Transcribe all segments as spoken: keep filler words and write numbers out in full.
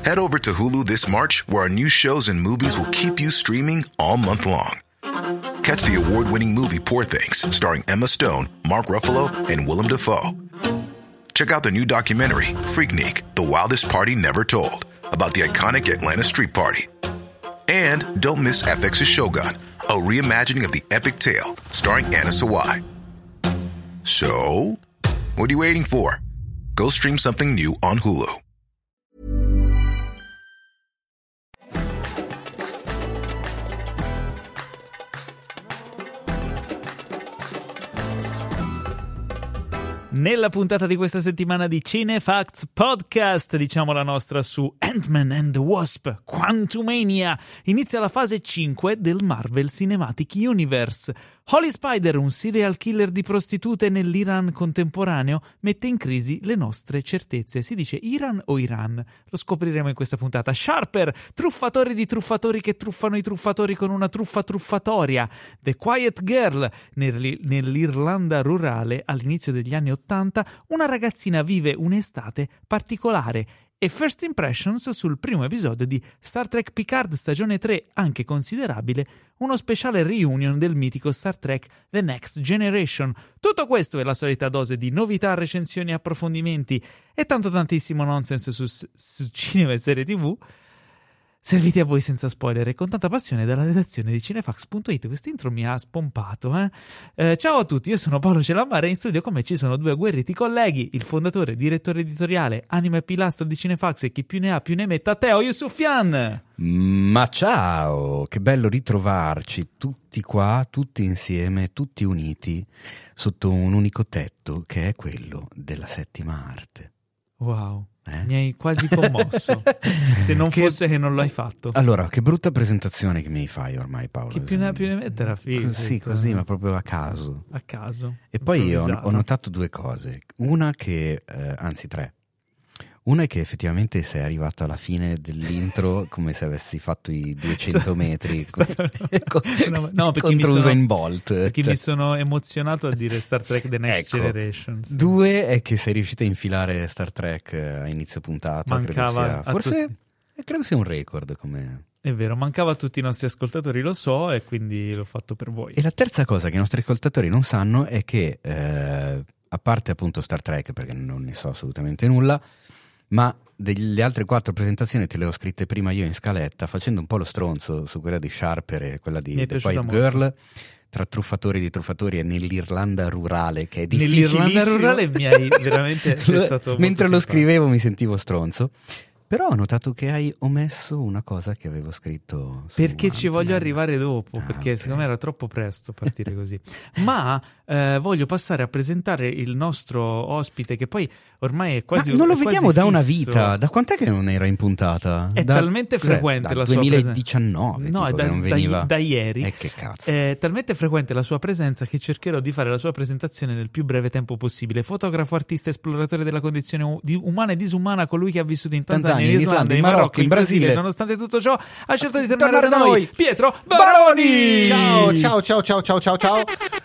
Head over to Hulu this March, where our new shows and movies will keep you streaming all month long. Catch the award-winning movie Poor Things, starring Emma Stone, Mark Ruffalo, and Willem Dafoe. Check out the new documentary, Freaknik, The Wildest Party Never Told, about the iconic Atlanta Street Party. And don't miss F X's Shogun, a reimagining of the epic tale, starring Anna Sawai. So, what are you waiting for? Go stream something new on Hulu. Nella puntata di questa settimana di Cinefacts Podcast, diciamo la nostra su Ant-Man and the Wasp, Quantumania, inizia la fase cinque del Marvel Cinematic Universe. Holy Spider, un serial killer di prostitute nell'Iran contemporaneo, mette in crisi le nostre certezze. Si dice Iran o Iran? Lo scopriremo in questa puntata. Sharper, truffatori di truffatori che truffano i truffatori con una truffa truffatoria. The Quiet Girl, nell'Irlanda rurale all'inizio degli anni ottanta, una ragazzina vive un'estate particolare. E First Impressions sul primo episodio di Star Trek Picard stagione tre, anche considerabile uno speciale reunion del mitico Star Trek The Next Generation. Tutto questo è la solita dose di novità, recensioni, approfondimenti e tanto tantissimo nonsense su, su cinema e serie tv, serviti a voi senza spoiler e con tanta passione dalla redazione di cinefax punto it. Quest'intro mi ha spompato, eh? Eh, ciao a tutti, io sono Paolo Celammare e in studio con me ci sono due agguerriti colleghi, il fondatore, direttore editoriale, anima e pilastro di Cinefax e chi più ne ha più ne metta, Teo Yusufian. Ma ciao, che bello ritrovarci tutti qua, tutti insieme, tutti uniti sotto un unico tetto che è quello della settima arte. Wow. Eh? Mi hai quasi commosso. Se non che... fosse che non l'hai fatto. Allora, che brutta presentazione che mi fai ormai, Paolo. Chi più ne ha più ne mette era figo. Sì, così, ma proprio a caso. A caso. E poi io ho, ho notato due cose. Una che, eh, anzi tre. Una è che effettivamente sei arrivato alla fine dell'intro come se avessi fatto i duecento metri con, no, no, contro sono, Usain Bolt. Perché cioè. mi sono emozionato a dire Star Trek The Next ecco. Generation. Sì. Due è che sei riuscito a infilare Star Trek a inizio puntata. Mancava credo sia, forse tutti... credo sia un record. Come... È vero, mancava a tutti i nostri ascoltatori, lo so, e quindi l'ho fatto per voi. E la terza cosa che i nostri ascoltatori non sanno è che, eh, a parte appunto Star Trek, perché non ne so assolutamente nulla, ma delle altre quattro presentazioni te le ho scritte prima io in scaletta, facendo un po' lo stronzo su quella di Sharper e quella di The Quiet Girl, tra truffatori di truffatori e nell'Irlanda rurale, che è difficilissimo. Nell'Irlanda rurale mi hai veramente sei stato mentre lo simpatico. scrivevo mi sentivo stronzo. Però ho notato che hai omesso una cosa che avevo scritto su perché ci Ant-Man. voglio arrivare dopo, ah, perché okay. secondo me era troppo presto partire così. Ma eh, voglio passare a presentare il nostro ospite, che poi ormai è quasi Ma non lo è vediamo quasi da una fisso. vita. Da quant'è che non era in puntata? È da, talmente frequente da la sua duemiladiciannove, presenza. No, è tipo, da, che non da, veniva. da ieri. Eh, che cazzo. È talmente frequente la sua presenza che cercherò di fare la sua presentazione nel più breve tempo possibile. Fotografo, artista, esploratore della condizione u- di umana e disumana, colui che ha vissuto in Tanzania, Tanzania, in Islanda, in Marocco, in Brasile, nonostante tutto ciò ha scelto di tornare, tornare da da noi, noi. Pietro Baroni. Ciao, ciao, ciao, ciao, ciao, ciao, ciao.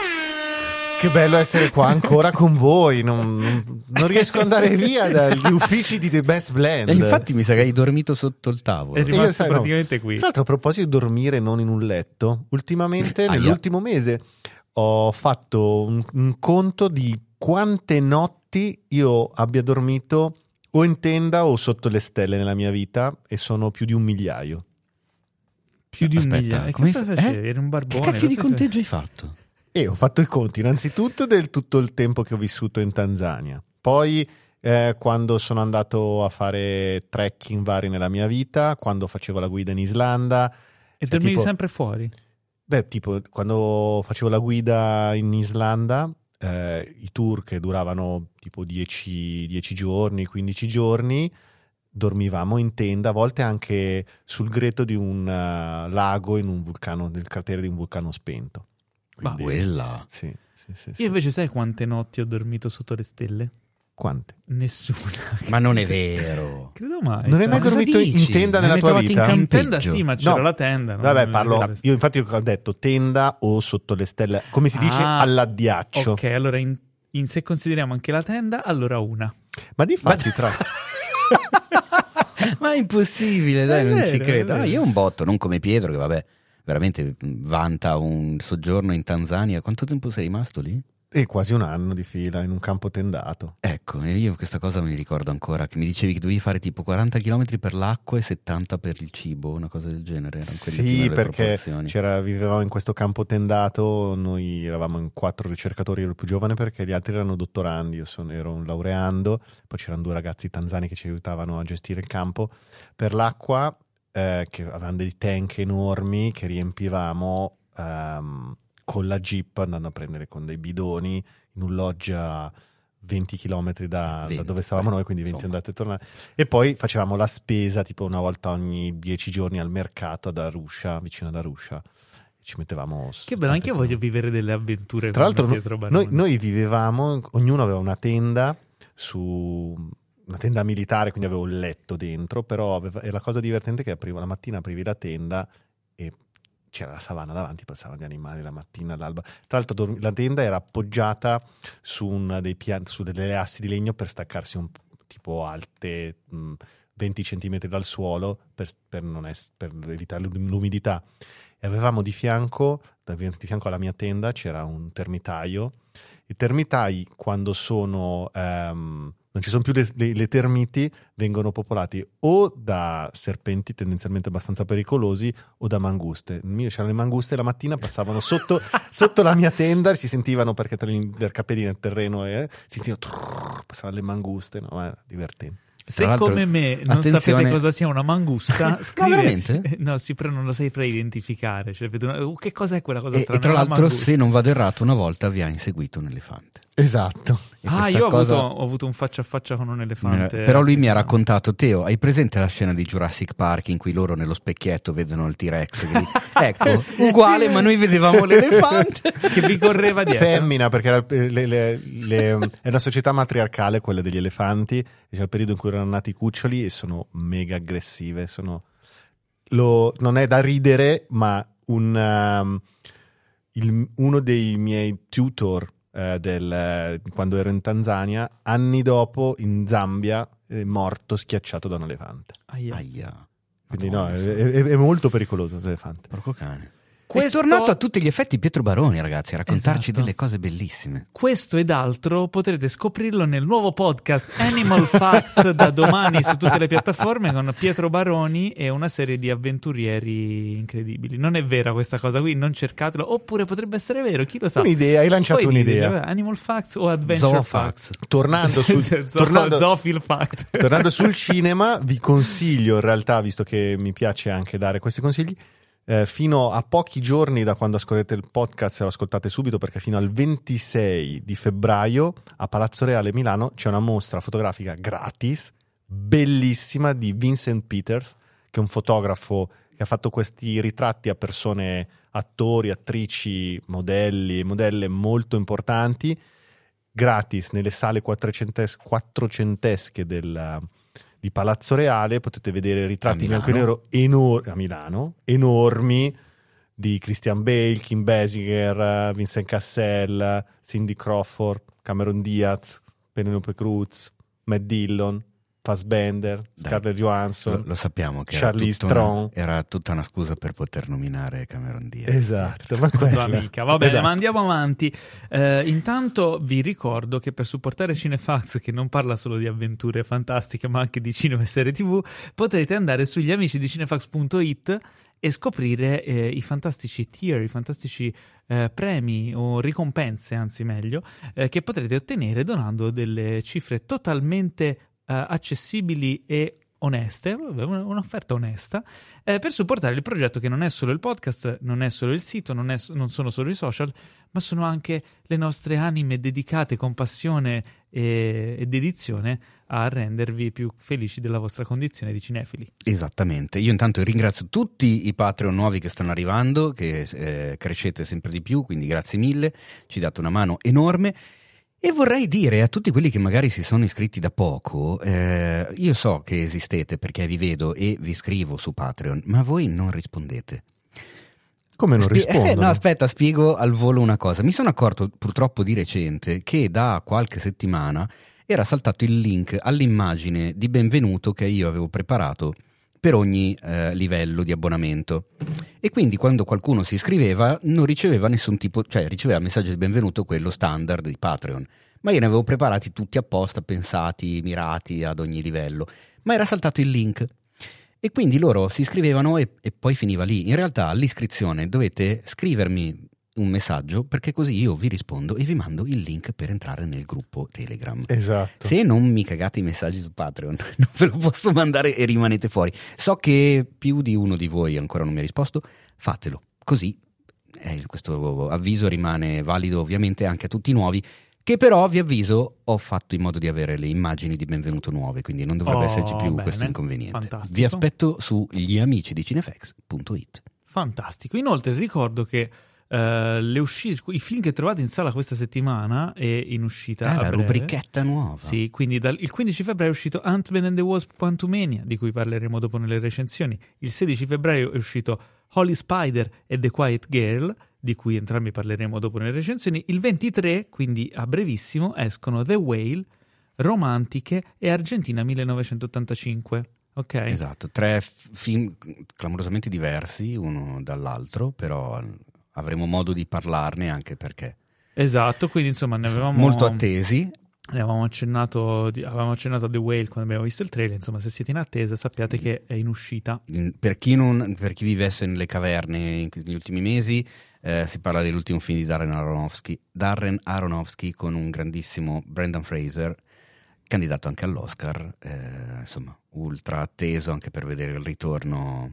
Che bello essere qua ancora con voi. Non, non, non riesco ad andare via dagli uffici di The Best Blend. E infatti mi sa che hai dormito sotto il tavolo. È rimasto Io, sai, praticamente no. qui. Tra l'altro, a proposito di dormire non in un letto, ultimamente, nell'ultimo mese, ho fatto un, un conto di quante notti io abbia dormito o in tenda o sotto le stelle nella mia vita, e sono più di un migliaio. Più di un Aspetta, migliaio. E come cosa fa- facevi? eh? Eri un Che barbone. cacchio di cosa conteggio hai fatto? E ho fatto i conti innanzitutto del tutto il tempo che ho vissuto in Tanzania, poi eh, quando sono andato a fare trekking vari nella mia vita, quando facevo la guida in Islanda. E cioè, dormivi tipo, sempre fuori? Beh, tipo quando facevo la guida in Islanda, eh, i tour che duravano tipo dieci, dieci giorni, quindici giorni, dormivamo in tenda, a volte anche sul greto di un uh, lago in un vulcano, nel cratere di un vulcano spento. Quindi, quella. Sì, sì, sì, Io sì. invece sai quante notti ho dormito sotto le stelle? Quante? Nessuna. Ma non è vero. Credo mai. Non hai sai. mai cosa dormito dici? in tenda Non nella hai tua trovato in vita? campo? In tenda campeggio. sì, ma c'era No. la tenda. no? Vabbè, Non parlo. vedo le Io infatti ho detto tenda o sotto le stelle, come si dice, Ah, all'addiaccio. Ok, allora in, in- se consideriamo anche la tenda, allora una. Ma di fatti tra Ma è impossibile, dai, È non vero, ci è credo. vero. Ah, io un botto, non come Pietro che vabbè, veramente vanta un soggiorno in Tanzania. Quanto tempo sei rimasto lì? E quasi un anno di fila in un campo tendato. Ecco, e io questa cosa mi ricordo ancora, che mi dicevi che dovevi fare tipo quaranta chilometri per l'acqua e settanta per il cibo, una cosa del genere. Erano quelle più o meno Sì, le perché proporzioni. c'era, vivevamo in questo campo tendato, noi eravamo in quattro ricercatori, ero il più giovane perché gli altri erano dottorandi, io sono, ero un laureando, poi c'erano due ragazzi tanzani che ci aiutavano a gestire il campo. Per l'acqua, eh, che avevano dei tank enormi che riempivamo ehm, con la jeep andando a prendere con dei bidoni in un lodge a venti chilometri da, da dove stavamo noi, quindi venti andate e tornate, e poi facevamo la spesa tipo una volta ogni dieci giorni al mercato ad Arusha, vicino ad Arusha, e ci mettevamo Che bello, anche io voglio vivere delle avventure. tra l'altro con no, Pietro Baroni. noi, noi vivevamo, ognuno aveva una tenda su una tenda militare, quindi avevo il letto dentro, però aveva, e la cosa divertente è che aprivo, la mattina aprivi la tenda e c'era la savana davanti, passavano gli animali la mattina all'alba. Tra l'altro dormi, la tenda era appoggiata su, un dei pian, su delle assi di legno per staccarsi un tipo alte mh, venti centimetri dal suolo per, per, non es, per evitare l'umidità. E avevamo di fianco, di fianco alla mia tenda c'era un termitaio. I termitai, quando sono ehm, non ci sono più le, le, le termiti, vengono popolati o da serpenti tendenzialmente abbastanza pericolosi o da manguste. Il mio, c'erano le manguste, la mattina passavano sotto, sotto la mia tenda, si sentivano perché tra gli intercapelli nel terreno eh, si sentivano trrr, passavano le manguste, no? Era divertente. Se come me non attenzione... sapete cosa sia una mangusta, scrivete. No, no, sì, però non lo saprei identificare. Cioè, una... Che cos'è quella cosa e, strana? e tra l'altro, mangusta. se non vado errato, una volta vi ha inseguito un elefante. Esatto. E ah, io ho, cosa... avuto, ho avuto un faccia a faccia con un elefante. Però lui mi ha raccontato, Teo, hai presente la scena di Jurassic Park in cui loro nello specchietto vedono il T-Rex? Che... ecco, sì, uguale, sì, ma noi vedevamo l'elefante che vi correva dietro. Femmina, perché era, le, le, le, è una società matriarcale quella degli elefanti, c'è il periodo in cui erano nati i cuccioli e sono mega aggressive, sono... Lo, non è da ridere, ma un, um, il, uno dei miei tutor eh, del, quando ero in Tanzania, anni dopo in Zambia è morto schiacciato da un elefante. Aia. Aia. Quindi no, è, è, è molto pericoloso l'elefante. Porco cane. Questo... È tornato a tutti gli effetti Pietro Baroni, ragazzi, a raccontarci esatto. delle cose bellissime. Questo ed altro potrete scoprirlo nel nuovo podcast Animal Facts da domani su tutte le piattaforme con Pietro Baroni e una serie di avventurieri incredibili. Non è vera questa cosa qui, non cercatelo, oppure potrebbe essere vero, chi lo sa. Un'idea, hai lanciato Poi un'idea. Dite, Animal Facts o Adventure Zoo Facts. Facts. Tornando sul, tornando, Zoofil Fact. tornando sul cinema, vi consiglio in realtà, visto che mi piace anche dare questi consigli, Eh, fino a pochi giorni da quando ascoltate il podcast, se lo ascoltate subito, perché fino al ventisei di febbraio a Palazzo Reale Milano c'è una mostra fotografica gratis, bellissima, di Vincent Peters, che è un fotografo che ha fatto questi ritratti a persone, attori, attrici, modelli, modelle molto importanti, gratis nelle sale quattrocentes- quattrocentesche del... di Palazzo Reale. Potete vedere ritratti in bianco e nero enor- a Milano, enormi, di Christian Bale, Kim Basinger, Vincent Cassel, Cindy Crawford, Cameron Diaz, Penelope Cruz, Matt Dillon, Fassbender, Scarlett Johansson. Lo, lo sappiamo che Charlize era tutta, Theron. una, era tutta una scusa per poter nominare Cameron Diaz. Esatto, ma Tua amica. Va bene, esatto. ma andiamo avanti. Eh, intanto vi ricordo che per supportare Cinefax, che non parla solo di avventure fantastiche ma anche di cinema e serie tv, potrete andare sugli amici di cinefax punto it e scoprire eh, i fantastici tier, i fantastici eh, premi o ricompense, anzi meglio, eh, che potrete ottenere donando delle cifre totalmente Uh, accessibili e oneste, un'offerta onesta, eh, per supportare il progetto, che non è solo il podcast, non è solo il sito, non, è, non sono solo i social, ma sono anche le nostre anime dedicate con passione e, e dedizione a rendervi più felici della vostra condizione di cinefili. Esattamente. Io intanto ringrazio tutti i Patreon nuovi che stanno arrivando, che eh, crescete sempre di più, quindi grazie mille, ci date una mano enorme. E vorrei dire a tutti quelli che magari si sono iscritti da poco, eh, io so che esistete perché vi vedo e vi scrivo su Patreon, ma voi non rispondete. Come non Spie- rispondono? Eh, no, aspetta, spiego al volo una cosa. Mi sono accorto purtroppo di recente che da qualche settimana era saltato il link all'immagine di benvenuto che io avevo preparato per ogni eh, livello di abbonamento, e quindi quando qualcuno si iscriveva non riceveva nessun tipo, cioè riceveva messaggio di benvenuto quello standard di Patreon, ma io ne avevo preparati tutti apposta, pensati, mirati ad ogni livello, ma era saltato il link e quindi loro si iscrivevano e, e poi finiva lì. In realtà all'iscrizione dovete scrivermi un messaggio, perché così io vi rispondo e vi mando il link per entrare nel gruppo Telegram. Esatto. Se non mi cagate i messaggi su Patreon non ve lo posso mandare e rimanete fuori. So che più di uno di voi ancora non mi ha risposto, fatelo, così eh, questo avviso rimane valido ovviamente anche a tutti i nuovi, che però vi avviso ho fatto in modo di avere le immagini di benvenuto nuove, quindi non dovrebbe Oh, esserci più bene. questo inconveniente. Fantastico. Vi aspetto su gli amici di Cinefx punto it. Fantastico. Inoltre ricordo che Uh, le uscite, i film che trovate in sala questa settimana e in uscita Ah, a la breve. rubrichetta nuova. Sì, quindi dal, il quindici febbraio è uscito Ant-Man and the Wasp Quantumania, di cui parleremo dopo nelle recensioni. Il sedici febbraio è uscito Holy Spider e The Quiet Girl, di cui entrambi parleremo dopo nelle recensioni. Il ventitré, quindi a brevissimo, escono The Whale, Romantiche e Argentina millenovecentottantacinque. Ok? Esatto, tre f- film clamorosamente diversi uno dall'altro, però avremo modo di parlarne, anche perché Esatto, quindi insomma ne avevamo molto attesi. Ne avevamo accennato, avevamo accennato a The Whale quando abbiamo visto il trailer. Insomma, se siete in attesa sappiate che è in uscita. Per chi, non, per chi vivesse nelle caverne negli ultimi mesi, eh, si parla dell'ultimo film di Darren Aronofsky, Darren Aronofsky con un grandissimo Brendan Fraser, candidato anche all'Oscar, eh, insomma ultra atteso anche per vedere il ritorno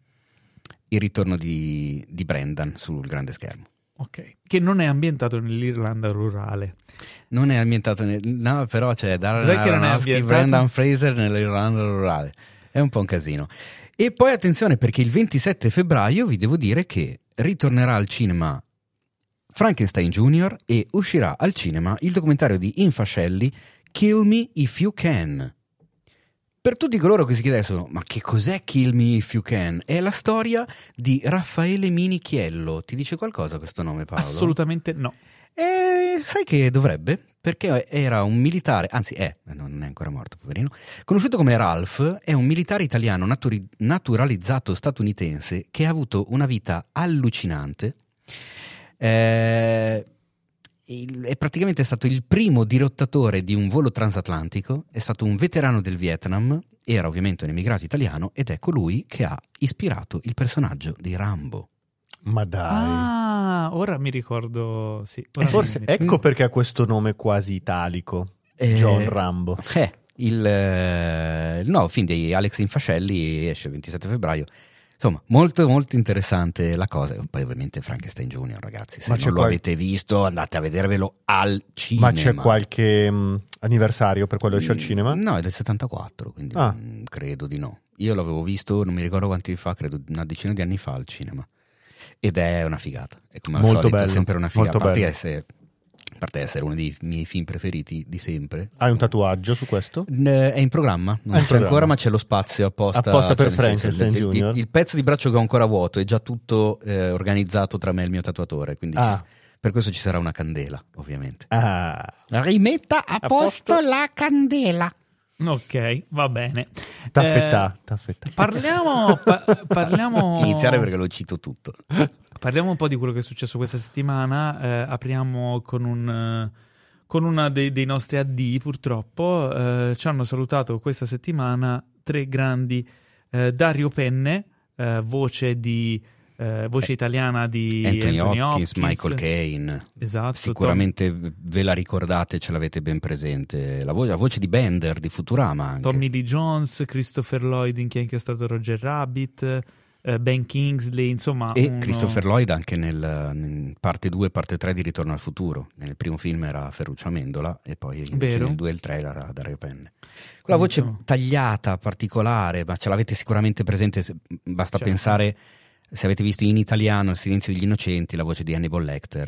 il ritorno di, di Brendan sul grande schermo. Ok, che non è ambientato nell'Irlanda rurale. Non è ambientato nel, no, però c'è Darren Dov'è che non è Aronofsky, ambientato? Brendan Fraser nell'Irlanda rurale. È un po' un casino. E poi attenzione, perché il ventisette febbraio vi devo dire che ritornerà al cinema Frankenstein Junior e uscirà al cinema il documentario di Infascelli Kill Me If You Can. Per tutti coloro che si chiedessero ma che cos'è Kill Me If You Can, è la storia di Raffaele Minichiello. Ti dice qualcosa questo nome, Paolo? Assolutamente no. E sai che dovrebbe? Perché era un militare, anzi è, non è ancora morto, poverino, conosciuto come Ralph, è un militare italiano naturi- naturalizzato statunitense che ha avuto una vita allucinante. Eh, il, è praticamente stato il primo dirottatore di un volo transatlantico, è stato un veterano del Vietnam, era ovviamente un emigrato italiano ed è colui che ha ispirato il personaggio di Rambo. Ma dai. Ah, ora mi ricordo, sì. Ora Forse mi- ecco perché ha questo nome quasi italico. Eh, John Rambo. Eh, il, eh, il nuovo film di Alex Infascelli esce il ventisette febbraio. Insomma, molto molto interessante la cosa. E poi ovviamente Frankenstein Junior, ragazzi, se Ma non c'è lo qual- avete visto andate a vedervelo al cinema. Ma c'è qualche mh, anniversario per quello esce al Mm, cinema? No, è del settantaquattro, quindi Ah. mm, credo di no. Io l'avevo visto, non mi ricordo quanti fa, credo una decina di anni fa al cinema. Ed è una figata. È come al Molto solito, bello, sempre una figata. molto A parte bello. essere, a parte essere uno dei miei film preferiti di sempre. Hai un tatuaggio su questo? Eh, È in programma, non È in c'è programma. ancora, ma c'è lo spazio apposta, Apposta per nel senso, Frankenstein il- il- Junior? Il pezzo di braccio che ho ancora vuoto è già tutto eh, organizzato tra me e il mio tatuatore, quindi Ah. ci- per questo ci sarà una candela, ovviamente. Ah, Rimetta a posto la candela. Ok, va bene. taffetà, Eh, taffetà. parliamo, pa- parliamo... Iniziare perché lo cito tutto. Parliamo un po' di quello che è successo questa settimana. Eh, apriamo con un eh, con una dei, dei nostri addii, purtroppo. Eh, ci hanno salutato questa settimana tre grandi. Eh, Dario Penne, eh, voce di eh, voce italiana di Anthony, Anthony Hopkins, Hopkins, Michael Caine. Esatto. Sicuramente ve la ricordate, ce l'avete ben presente. La, vo- la voce di Bender di Futurama anche. Tom- Tommy Lee Jones, Christopher Lloyd in Chi ha incastrato Roger Rabbit, eh, Ben Kingsley, insomma. E uno- Christopher Lloyd anche nel, in parte due e parte tre di Ritorno al futuro. Nel primo film era Ferruccio Amendola e poi invece Vero. nel due e il tre era Dario Penne. Quella voce Insomma. tagliata, particolare, ma ce l'avete sicuramente presente, se- basta Certo. pensare, se avete visto in italiano Il silenzio degli innocenti, la voce di Hannibal Lecter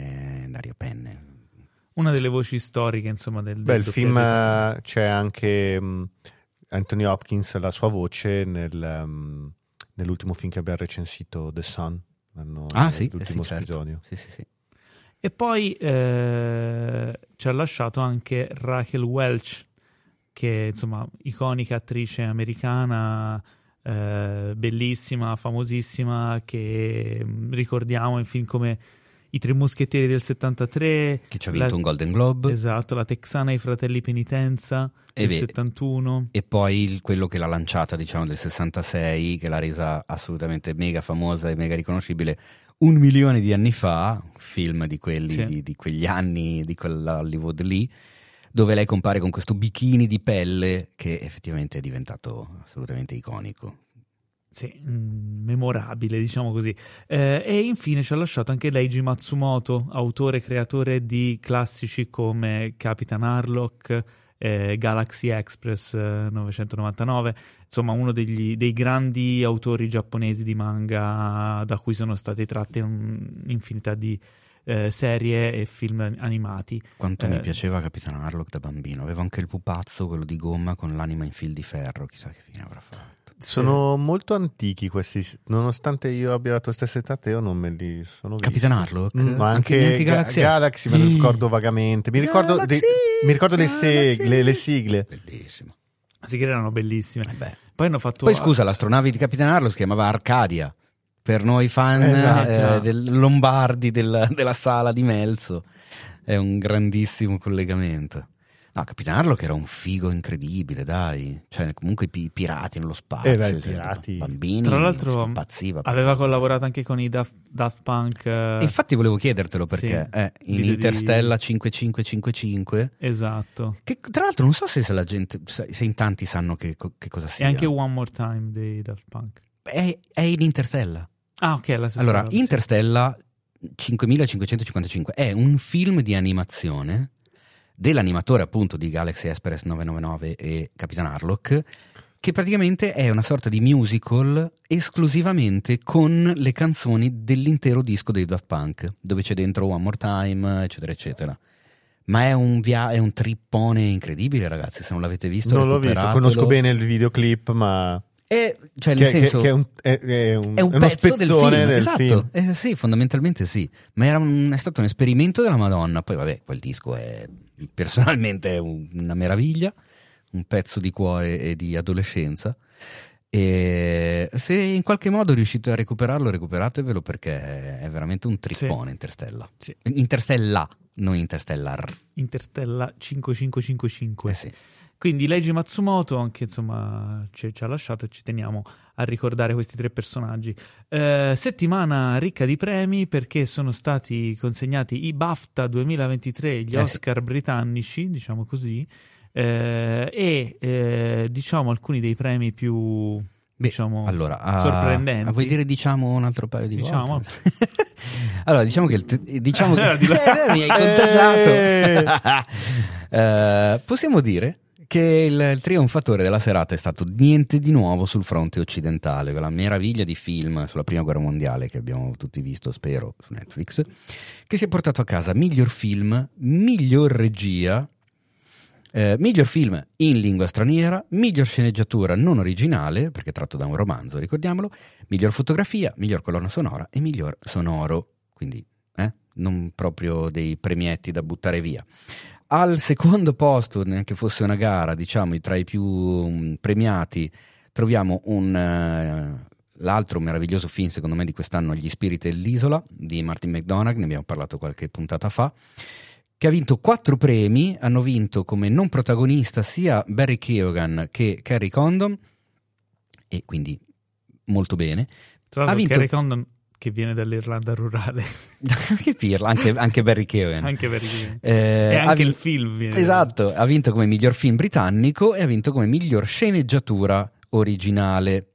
è Dario Penne. Una delle voci storiche, insomma, del, Beh, del il film doppiaggio. eh, c'è anche mh, Anthony Hopkins, la sua voce nel, mh, nell'ultimo film che abbiamo recensito, The Sun. Hanno- Ah sì, eh l'ultimo sì, certo. episodio. Sì, sì, sì. E poi eh, ci ha lasciato anche Raquel Welch, che insomma iconica attrice americana, eh, bellissima, famosissima, che ricordiamo in film come I Tre Moschettieri del settantatré, che ci ha vinto la, un Golden Globe, esatto, La Texana e i Fratelli Penitenza e del beh, settantuno, e poi il, quello che l'ha lanciata, diciamo, del sessantasei, che l'ha resa assolutamente mega famosa e mega riconoscibile un milione di anni fa, film di quelli sì. di, di quegli anni, di quella Hollywood lì, dove lei compare con questo bikini di pelle che effettivamente è diventato assolutamente iconico. Sì, mm, memorabile, diciamo così. Eh, e infine ci ha lasciato anche Leiji Matsumoto, autore e creatore di classici come Capitan Harlock, eh, Galaxy Express eh, novecentonovantanove, insomma uno degli, dei grandi autori giapponesi di manga da cui sono state tratte un'infinità di eh, serie e film animati. Quanto eh, mi piaceva Capitan Harlock da bambino, avevo anche il pupazzo, quello di gomma con l'anima in fil di ferro, chissà che fine avrà fatto. Sono molto antichi questi, nonostante io abbia la tua stessa età, Teo, non me li sono visti. Capitan Harlock? Mm, ma anche, anche, anche Ga- Galaxy, Galaxy me lo ricordo vagamente. Mi ricordo, Galaxy, de- mi ricordo le, Galaxy. segle, le sigle. Bellissimo. Sì, che erano bellissime. Eh beh. Poi hanno fatto... Poi scusa, l'astronave di Capitan Harlock si chiamava Arcadia, per noi fan Esatto. eh, del Lombardi del, della sala di Melzo. È un grandissimo collegamento. No, Capitan Harlock era un figo incredibile, dai. Cioè, comunque i pirati nello spazio. Eh beh, i cioè, pirati. bambini. Tra l'altro impazziva. aveva collaborato anche con i Daft, Daft Punk. eh, E infatti volevo chiedertelo perché sì, eh, in video Interstellar di- cinquemilacinquecentocinquantacinque Esatto. che tra l'altro non so se la gente, se in tanti sanno che, che cosa sia. E anche One More Time dei Daft Punk. È, è in Interstellar. Ah, ok, la stessa Allora, roba, sì. Interstellar cinquemilacinquecentocinquantacinque è un film di animazione dell'animatore appunto di Galaxy Express novecentonovantanove e Capitan Harlock, che praticamente è una sorta di musical esclusivamente con le canzoni dell'intero disco dei Daft Punk, dove c'è dentro One More Time, eccetera, eccetera. Ma è un, via- è un trippone incredibile, ragazzi, se non l'avete visto Non l'ho visto, recuperatelo. conosco bene il videoclip, ma È, cioè, che, nel senso, che- che è un, è, è un, è un uno pezzo del spezzone film, del esatto. film. Eh, sì, fondamentalmente sì, ma era un- è stato un esperimento della Madonna. Poi vabbè, quel disco è personalmente è un- una meraviglia, un pezzo di cuore e di adolescenza, e se in qualche modo riuscite a recuperarlo, recuperatevelo, perché è veramente un trippone. Sì. Interstellar Sì. Interstellar, non Interstellar. Interstellar cinquemilacinquecentocinquantacinque. Eh sì. Quindi Leiji Matsumoto anche insomma ci, ci ha lasciato, e ci teniamo a ricordare questi tre personaggi. Eh, settimana ricca di premi, perché sono stati consegnati i BAFTA duemilaventitré, gli Eh Oscar britannici, diciamo così, eh, e eh, diciamo alcuni dei premi più Beh, diciamo allora, a- sorprendenti. a vuoi dire diciamo un altro paio di Diciamo. volte? Allora, diciamo che, il- diciamo che Di là. Eh, mi hai contagiato. Eh, possiamo dire che il, il trionfatore della serata è stato niente di nuovo sul fronte occidentale, quella meraviglia di film sulla prima guerra mondiale che abbiamo tutti visto, spero, su Netflix, che si è portato a casa miglior film, miglior regia, eh, miglior film in lingua straniera, miglior sceneggiatura non originale, perché è tratto da un romanzo, ricordiamolo, miglior fotografia, miglior colonna sonora e miglior sonoro, quindi eh, non proprio dei premietti da buttare via. Al secondo posto, neanche fosse una gara, diciamo, tra i più um, premiati, troviamo un, uh, l'altro meraviglioso film, secondo me, di quest'anno, Gli spiriti dell'isola, di Martin McDonagh, ne abbiamo parlato qualche puntata fa, che ha vinto quattro premi. Hanno vinto come non protagonista sia Barry Keoghan che Kerry Condon, e quindi molto bene. Tra l'altro ha vinto- Kerry Condon, che viene dall'Irlanda rurale. Che pirla, anche, anche Barry Keoghan. Anche perché Eh, e ha anche vin- il film viene Esatto, ha vinto come miglior film britannico e ha vinto come miglior sceneggiatura originale.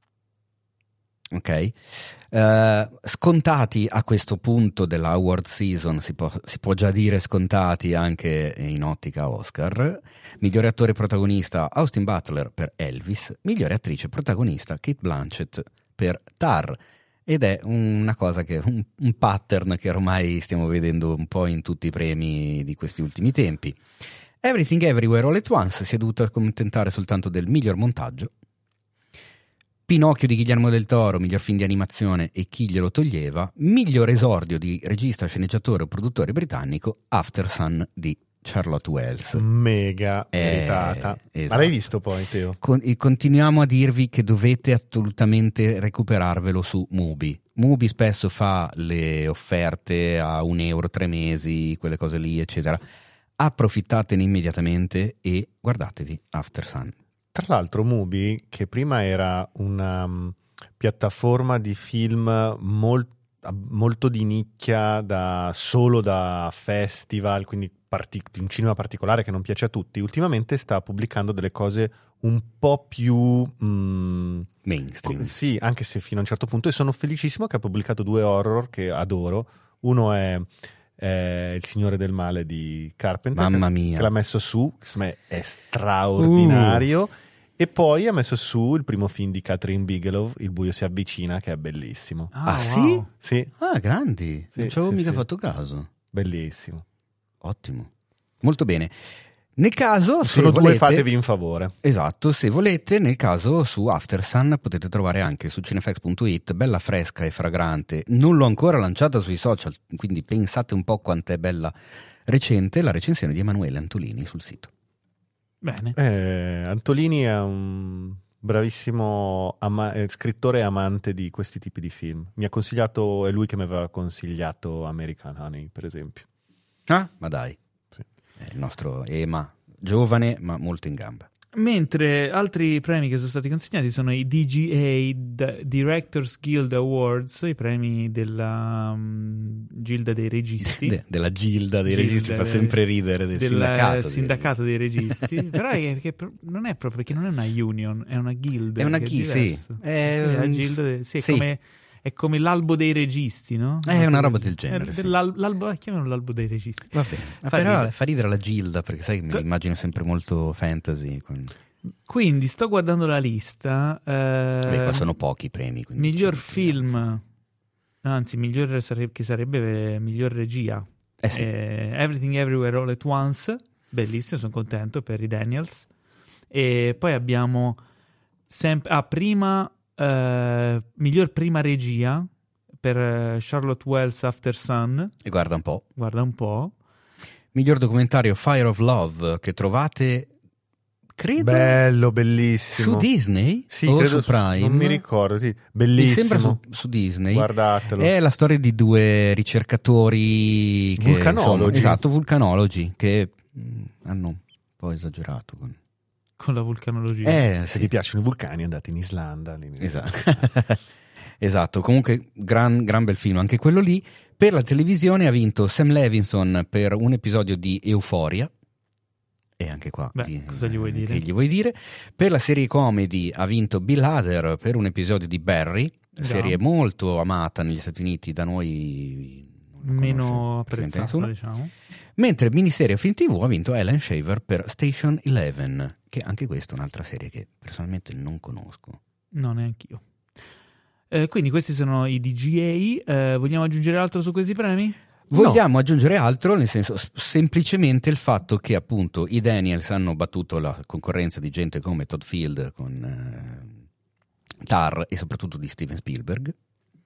Ok? Eh, scontati a questo punto della award season, si può, si può già dire scontati anche in ottica Oscar. Migliore attore protagonista Austin Butler per Elvis, migliore attrice protagonista Cate Blanchett per Tar. Ed è una cosa che un, un pattern che ormai stiamo vedendo un po' in tutti i premi di questi ultimi tempi. Everything Everywhere All at Once si è dovuta accontentare soltanto del miglior montaggio. Pinocchio di Guillermo del Toro, miglior film di animazione e chi glielo toglieva, miglior esordio di regista, sceneggiatore o produttore britannico, After Sun di Charlotte Wells. Mega Eh, meritata. esatto. Ma l'hai visto poi, Teo? Con- e continuiamo a dirvi che dovete assolutamente recuperarvelo su Mubi. Mubi spesso fa le offerte a un euro tre mesi, quelle cose lì, eccetera. Approfittatene immediatamente e guardatevi After Sun. Tra l'altro Mubi, che prima era una um, piattaforma di film molt- molto di nicchia, da, solo da festival, quindi parti- di un cinema particolare che non piace a tutti, ultimamente sta pubblicando delle cose un po' più... mm, Mainstream. co- sì, anche se fino a un certo punto, e sono felicissimo che ha pubblicato due horror che adoro. Uno è... è Il Signore del Male di Carpenter, Mamma che- mia. che l'ha messo su, che secondo me è straordinario. Uh. E poi ha messo su il primo film di Catherine Bigelow, Il buio si avvicina, che è bellissimo. Ah, wow. sì? Sì, Ah, grandi, Sì, non ci avevo sì, mica sì. fatto caso. bellissimo. Ottimo, molto bene. Nel caso, se Sono due, volete, fatevi in favore. esatto, se volete, nel caso su After Sun potete trovare anche su cinefx punto it, bella fresca e fragrante, non l'ho ancora lanciata sui social, quindi pensate un po' quanto è bella recente, la recensione di Emanuele Antolini sul sito. Bene. Eh, Antolini è un bravissimo ama- eh, scrittore e amante di questi tipi di film. Mi ha consigliato, è lui che mi aveva consigliato American Honey, per esempio. Ah, ma dai, Sì. è il nostro Ema, giovane ma molto in gamba. Mentre altri premi che sono stati consegnati sono i D G A D- Directors Guild Awards, i premi della um, Gilda dei Registi. De- della gilda dei Gilda registi fa dei- sempre ridere, del, del sindacato, dei sindacato dei registi. Però è che pro- non è proprio, perché non è una union, è una guild. È una che chi, sì. diverso. È È la un- gilda de- sì, è, sì. Come, è come l'albo dei registi, no? È una roba del genere, È sì. dell'al- l'albo, eh, chiamano l'albo dei registi. Vabbè, ma Fa però ridere. fa ridere la gilda, perché sai che mi Co- immagino sempre molto fantasy. Con... Quindi sto guardando la lista. eh, Beh, qua sono pochi premi. quindi miglior ci- film, anzi, miglior sare- che sarebbe eh, miglior regia. Eh sì. Eh, Everything Everywhere All at Once, bellissimo, sono contento per i Daniels. E poi abbiamo sempre ah, prima eh, miglior prima regia per eh, Charlotte Wells After Sun, E guarda un po'. guarda un po'. Miglior documentario Fire of Love, che trovate, credo, Bello, bellissimo. su Disney Sì, o credo su Prime. Non mi ricordo, sì. Mi Bellissimo. sembra su, su Disney. Guardatelo. È la storia di due ricercatori che, Vulcanologi. insomma, esatto, vulcanologi che mh, hanno un po' esagerato con... Con la vulcanologia. Eh, Se sì. ti piacciono i vulcani, andate in Islanda. lì- Esatto. Esatto, comunque gran, gran bel film anche quello lì. Per la televisione ha vinto Sam Levinson per un episodio di Euphoria, e anche qua Beh, di- cosa gli vuoi che dire? gli vuoi dire. Per la serie comedy ha vinto Bill Hader per un episodio di Barry, Già. serie molto amata negli Stati Uniti, da noi non la Meno conosce praticamente apprezzato, nessuno. diciamo. Mentre miniserie o film tivù ha vinto Ellen Shaver per Station Eleven, che anche questa è un'altra serie che personalmente non conosco. No, neanch'io. Eh, quindi questi sono i D G A. Eh, vogliamo aggiungere altro su questi premi? Vogliamo aggiungere altro, nel senso s- semplicemente il fatto che appunto i Daniels hanno battuto la concorrenza di gente come Todd Field con eh, Tar e soprattutto di Steven Spielberg,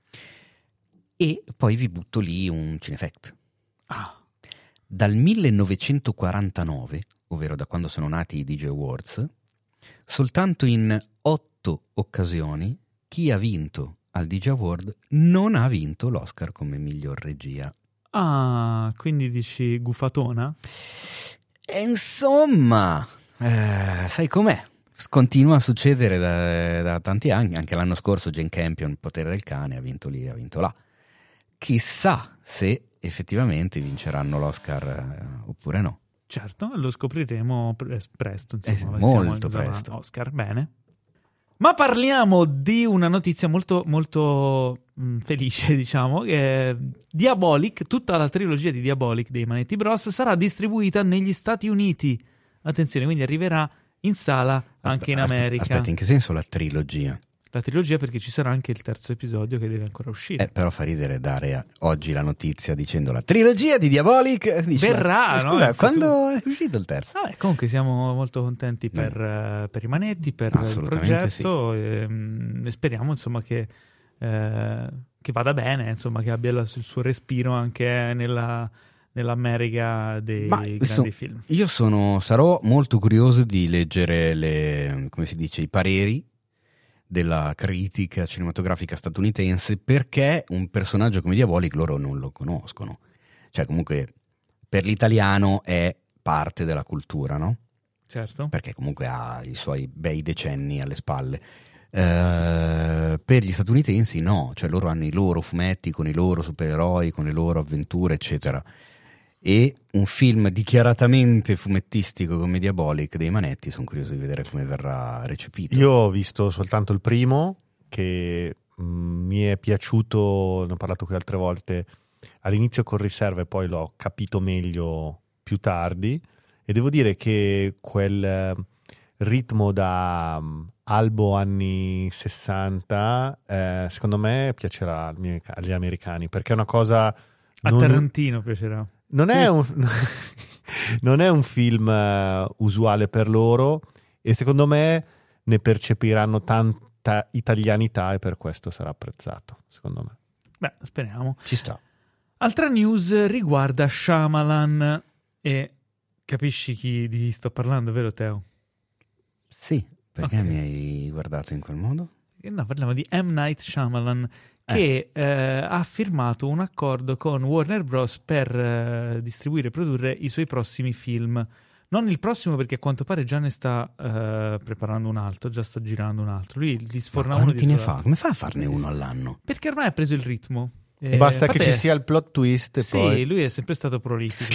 e poi vi butto lì un cinefact. Ah, Dal millenovecentoquarantanove, ovvero da quando sono nati i D J Awards, soltanto in otto occasioni chi ha vinto al D J Award non ha vinto l'Oscar come miglior regia. ah, quindi dici gufatona? E insomma, eh, sai com'è? Continua a succedere da, da tanti anni. Anche l'anno scorso Jane Campion, Potere del cane, ha vinto lì, ha vinto là. Chissà se effettivamente vinceranno l'Oscar eh, oppure no. Certo, lo scopriremo pre- presto, insomma. Eh sì, siamo molto in zona presto. Oscar, bene. Ma parliamo di una notizia molto, molto mh, felice, diciamo. Eh, Diabolic, tutta la trilogia di Diabolic dei Manetti Bros sarà distribuita negli Stati Uniti. Attenzione, quindi arriverà in sala anche in Aspe- America. Aspetta, in che senso la trilogia? La trilogia, perché ci sarà anche il terzo episodio che deve ancora uscire. Eh, però fa ridere dare a- oggi la notizia dicendo la trilogia di Diabolic. Dici, Verrà, ma, no? Scusa, In quando è uscito il terzo? Vabbè, comunque siamo molto contenti per, eh, per i Manetti, per il Assolutamente progetto. ehm, speriamo insomma che, eh, che vada bene, insomma che abbia la, il suo respiro anche nella, nell'America dei Ma, grandi so, film. Io sono, sarò molto curioso di leggere le, come si dice, i pareri della critica cinematografica statunitense, perché un personaggio come Diabolik loro non lo conoscono, cioè comunque per l'italiano è parte della cultura, no? Certo. Perché comunque ha i suoi bei decenni alle spalle. Uh, per gli statunitensi no, cioè loro hanno i loro fumetti con i loro supereroi, con le loro avventure eccetera, e un film dichiaratamente fumettistico come Diabolik dei Manetti sono curioso di vedere come verrà recepito. Io ho visto soltanto il primo, che mh, mi è piaciuto, ne ho parlato qui altre volte, all'inizio con riserve, poi l'ho capito meglio più tardi, e devo dire che quel ritmo da um, albo anni sessanta eh, secondo me piacerà agli americani, perché è una cosa a non, Tarantino piacerà. Non è un, non è un film uh, usuale per loro, e secondo me ne percepiranno tanta italianità e per questo sarà apprezzato, secondo me. Beh, speriamo. Ci sta. Altra news riguarda Shyamalan, e capisci chi di chi sto parlando, vero Teo? Sì, perché Okay. mi hai guardato in quel modo? No, parliamo di M. Night Shyamalan, che eh. Eh, ha firmato un accordo con Warner Bros. Per eh, distribuire e produrre i suoi prossimi film. Non il prossimo, perché a quanto pare già ne sta eh, preparando un altro, già sta girando un altro. Lui gli sforna uno quanti di ne suo- fa? Come fa a farne Sì, uno sì. all'anno? Perché ormai ha preso il ritmo. E basta vabbè, che ci sia il plot twist e Sì, poi... lui è sempre stato prolifico.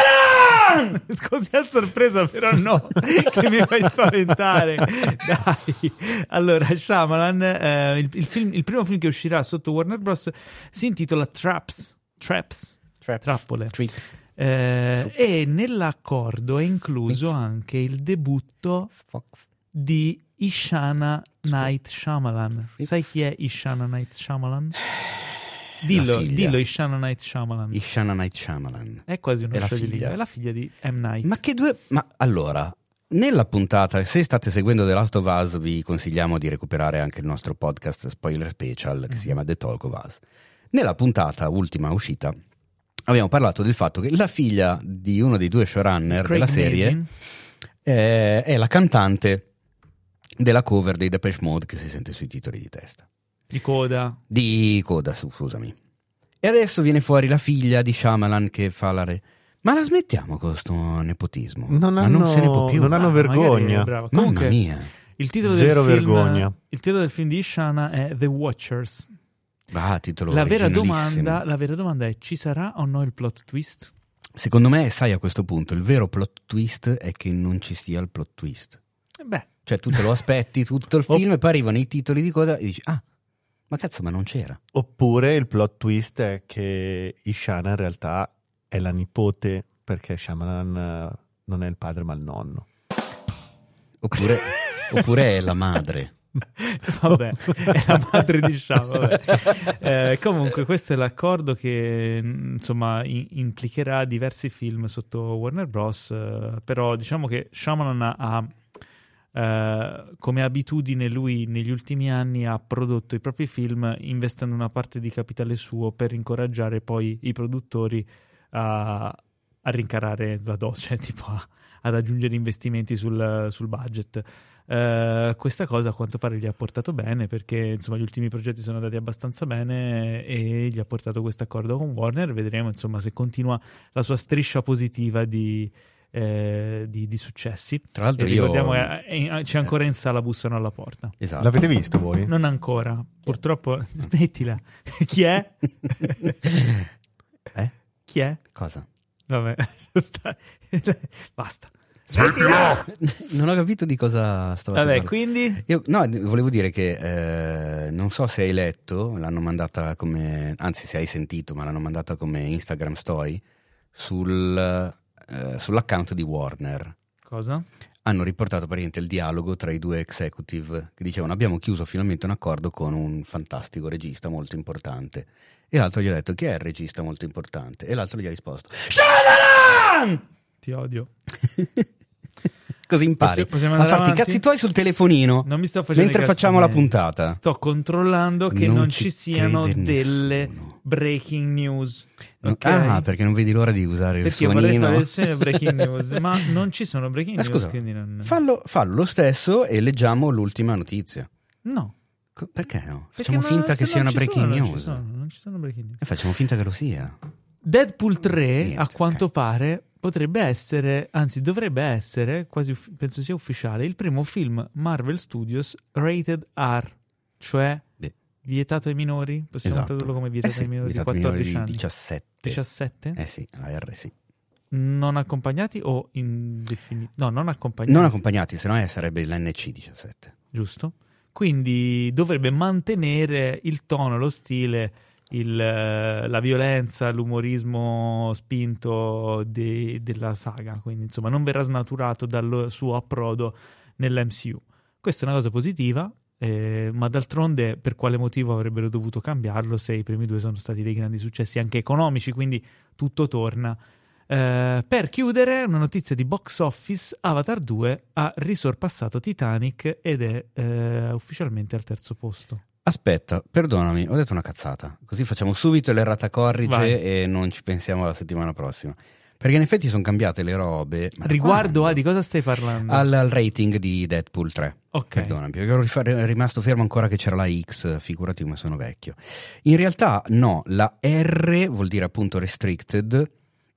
Scusi a sorpresa, però no, che mi fai spaventare. Dai. Allora, Shyamalan, eh, il, il, film, il primo film che uscirà sotto Warner Bros. Si intitola Traps. Traps. Traps. Trappole. Trips. Eh, e nell'accordo è incluso anche il debutto Fox. di Ishana Night Shyamalan. Sì. Sai chi è Ishana Night Shyamalan? La Dillo, figlia. dillo Ishana Night Shyamalan. Ishana Night Shyamalan. È quasi uno È la scioglilingua. figlia. È la figlia di M. Night. Ma che due... Ma allora, nella puntata, se state seguendo The Last of Us, vi consigliamo di recuperare anche il nostro podcast spoiler special che Mm-hmm. si chiama The Talk of Us. Nella puntata ultima uscita abbiamo parlato del fatto che la figlia di uno dei due showrunner Craig della serie Mazin. è, è la cantante della cover dei Depeche Mode che si sente sui titoli di testa. Di coda. Di coda, su, scusami. E adesso viene fuori la figlia di Shyamalan che fa la re... Ma la smettiamo con questo nepotismo? Non Ma hanno- non se ne può più. non hanno Ah, vergogna. magari è brava. Mamma Comunque, mia. il titolo Zero del film, vergogna. il titolo del film di Ishana è The Watchers. Ah, titolo La vera, originalissimo. domanda, la vera domanda è: ci sarà o no il plot twist? Secondo me, sai, a questo punto il vero plot twist è che non ci sia il plot twist. Eh beh, Cioè tu te lo aspetti tutto il film e poi arrivano i titoli di coda e dici ah, ma cazzo, ma non c'era. Oppure il plot twist è che Ishana in realtà è la nipote, perché Shyamalan eh, non è il padre ma il nonno. Oppure, oppure è la madre. vabbè, è la madre di Shyamalan. Eh, comunque, questo è l'accordo che insomma i- implicherà diversi film sotto Warner Bros. eh, però diciamo che Shyamalan ha eh, come abitudine, lui negli ultimi anni ha prodotto i propri film investendo una parte di capitale suo per incoraggiare poi i produttori a, a rincarare la dose, cioè tipo a- ad aggiungere investimenti sul, sul budget. Eh, questa cosa a quanto pare gli ha portato bene, perché insomma gli ultimi progetti sono andati abbastanza bene e gli ha portato questo accordo con Warner. Vedremo insomma se continua la sua striscia positiva di, eh, di, di successi. Tra l'altro E io... ricordiamo che è- c'è ancora in sala, bussano alla porta. Esatto. L'avete visto voi? Non ancora, purtroppo. Smettila. Chi è? Eh? Chi è? Cosa? Vabbè, sta- basta. Non ho capito di cosa stavate Vabbè, parlando. quindi Io, no, volevo dire che eh, non so se hai letto, l'hanno mandata come, anzi se hai sentito, ma l'hanno mandata come Instagram story sul, eh, sull'account di Warner. cosa? Hanno riportato praticamente il dialogo tra i due executive che dicevano abbiamo chiuso finalmente un accordo con un fantastico regista molto importante. E l'altro gli ha detto chi è il regista molto importante? E l'altro gli ha risposto Shyamalan! Ti odio. Così impari possiamo a andare farti i avanti? cazzi tuoi sul telefonino Non mi sto facendo mentre i cazzi facciamo la miei. puntata. Sto controllando che non, Non ci ci siano crede delle nessuno. breaking news. No- Ok? Ah, perché non vedi l'ora di usare Perché il vorrei suonino. fare il suono breaking news, ma non ci sono breaking Ma news, scusa, quindi non... fallo, fallo lo stesso e leggiamo l'ultima notizia. No. Co- Perché no? Perché Facciamo non- finta se che non sia una ci breaking sono, Non news. ci sono, non ci sono breaking news. E facciamo finta che lo sia. Deadpool tre, Niente, a quanto ok. pare, potrebbe essere, anzi dovrebbe essere, quasi uffi- penso sia ufficiale, il primo film Marvel Studios rated R, cioè Beh, vietato ai minori? Possiamo esatto. tradurlo come Eh vietato sì, ai minori vietato ai di minori quattordici di anni? diciassette. diciassette? Eh sì, la R sì. Non accompagnati o indefiniti? No, non accompagnati. Non accompagnati, se no eh, sarebbe l'N C diciassette. Giusto? Quindi dovrebbe mantenere il tono, lo stile, il, eh, la violenza, l'umorismo spinto de- della saga. Quindi insomma non verrà snaturato dal suo approdo nell'M C U. Questa è una cosa positiva, eh, ma d'altronde per quale motivo avrebbero dovuto cambiarlo se i primi due sono stati dei grandi successi anche economici, quindi tutto torna. Eh, per chiudere, una notizia di box office: Avatar due ha risorpassato Titanic ed è eh, ufficialmente al terzo posto. Aspetta, perdonami, ho detto una cazzata. Così facciamo subito l'errata corrige Vai. e non ci pensiamo la settimana prossima. Perché in effetti sono cambiate le robe. Ma da Riguardo quando? a di cosa stai parlando? al, al rating di Deadpool tre. Ok. Perdonami, perché ero rif- rimasto fermo ancora che c'era la X, figurati come sono vecchio. In realtà no, la R vuol dire appunto restricted,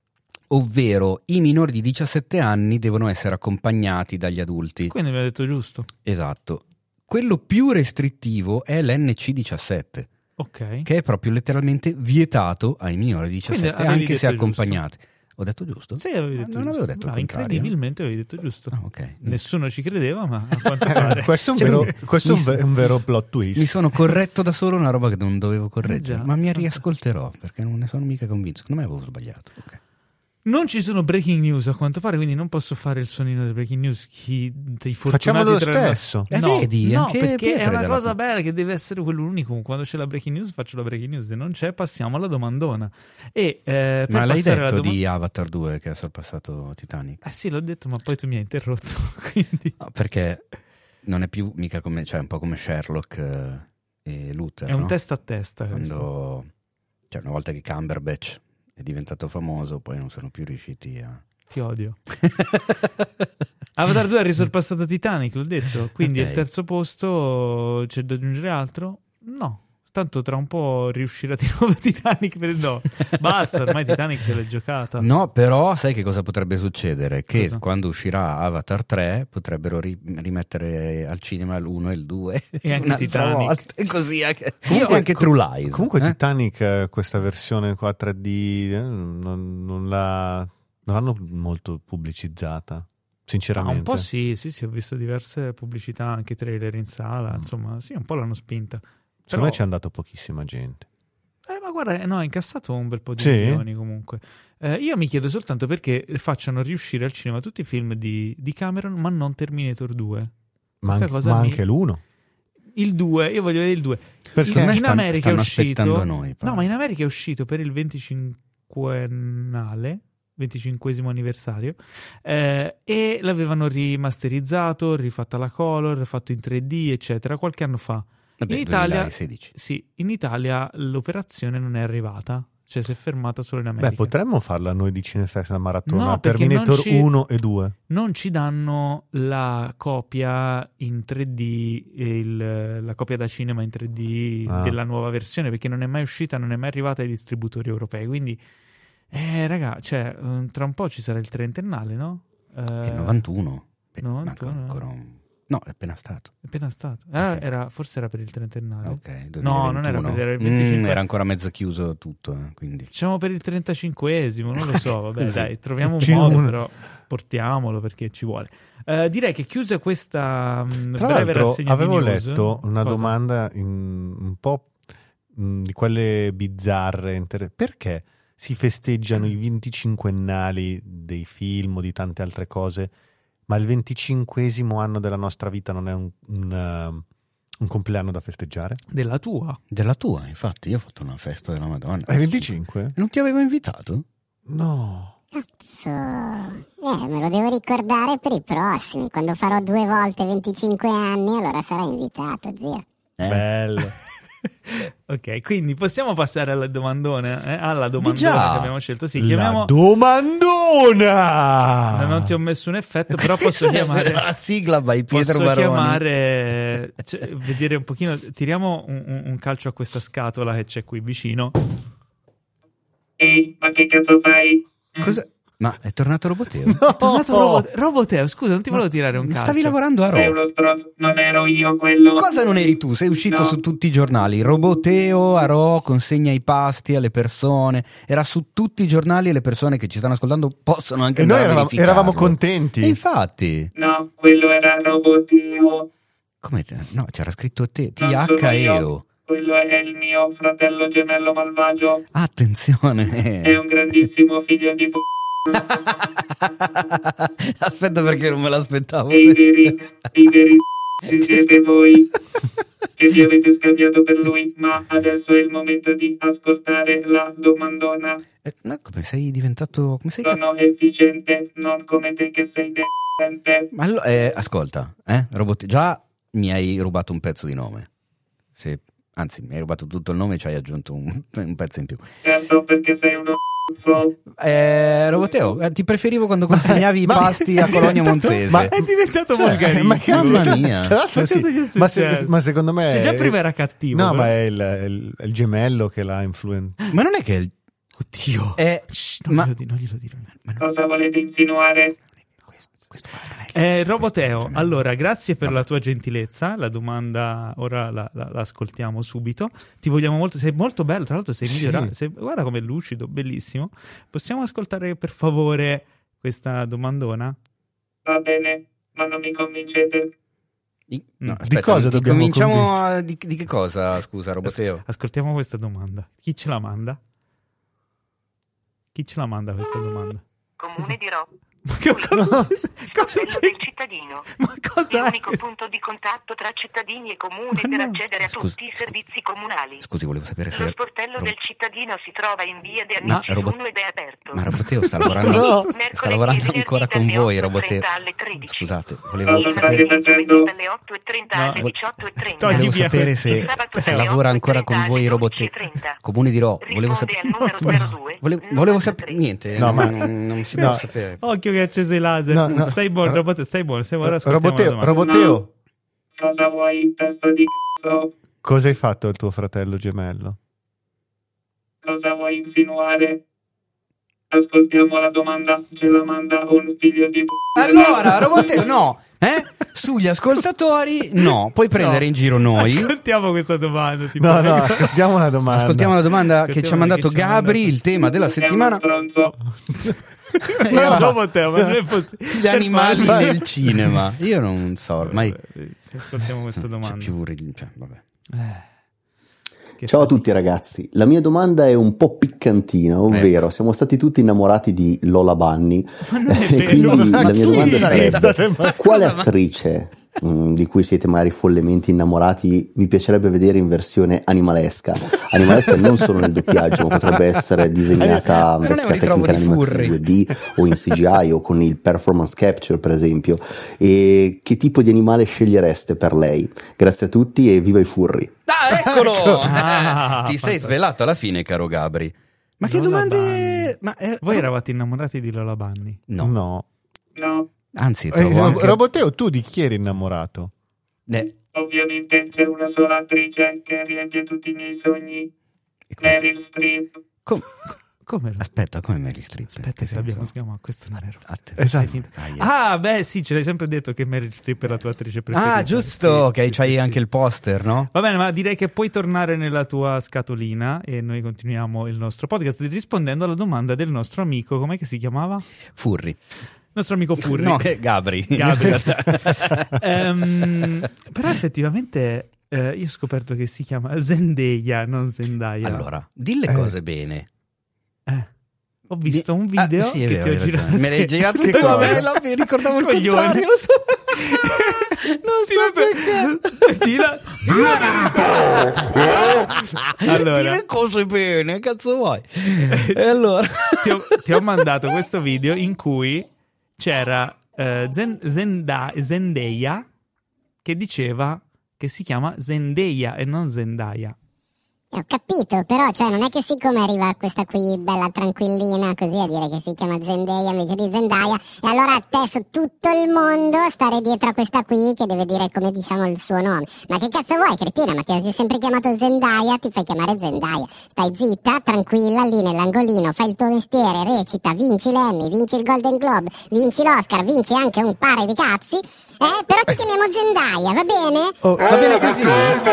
ovvero i minori di diciassette anni devono essere accompagnati dagli adulti. Quindi mi ha detto giusto. Esatto. Quello più restrittivo è l'N C diciassette, Ok. che è proprio letteralmente vietato ai minori di Quindi diciassette, avevi anche se detto accompagnati. Ho detto giusto? Sì, avevi detto non giusto. avevo detto il No, contrario. incredibilmente avevi detto giusto. Ah, ok. Nessuno ci credeva, ma a quanto pare. questo è un Cioè, vero, mi- questo è un, mi- ve- un vero plot twist. Mi sono corretto da solo una roba che non dovevo correggere, Eh già. ma mi riascolterò perché non ne sono mica convinto. Secondo me avevo sbagliato. Ok. Non ci sono breaking news a quanto pare, quindi non posso fare il suonino delle breaking news. Chi, tra i fortunati Facciamolo lo tra- stesso. Eh, No, vedi, no, anche perché Pietro è è una della- cosa bella che deve essere quello unico. Quando c'è la breaking news faccio la breaking news, e non c'è passiamo alla domandona. E, eh, per Ma l'hai passare alla detto doma- di Avatar due che ha sorpassato Titanic? Eh sì, l'ho detto, ma poi tu mi hai interrotto. Quindi No, perché non è più mica come, cioè un po' come Sherlock eh, e Luther, è un no? testa a testa. questo. Quando, cioè una volta che Cumberbatch è diventato famoso, poi non sono più riusciti a... Ti odio. Avatar due ha risorpassato Titanic, l'ho detto. Quindi Ok. al terzo posto c'è da aggiungere altro? No. Tanto tra un po' riuscirà di nuovo Titanic per no. Basta, ormai Titanic se l'è giocata. No, però sai che cosa potrebbe succedere? Che Cosa? quando uscirà Avatar tre potrebbero ri- rimettere al cinema l'uno e il due E anche un'altra Titanic. volta. E così anche, Comunque- anche True Lies. Comunque eh? Titanic, eh, questa versione qua tre D, eh, non, non l'ha, non l'hanno molto pubblicizzata, Ah, sinceramente. un po' sì, sì, sì, ho visto diverse pubblicità, anche trailer in sala, insomma, sì, un po' l'hanno spinta. Secondo me Però- ci è andato pochissima gente. Eh, ma guarda, eh, no, ha incassato un bel po' di Sì? milioni comunque. Eh, io mi chiedo soltanto perché facciano riuscire al cinema tutti i film di, di Cameron, ma non Terminator due. Ma, Questa anche, cosa ma mi- anche l'uno. Il due, io voglio vedere il due. Perché? Secondo me in stan- America è stanno uscito. aspettando noi, però. No, ma in America è uscito per il venticinquennale, venticinquesimo anniversario, eh, e l'avevano rimasterizzato, rifatta la color, fatto in tre D, eccetera, qualche anno fa. Vabbè, in Italia, duemilasedici. sì, in Italia l'operazione non è arrivata, cioè si è fermata solo in America. Beh, potremmo farla noi di Cinefest, la maratona No, perché Terminator non ci- uno e due. Non ci danno la copia in tre D, e il- la copia da cinema in tre D Ah. della nuova versione, perché non è mai uscita, non è mai arrivata ai distributori europei. Quindi, eh, raga, cioè, eh, tra un po' ci sarà il trentennale, no? Eh, È il novantuno. Beh, novantuno, manca ancora un- No, è appena stato. È appena stato. Ah, sì. era, forse era per il trentennale. Ok, No, non era per- era il Mm, venticinque. era ancora mezzo chiuso tutto, eh, quindi. Diciamo per il trentacinquesimo, non lo so, vabbè, Così. dai, troviamo un Ci- modo, un- però portiamolo perché ci vuole. Eh, direi che chiusa questa mh, Tra breve l'altro rassegna avevo di news, letto una cosa? domanda in- un po' mh, di quelle bizzarre. inter- Perché si festeggiano i venticinquennali dei film o di tante altre cose, ma il venticinquesimo anno della nostra vita non è un, un, uh, un compleanno da festeggiare? Della tua? Della tua, infatti, io ho fatto una festa della Madonna. È venticinque? Non ti avevo invitato? No. Cazzo, eh, me lo devo ricordare per i prossimi. Quando farò due volte venticinque anni, allora sarai invitato, zio. Eh? Bello. Ok, quindi possiamo passare alla domandona, eh? alla domandona Già. che abbiamo scelto. Sì, La chiamiamo... domandona! No, non ti ho messo un effetto, però posso chiamare... La sigla by Pietro Posso Baroni. chiamare, cioè, vedere un pochino, tiriamo un, un- un calcio a questa scatola che c'è qui vicino. Ehi, ma che cazzo fai? Cosa? Ma è tornato Roboteo? È tornato Robo- Roboteo, scusa, non ti volevo tirare un Ma calcio. stavi lavorando a Sei Ro. uno stronzo, non ero io quello. Cosa non eri tu? Sei uscito No. su tutti i giornali. Roboteo a Ro consegna i pasti alle persone. Era su tutti i giornali e le persone che ci stanno ascoltando possono anche E noi andare a eravamo, verificarlo. eravamo contenti. E infatti, No, quello era Roboteo. come te- no, c'era scritto te, Non T H sono E io. O. Quello è il mio fratello gemello malvagio. Attenzione. È un grandissimo figlio di p***. Aspetta, perché non me l'aspettavo. E i veri, i veri s***i siete voi che vi avete scambiato per lui. Ma adesso è il momento di ascoltare la domandona. Eh, no, come sei diventato? Come sei? ca- Sono efficiente, non come te che sei de***ente. Ma allo- eh, ascolta, eh, Robot- già mi hai rubato un pezzo di nome. Se, anzi, mi hai rubato tutto il nome e ci hai aggiunto un, un pezzo in più. Certo, perché sei uno s***o. Eh, Roboteo, eh, ti preferivo quando consegnavi i ma- pasti a Cologno Monzese. ma- È diventato Cioè, volgarissimo. ma che Mamma tra- mia. tra l'altro Ma sì, cosa gli è ma, se- successo? ma secondo me Cioè, già è- prima era cattivo. no, però- ma è il, è il- è il gemello che l'ha influenzato. Ma non è che il- Oddio. è Shh, non ma glielo di- non glielo dire. ma no, Cosa volete insinuare? questo, questo qua non è- Eh, Roboteo, questo- allora, grazie per la tua gentilezza. La domanda ora la, la- la ascoltiamo subito. Ti vogliamo molto, sei molto bello, tra l'altro sei Sì. migliorato. sei- guarda com'è lucido, bellissimo. Possiamo ascoltare per favore questa domandona? Va bene, ma non mi convincete. Di, Mm. no, Di aspetta, cosa di- dobbiamo cominciamo convincere? a- di, di che cosa, scusa, Roboteo? Ascoltiamo questa domanda. Chi ce la manda? Chi ce la manda questa domanda? Comune di Ro, Ma che cosa, cosa quello stai- del cittadino. Ma cosa è L'unico questo? punto di contatto tra cittadini e comune Ma per no. accedere a Scusi, tutti i servizi comunali. Scusi, volevo sapere se... Lo sportello Rob- del cittadino si trova in via De Ma, Amici Robo- uno ed è aperto. Ma Roboteo sta lavorando, No. sta Mercoledì lavorando e venerdì ancora con dalle voi, otto e Roboteo. trenta alle tredici. Scusate, Cosa volevo state sapere... facendo? Dalle otto e trenta No, alle vol- diciotto e trenta. Togli Volevo via sapere questo. se, Il sabato se dalle lavora otto e ancora con trenta voi alle Roboteo. dodici e trenta. Comune di Ro, volevo Risponde sapere... al numero zero due Volevo, volevo sapere... novantatré. Niente, No, no, ma- non, non si no. può sapere. Occhio che ha acceso i laser. No, no. Stai buono, Ro- Roboteo, stai buono. Stai buono. Ascoltiamo la Roboteo, domanda. Roboteo, Cosa vuoi, testa di cazzo? cosa hai fatto al tuo fratello gemello? Cosa vuoi insinuare? Ascoltiamo la domanda. Ce la manda un figlio di p***a. Allora, Roboteo, no! Eh? Sugli ascoltatori, no. Puoi prendere No. in giro noi. Ascoltiamo questa domanda. ti No, prego. no, ascoltiamo una domanda. Ascoltiamo la domanda che ci ha Ascoltiamo mandato che ci ha Gabri, mandato. il tema della È uno settimana. stronzo. No, Roboteo, ma non è possibile. Gli animali favore. nel cinema. Io non so ormai. Sì, ascoltiamo questa C'è domanda. più ri- cioè, vabbè. Che Ciao a fa- tutti ragazzi, la mia domanda è un po' piccantina, ovvero siamo stati tutti innamorati di Lola Bunny Ma non è e vero. quindi Ma la mia chi domanda sarebbe? sarebbe Ma quale scusa, ma- attrice mh, di cui siete magari follemente innamorati vi piacerebbe vedere in versione animalesca? Animalesca non solo nel doppiaggio, ma potrebbe essere disegnata Ma non è un vecchia ritrovo tecnica in di animazione furry. due D o in C G I o con il performance capture per esempio, e che tipo di animale scegliereste per lei? Grazie a tutti e viva i furri! Ah, eccolo! Ah, Ti sei fantastico. svelato alla fine, caro Gabri. Ma che Lola domande. Ma, eh, Voi eravate innamorati di Lola Bunny? No. No. No, Anzi, Eh, trovo anche... Roboteo, tu di chi eri innamorato? Eh, ovviamente c'è una sola attrice che riempie tutti i miei sogni. come- Meryl Streep. com- Come? Aspetta, come Meryl Streep? Aspetta, Che che l'abbiamo senso? schiamato. Questo non era. Att- Esatto. Sei finta- Ah, yeah. Ah, beh, sì, ce l'hai sempre detto che Meryl Streep è la tua attrice preferita. Ah, giusto, Sì, che sì, c'hai sì, anche sì. il poster, no? Va bene, ma direi che puoi tornare nella tua scatolina e noi continuiamo il nostro podcast rispondendo alla domanda del nostro amico, com'è che si chiamava? Furri. Il nostro amico Furri. No, che Gabri. Gabri. Ehm, però effettivamente eh, io ho scoperto che si chiama Zendaya, non Zendaya. Allora, dille Eh. cose bene. Eh, ho visto Di- un video Ah, sì, è che vero, ti ho hai ragione. girato. Me l'hai girato Che tu, cosa? vabbè, la- mi ricordavo il Coglione. contrario, lo so. Non so perché. Di la... allora, dire cose bene, cazzo vuoi? E allora ti ho, ti ho mandato questo video in cui c'era eh, Zen, Zenda, Zendaya che diceva che si chiama Zendaya e non Zendaya. Ho capito, però cioè non è che siccome arriva questa qui bella tranquillina così a dire che si chiama Zendaya invece di Zendaya, e allora a te su tutto il mondo stare dietro a questa qui che deve dire come diciamo il suo nome. Ma che cazzo vuoi, cretina? Ma ti hai sempre chiamato Zendaya, ti fai chiamare Zendaya. Stai zitta, tranquilla, lì nell'angolino, fai il tuo mestiere, recita, vinci l'Emmy, vinci il Golden Globe, vinci l'Oscar, vinci anche un paio di cazzi, eh? Però ti chiamiamo Zendaya, va bene? Oh, va bene così.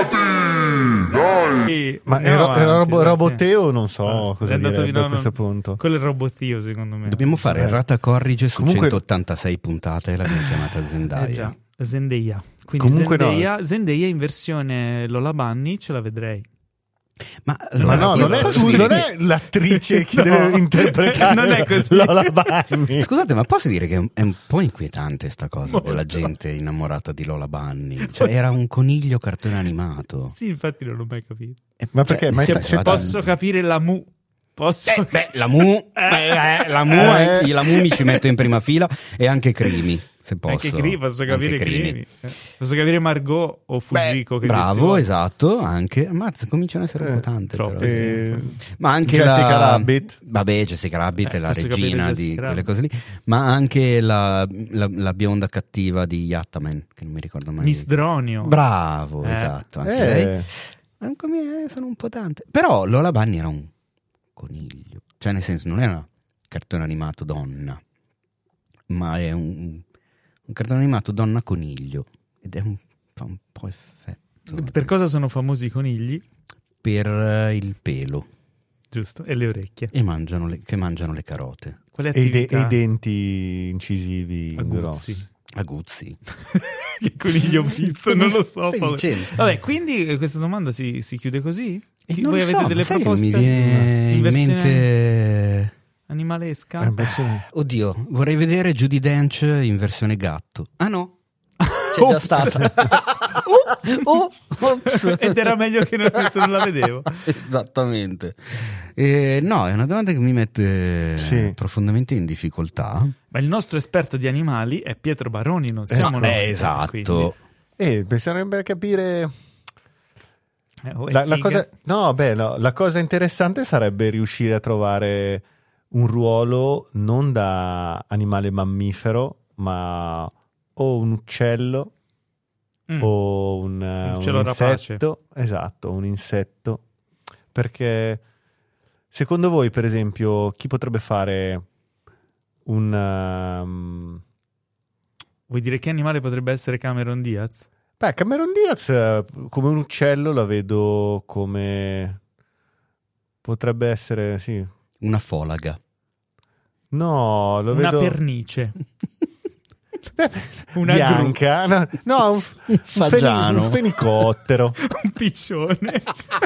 E ma andiamo era, era avanti, robo, dai. roboteo non so Basta, è cosa andato direbbe di- no, a questo no, punto. Quello è robotio secondo me. Dobbiamo fare Eh. Rata Corrige su Comunque- centottantasei puntate e l'abbiamo chiamata Eh Zendaya. già, Zendaya. Quindi Comunque no. Zendaya, Zendaya in versione Lola Bunny ce la vedrei. Ma, Ma no, io non è, posso tu, dire non che- è l'attrice che No. deve interpretare Non è così. Lola Bunny. Scusate, ma posso dire che è un, è un po' inquietante sta cosa Molto. della gente innamorata di Lola Bunny? Cioè, era un coniglio cartone animato. Sì, infatti non l'ho mai capito. E- Ma perché? Ma è- cioè, c'è- vada- Posso capire la mu. Posso Eh, beh, la Mu, beh, eh, la Mu, Eh. eh, la Mu mi ci metto in prima fila e anche Crimi, se posso. anche Crimi, posso capire Anche Crimi. Crimi. Eh, Posso capire Margot o Fujiko. Beh, che bravo, dir si esatto, anche. Ammazza, cominciano ad essere un po' tante. troppo, però. sì. Eh, Ma anche Jessica la... Rabbit. Vabbè, Jessica Rabbit Eh, è la posso capire regina Jessica di quelle Rabbit. cose lì, ma anche la, la, la bionda cattiva di Yattaman, che non mi ricordo mai. Miss Dronio. Bravo, Eh. esatto, anche Eh. lei. Anche me, eh, sono un po' tante. Però Lola Bunny era un coniglio, cioè nel senso non era un cartone animato donna, ma è un, un cartone animato donna coniglio ed è un, fa un po' effetto Per cosa sono famosi i conigli? per eh, il pelo Giusto? E le orecchie. e mangiano le, che mangiano le carote. Quale E i, de- attività? e i denti incisivi grossi. Aguzzi. Aguzzi. Che coniglio ho visto? Non lo so. Stai Paolo. dicendo? Vabbè, quindi eh, questa domanda si, si chiude così? E Chi- non Voi lo avete so, delle sai che proposte? mi viene in in versione mente animalesca? Eh, beh, sì. oddio, vorrei vedere Judi Dench in versione gatto. Ah no, c'è già Ops. stata. Oh, ops. Ed era meglio che non, se non la vedevo. Esattamente. Eh, no, è una domanda che mi mette Sì. profondamente in difficoltà. Ma il nostro esperto di animali è Pietro Baroni, non siamo Eh, noi. eh, esatto. Quindi, Eh, bisognerebbe capire eh, oh, è la, la figa. cosa, no, beh, no, la cosa interessante sarebbe riuscire a trovare un ruolo non da animale mammifero, ma o un uccello Mm. o un, eh, un uccello rapace. insetto, esatto, un insetto. Perché secondo voi, per esempio, chi potrebbe fare un um, Vuoi dire che animale potrebbe essere Cameron Diaz? beh, Cameron Diaz eh, come un uccello la vedo come potrebbe essere, sì. Una folaga. No, lo Una vedo pernice. Beh, Una bianca, no, no, un, un, feni- fagiano. un fenicottero. Un piccione.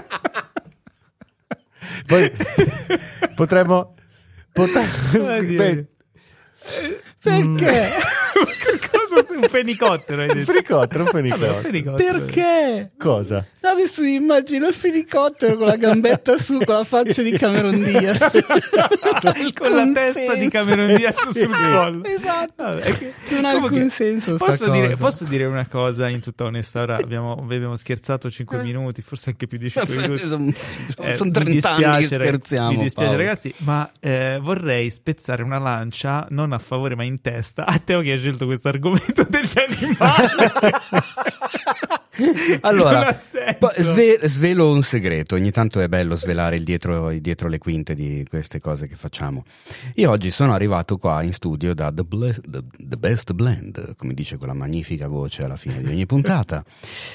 Poi potremmo potre- Oddio. beh, Perché? Cosa? Un fenicottero hai un detto? fenicottero, un Vabbè, un fenicottero. fenicottero. Perché? Cosa? Adesso mi immagino il fenicottero con la gambetta su, con la faccia di Cameron Diaz. Con la testa di Cameron Diaz sul collo. Esatto. Vabbè, è che- Non ha comunque, alcun senso sta posso dire, cosa. posso dire una cosa in tutta onestà? Ora abbiamo, abbiamo scherzato cinque minuti, forse anche più di cinque minuti. sono Eh, sono mi trenta anni che dispiace, rag- scherziamo. Mi dispiace, Paolo. ragazzi, ma eh, vorrei spezzare una lancia non a favore ma in testa a Teo che ha scelto questo argomento degli animali. Non Allora, ha senso. po- sve- svelo un segreto. Ogni tanto è bello svelare il dietro, il dietro le quinte di queste cose che facciamo. Io oggi sono arrivato qua in studio da The, Ble- The- The Best Blend, come dice quella magnifica voce alla fine di ogni puntata.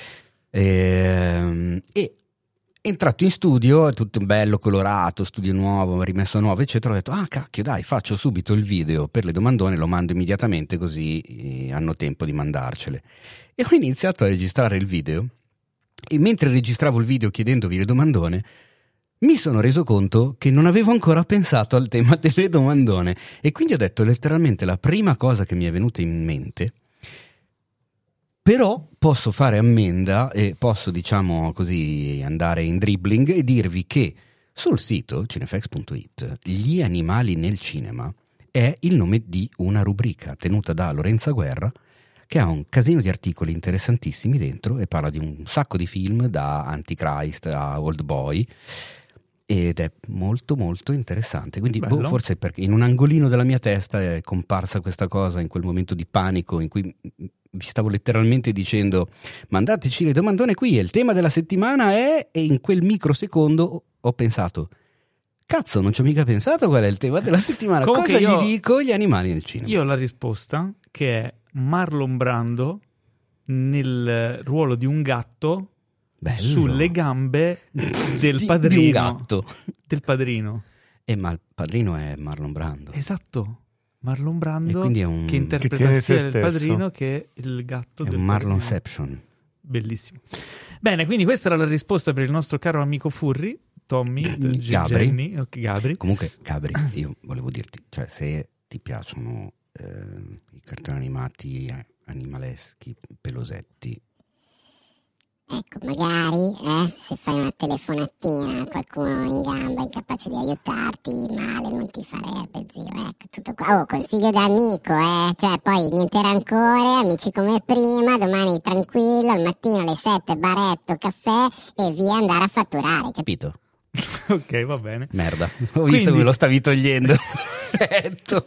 Ehm, E entrato in studio, tutto bello, colorato, studio nuovo, rimesso nuovo, eccetera. Ho detto, ah cacchio, dai, faccio subito il video per le domandone, lo mando immediatamente così eh, hanno tempo di mandarcele. E ho iniziato a registrare il video e mentre registravo il video chiedendovi le domandone mi sono reso conto che non avevo ancora pensato al tema delle domandone e quindi ho detto letteralmente la prima cosa che mi è venuta in mente: Però posso fare ammenda e posso, diciamo così, andare in dribbling e dirvi che sul sito cinefx punto it Gli animali nel cinema è il nome di una rubrica tenuta da Lorenza Guerra, che ha un casino di articoli interessantissimi dentro e parla di un sacco di film, da Antichrist a Old Boy, ed è molto molto interessante. Quindi boh, forse perché in un angolino della mia testa è comparsa questa cosa in quel momento di panico in cui vi stavo letteralmente dicendo mandateci le domandone qui e il tema della settimana è, e in quel microsecondo ho pensato cazzo, non ci ho mica pensato qual è il tema della settimana. Comunque cosa io, gli dico? Gli animali nel cinema. Io ho la risposta, che è Marlon Brando nel ruolo di un gatto. Bello. Sulle gambe del di, padrino. Di un gatto. Del padrino. E ma il padrino è Marlon Brando. Esatto. Marlon Brando è un... che interpreta che sia il padrino che il gatto è del un Marlonception. Bellissimo. Bene, quindi questa era la risposta per il nostro caro amico Furry, Tommy, Gabri. Jenny, okay, Gabri. Comunque, Gabri, io volevo dirti, cioè se ti piacciono eh, i cartoni animati animaleschi, pelosetti, ecco, magari eh, se fai una telefonatina a qualcuno in gamba incapace di aiutarti, male non ti farebbe, zio. Ecco, tutto qua. Oh, consiglio da amico, eh. Cioè, poi niente rancore, amici come prima, domani tranquillo, al mattino alle sette, baretto, caffè e via andare a fatturare, capito? Ok, va bene. Merda, ho Quindi... visto che me lo stavi togliendo. Perfetto.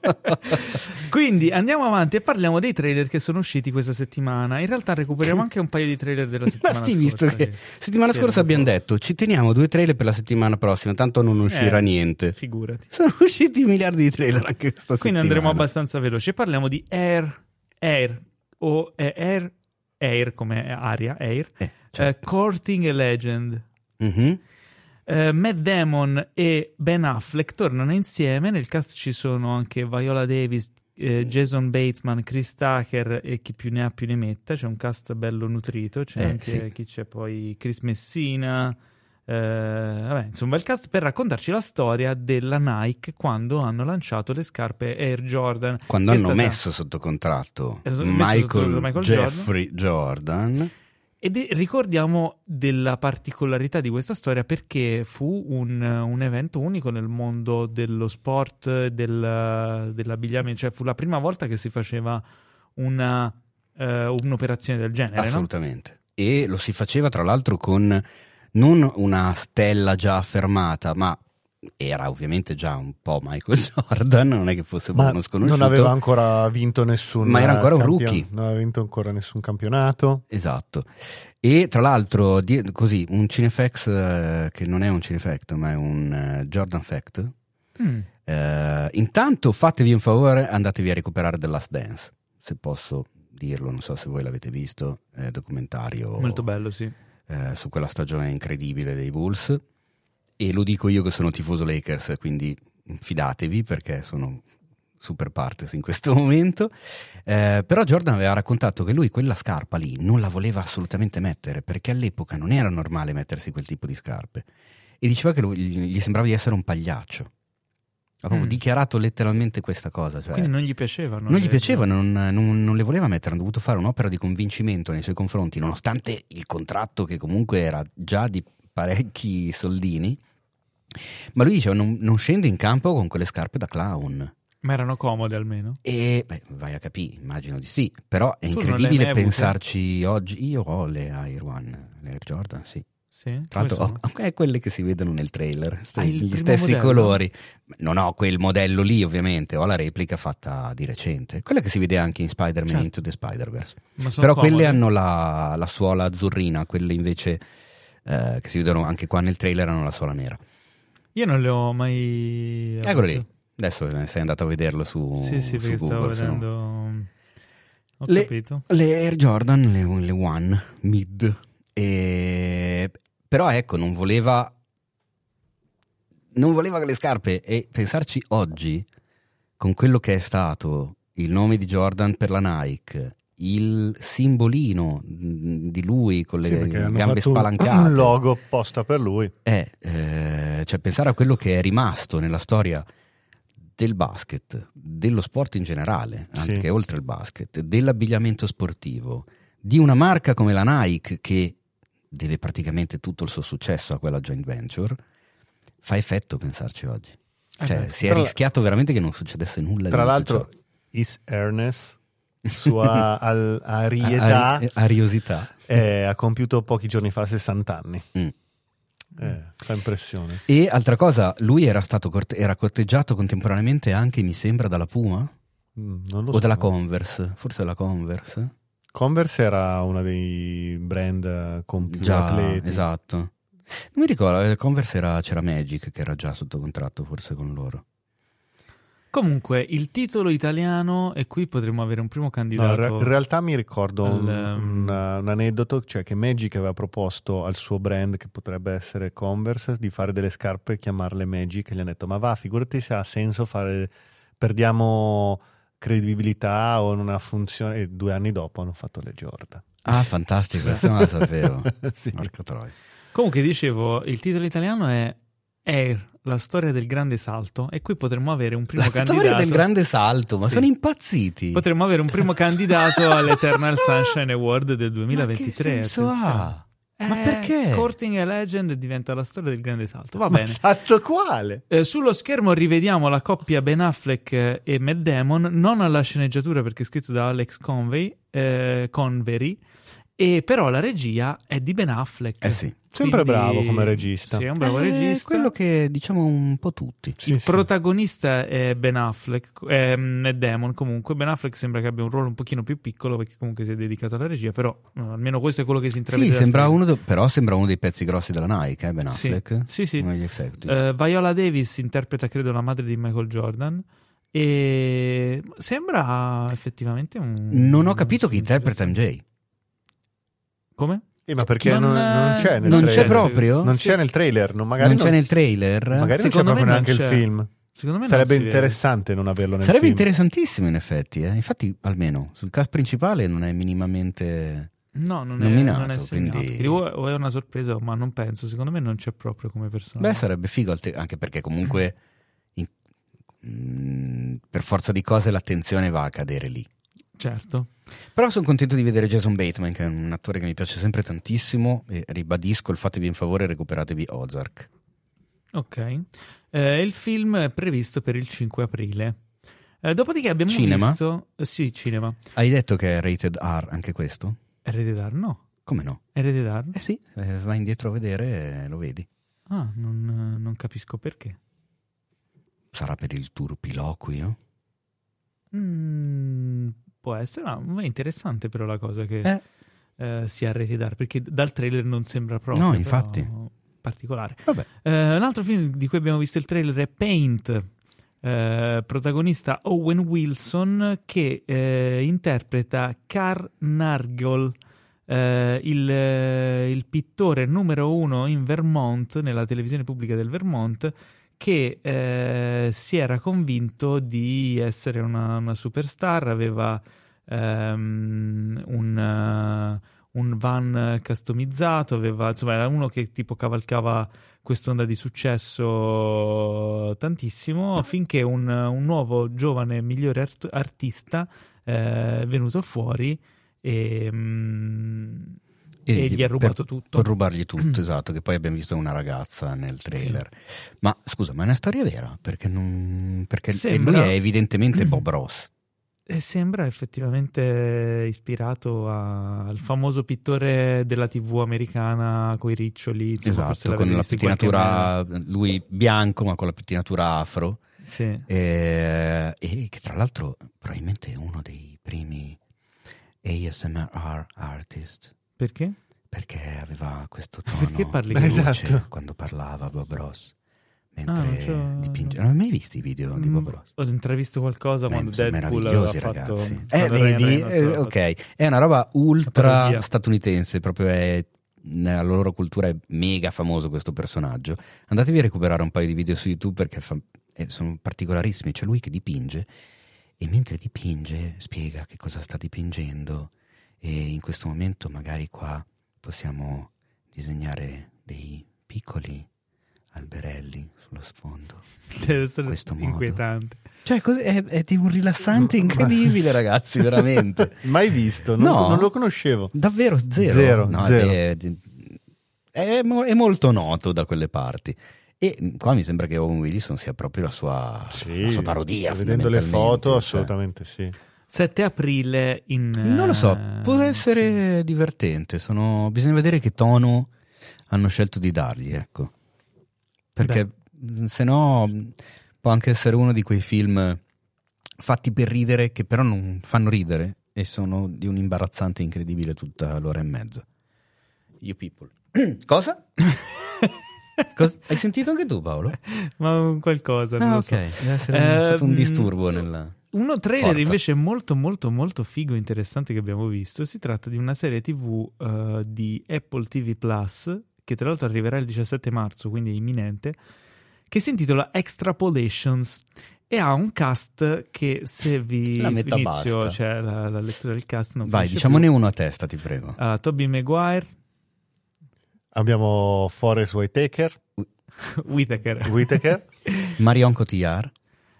Quindi andiamo avanti e parliamo dei trailer che sono usciti questa settimana. In realtà recuperiamo anche un paio di trailer della settimana Ma sì, scorsa. visto che settimana scorsa abbiamo detto ci teniamo due trailer per la settimana prossima, tanto non uscirà eh, niente. Figurati. Sono usciti miliardi di trailer anche questa Quindi settimana. andremo abbastanza veloci e parliamo di Air, Air, o eh, Air, Air come aria, Air, eh, certo. uh, Courting a Legend. Mm-hmm. Uh, Matt Damon e Ben Affleck tornano insieme. Nel cast ci sono anche Viola Davis, eh, Jason Bateman, Chris Tucker e chi più ne ha più ne metta. C'è un cast bello nutrito. C'è eh, anche sì. chi c'è poi Chris Messina. Eh, vabbè, insomma, il cast per raccontarci la storia della Nike quando hanno lanciato le scarpe Air Jordan. Quando È hanno stata... messo sotto contratto messo Michael, sotto Michael Jeffrey Jordan. Jordan. Ed ricordiamo della particolarità di questa storia perché fu un, un evento unico nel mondo dello sport, del, dell'abbigliamento, cioè fu la prima volta che si faceva una, uh, un'operazione del genere. Assolutamente. No? E lo si faceva tra l'altro con non una stella già affermata, ma era ovviamente già un po' Michael Jordan, non è che fosse ma uno sconosciuto. Non aveva ancora vinto nessun ma era ancora un campion- rookie. Non aveva vinto ancora nessun campionato. Esatto. E tra l'altro di, così un Cinefax eh, che non è un Cinefact ma è un uh, Jordan Fact. Mm. Eh, intanto fatevi un favore, andatevi a recuperare The Last Dance, se posso dirlo, non so se voi l'avete visto, eh, documentario molto bello, sì, eh, su quella stagione incredibile dei Bulls. E lo dico io che sono tifoso Lakers, quindi fidatevi perché sono super partes in questo momento. Eh, però Jordan aveva raccontato che lui quella scarpa lì non la voleva assolutamente mettere perché all'epoca non era normale mettersi quel tipo di scarpe. E diceva che lui, gli sembrava di essere un pagliaccio. Ha proprio mm. dichiarato letteralmente questa cosa. Cioè, quindi non gli piacevano. Non gli piacevano, non, non, non le voleva mettere, hanno dovuto fare un'opera di convincimento nei suoi confronti, nonostante il contratto che comunque era già di parecchi soldini. Ma lui diceva non, non scendo in campo con quelle scarpe da clown. Ma erano comode almeno? E beh, vai a capire, immagino di sì. Però è tu incredibile pensarci oggi. Io ho le Air One, le Air Jordan, sì. Sì? Tra l'altro ho, ho quelle che si vedono nel trailer, ah, gli stessi modello? colori. Non ho quel modello lì ovviamente, ho la replica fatta di recente, quella che si vede anche in Spider-Man certo. Into the Spider-Verse. comode. Però quelle hanno la, la suola azzurrina, quelle invece eh, che si vedono anche qua nel trailer hanno la suola nera. Io non le ho mai... Eccolo lì, adesso sei andato a vederlo su Sì, sì, su perché Google, stavo vedendo... no? Ho le, capito. Le Air Jordan, le, le One Mid, e... però ecco, non voleva... Non voleva che le scarpe, e pensarci oggi, con quello che è stato il nome di Jordan per la Nike, il simbolino di lui con le sì, gambe spalancate, un logo apposta per lui, è, eh, cioè pensare a quello che è rimasto nella storia del basket, dello sport in generale, anche sì. oltre il basket, dell'abbigliamento sportivo, di una marca come la Nike, che deve praticamente tutto il suo successo a quella joint venture, fa effetto pensarci oggi. Eh Cioè, beh, si è tra la- rischiato veramente che non succedesse nulla. Tra di l'altro, tutto Is Ernest, sua al- ciò. arietà, Ari- ariosità. eh, ha compiuto pochi giorni fa sessanta anni. Mm. Eh, fa impressione. E altra cosa, lui era stato corte- era corteggiato contemporaneamente anche, mi sembra, dalla Puma Mm, non lo o so. dalla Converse, forse dalla Converse. Converse era uno dei brand eh, con più Già, atleti. esatto. Non mi ricordo, la Converse era, c'era Magic che era già sotto contratto forse con loro. Comunque, il titolo italiano, e qui potremmo avere un primo No, in, candidato. re- in realtà mi ricordo un, al, um, un- un aneddoto, cioè che Magic aveva proposto al suo brand, che potrebbe essere Converse, di fare delle scarpe e chiamarle Magic, e gli hanno detto: ma va, figurati se ha senso fare, perdiamo credibilità o non ha funzione. E due anni dopo hanno fatto le Jordan. Ah, fantastico, questo non la sapevo. Sì. Porca troia. Comunque, dicevo, il titolo italiano è Air, la storia del grande salto, e qui potremmo avere un primo La candidato. storia del grande salto, ma Sì. sono impazziti. Potremmo avere un primo candidato all'Eternal Sunshine Award del duemilaventitré. Ma che senso attenzione. ha? Ma Eh, perché? Courting a Legend diventa la storia del grande salto. Va Ma bene. salto quale? Eh, sullo schermo rivediamo la coppia Ben Affleck e Matt Damon, non alla sceneggiatura perché è scritto da Alex Convey, eh, Convery, e però la regia è di Ben Affleck. Eh sì. Sempre Quindi- bravo come regista. Sì, è un bravo Eh, regista. quello che diciamo un po' tutti. Sì, Il sì. protagonista è Ben Affleck, è Matt Damon comunque. Ben Affleck sembra che abbia un ruolo un pochino più piccolo perché comunque si è dedicato alla regia, però eh, almeno questo è quello che si intravede. Sì, dal sembra trailer. uno de- però sembra uno dei pezzi grossi della Nike, eh, Ben Sì, Affleck. sì, sì. Uno degli executive. Eh, Viola Davis interpreta credo la madre di Michael Jordan e sembra effettivamente un... non ho capito chi un- interpreta M J. Come? Eh, ma perché Non, non, non c'è nel non trailer? c'è proprio? Non Sì. c'è nel trailer, non, magari Non non, c'è nel trailer? magari non c'è Secondo proprio me non neanche il c'è. film. Secondo me non Sarebbe si vede. interessante non averlo nel Sarebbe film. interessantissimo in effetti, eh. Infatti almeno sul cast principale non è minimamente... No, non è, nominato, non è segnato. quindi- Quindi o o è una sorpresa, ma non penso. Secondo me non c'è proprio come personaggio. Beh, sarebbe figo, alte- anche perché comunque in- mm, per forza di cose l'attenzione va a cadere lì. Certo. Però sono contento di vedere Jason Bateman, che è un attore che mi piace sempre tantissimo, e ribadisco, il fatevi un favore e recuperatevi Ozark. Ok. Eh, il film è previsto per il cinque aprile. Eh, dopodiché abbiamo Cinema? visto... eh, sì, cinema. Hai detto che è rated R anche questo? Rated R? No. Come no? È rated R? Eh sì, eh, vai indietro a vedere e lo vedi. Ah, non, non capisco perché. Sarà per il turpiloquio? Mm, può essere, no, è interessante però la cosa che Eh. eh, sia rated R, perché dal trailer non sembra proprio No, però, infatti. particolare. Vabbè. Eh, un altro film di cui abbiamo visto il trailer è Paint, eh, protagonista Owen Wilson che eh, interpreta Carnargle, eh, il, eh, il pittore numero uno in Vermont, nella televisione pubblica del Vermont, che eh, si era convinto di essere una, una superstar, aveva ehm, un, uh, un van customizzato, aveva, insomma era uno che tipo cavalcava quest'onda di successo tantissimo, finché un, un nuovo giovane migliore art- artista eh, è venuto fuori e... mm, e gli ha rubato per, tutto. Per rubargli tutto, esatto, che poi abbiamo visto una ragazza nel trailer. Ma scusa, ma è una storia vera? Perché, non, perché Sembra- lui è evidentemente Bob Ross. E sembra effettivamente ispirato a- al famoso pittore della tivù americana coi riccioli. Insomma, forse Esatto, con l'avete la visto in qualche pettinatura, lui bianco ma con la pettinatura afro. Sì. E, e che tra l'altro probabilmente è uno dei primi A S M R artist. Perché? Perché aveva questo tono Perché parli di così? luce Esatto. quando parlava Bob Ross Ah, non mentre c'ho- dipingeva. Non hai mai visto i video di Bob Mm, Ross? Ho intravisto qualcosa Beh, quando sono Deadpool aveva meravigliosi, fatto... ragazzi. quando Eh, Ryan vedi? Reynolds Eh, aveva fatto- ok, è una roba ultra parodia. statunitense, proprio è nella loro cultura è mega famoso questo personaggio. Andatevi a recuperare un paio di video su YouTube perché fa- eh, sono particolarissimi. C'è lui che dipinge e mentre dipinge spiega che cosa sta dipingendo, e in questo momento magari qua possiamo disegnare dei piccoli alberelli sullo sfondo. Deve essere Questo modo. inquietante. Cioè, così è, è di un rilassante incredibile, ragazzi, veramente. Mai visto, non, No. non lo conoscevo. Davvero zero. Zero, No, zero. È, è, mo- è molto noto da quelle parti. E qua mi sembra che Owen Wilson sia proprio la sua, Sì, la sua parodia. vedendo le fondamentalmente, foto, cioè. assolutamente sì. sette aprile in... Non lo so, eh, può essere divertente. Sono... Bisogna vedere che tono hanno scelto di dargli, ecco. Perché mh, se no mh, può anche essere uno di quei film fatti per ridere, che però non fanno ridere e sono di un imbarazzante incredibile tutta l'ora e mezza. You people. Cosa? Cos- Hai sentito anche tu, Paolo? Ma qualcosa, non Ah, lo ok. so. Deve essere Ehm, stato un disturbo nella... Uno trailer Forza. invece molto molto molto figo e interessante che abbiamo visto. Si tratta di una serie tivù uh, di Apple T V Plus, che tra l'altro arriverà il diciassette marzo, quindi è imminente, che si intitola Extrapolations e ha un cast che, se vi La metà inizio, basta. cioè la, la lettura del cast non Vai, finisce diciamone più. uno a testa, ti prego. Uh, Tobey Maguire, Abbiamo Forest Whitaker, Whitaker, Whitaker Marion Cotillard,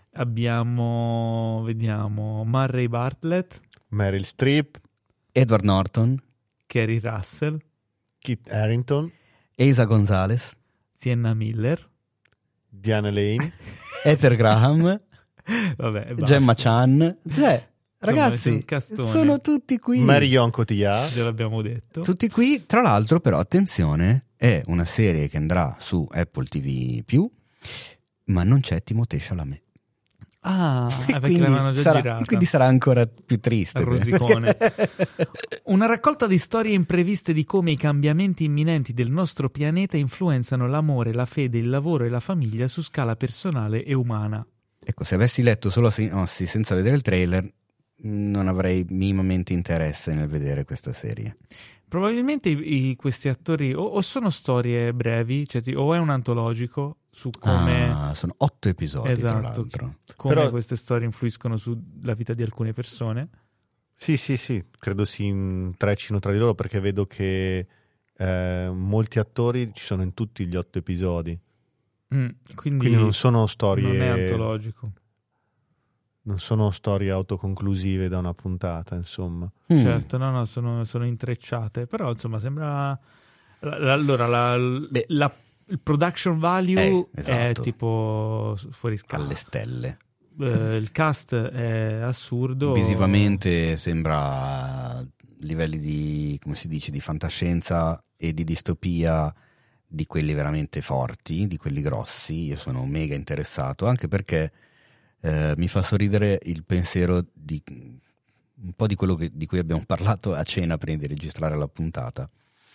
abbiamo, vediamo, Murray Bartlett, Meryl Streep, Edward Norton, Kerry Russell, Kit Harington, Asa Gonzalez, Sienna Miller, Diana Lane. Ether Graham, vabbè, basta. Gemma Chan. Cioè, c'è ragazzi, un castone. sono tutti qui. Marion Cotillard. Già l'abbiamo detto. Tutti qui, tra l'altro, però, attenzione, è una serie che andrà su Apple T V più, ma non c'è Timothée Chalamet. Ah, E perché quindi l'avevano già sarà, girata. quindi sarà ancora più triste. A Rosicone. Una raccolta di storie impreviste di come i cambiamenti imminenti del nostro pianeta influenzano l'amore, la fede, il lavoro e la famiglia su scala personale e umana. Ecco, se avessi letto solo a sinossi senza vedere il trailer, non avrei minimamente interesse nel vedere questa serie. Probabilmente i, i- questi attori o, o sono storie brevi, cioè ti- o è un antologico su come, Ah, sono otto episodi, tra esatto, l'altro. come Però- queste storie influiscono sulla vita di alcune persone. Sì, sì, sì, credo si intreccino tra di loro perché vedo che eh, molti attori ci sono in tutti gli otto episodi. Mm, quindi, Quindi non sono storie non è antologico. non sono storie autoconclusive da una puntata, insomma. Mm. Certo, no, no, sono, sono intrecciate, però insomma sembra... la- la- Allora, la, Beh. la- il production value Eh, è esatto. tipo fuori scala. Alle stelle. Eh, il cast è assurdo. Visivamente sembra a livelli di, come si dice, di fantascienza e di distopia, di quelli veramente forti, di quelli grossi. Io sono mega interessato, anche perché eh, mi fa sorridere il pensiero di un po' di quello che- di cui abbiamo parlato a cena prima di registrare la puntata,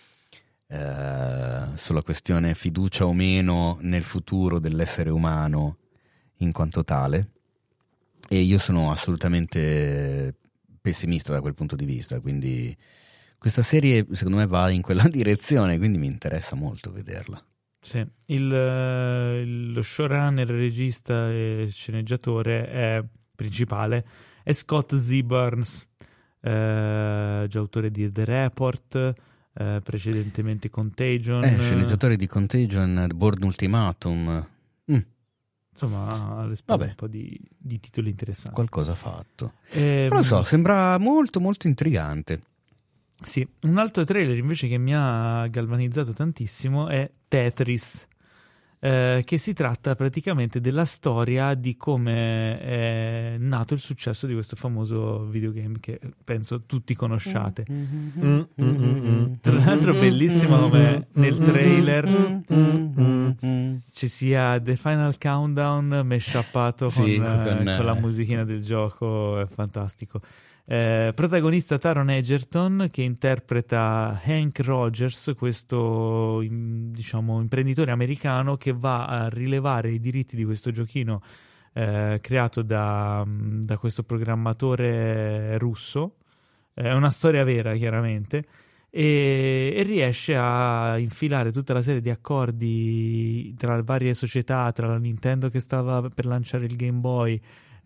eh, sulla questione fiducia o meno nel futuro dell'essere umano in quanto tale. E io sono assolutamente pessimista da quel punto di vista, quindi questa serie secondo me va in quella direzione, quindi mi interessa molto vederla. Sì. Il, eh, il- lo showrunner, regista e sceneggiatore è, principale è Scott Z. Burns, eh, già autore di The Report, eh, precedentemente Contagion. Eh, sceneggiatore di Contagion, Bourne Ultimatum, mm, Insomma, ha alle spalle Vabbè. un po' di, di titoli interessanti. qualcosa ha fatto. Ehm, Non lo so, sembra molto molto intrigante. Sì, un altro trailer invece che mi ha galvanizzato tantissimo è Tetris, eh, che si tratta praticamente della storia di come è nato il successo di questo famoso videogame che penso tutti conosciate. Mm, mm, mm, mm. Tra l'altro bellissimo come nel trailer ci sia The Final Countdown mashuppato con, Sì, eh, con, con la eh, musichina del gioco, è fantastico. Eh, protagonista Taron Egerton, che interpreta Hank Rogers, questo in- diciamo imprenditore americano che va a rilevare i diritti di questo giochino eh, creato da, da questo programmatore russo. È una storia vera, chiaramente, e, e riesce a infilare tutta la serie di accordi tra varie società, tra la Nintendo che stava per lanciare il Game Boy,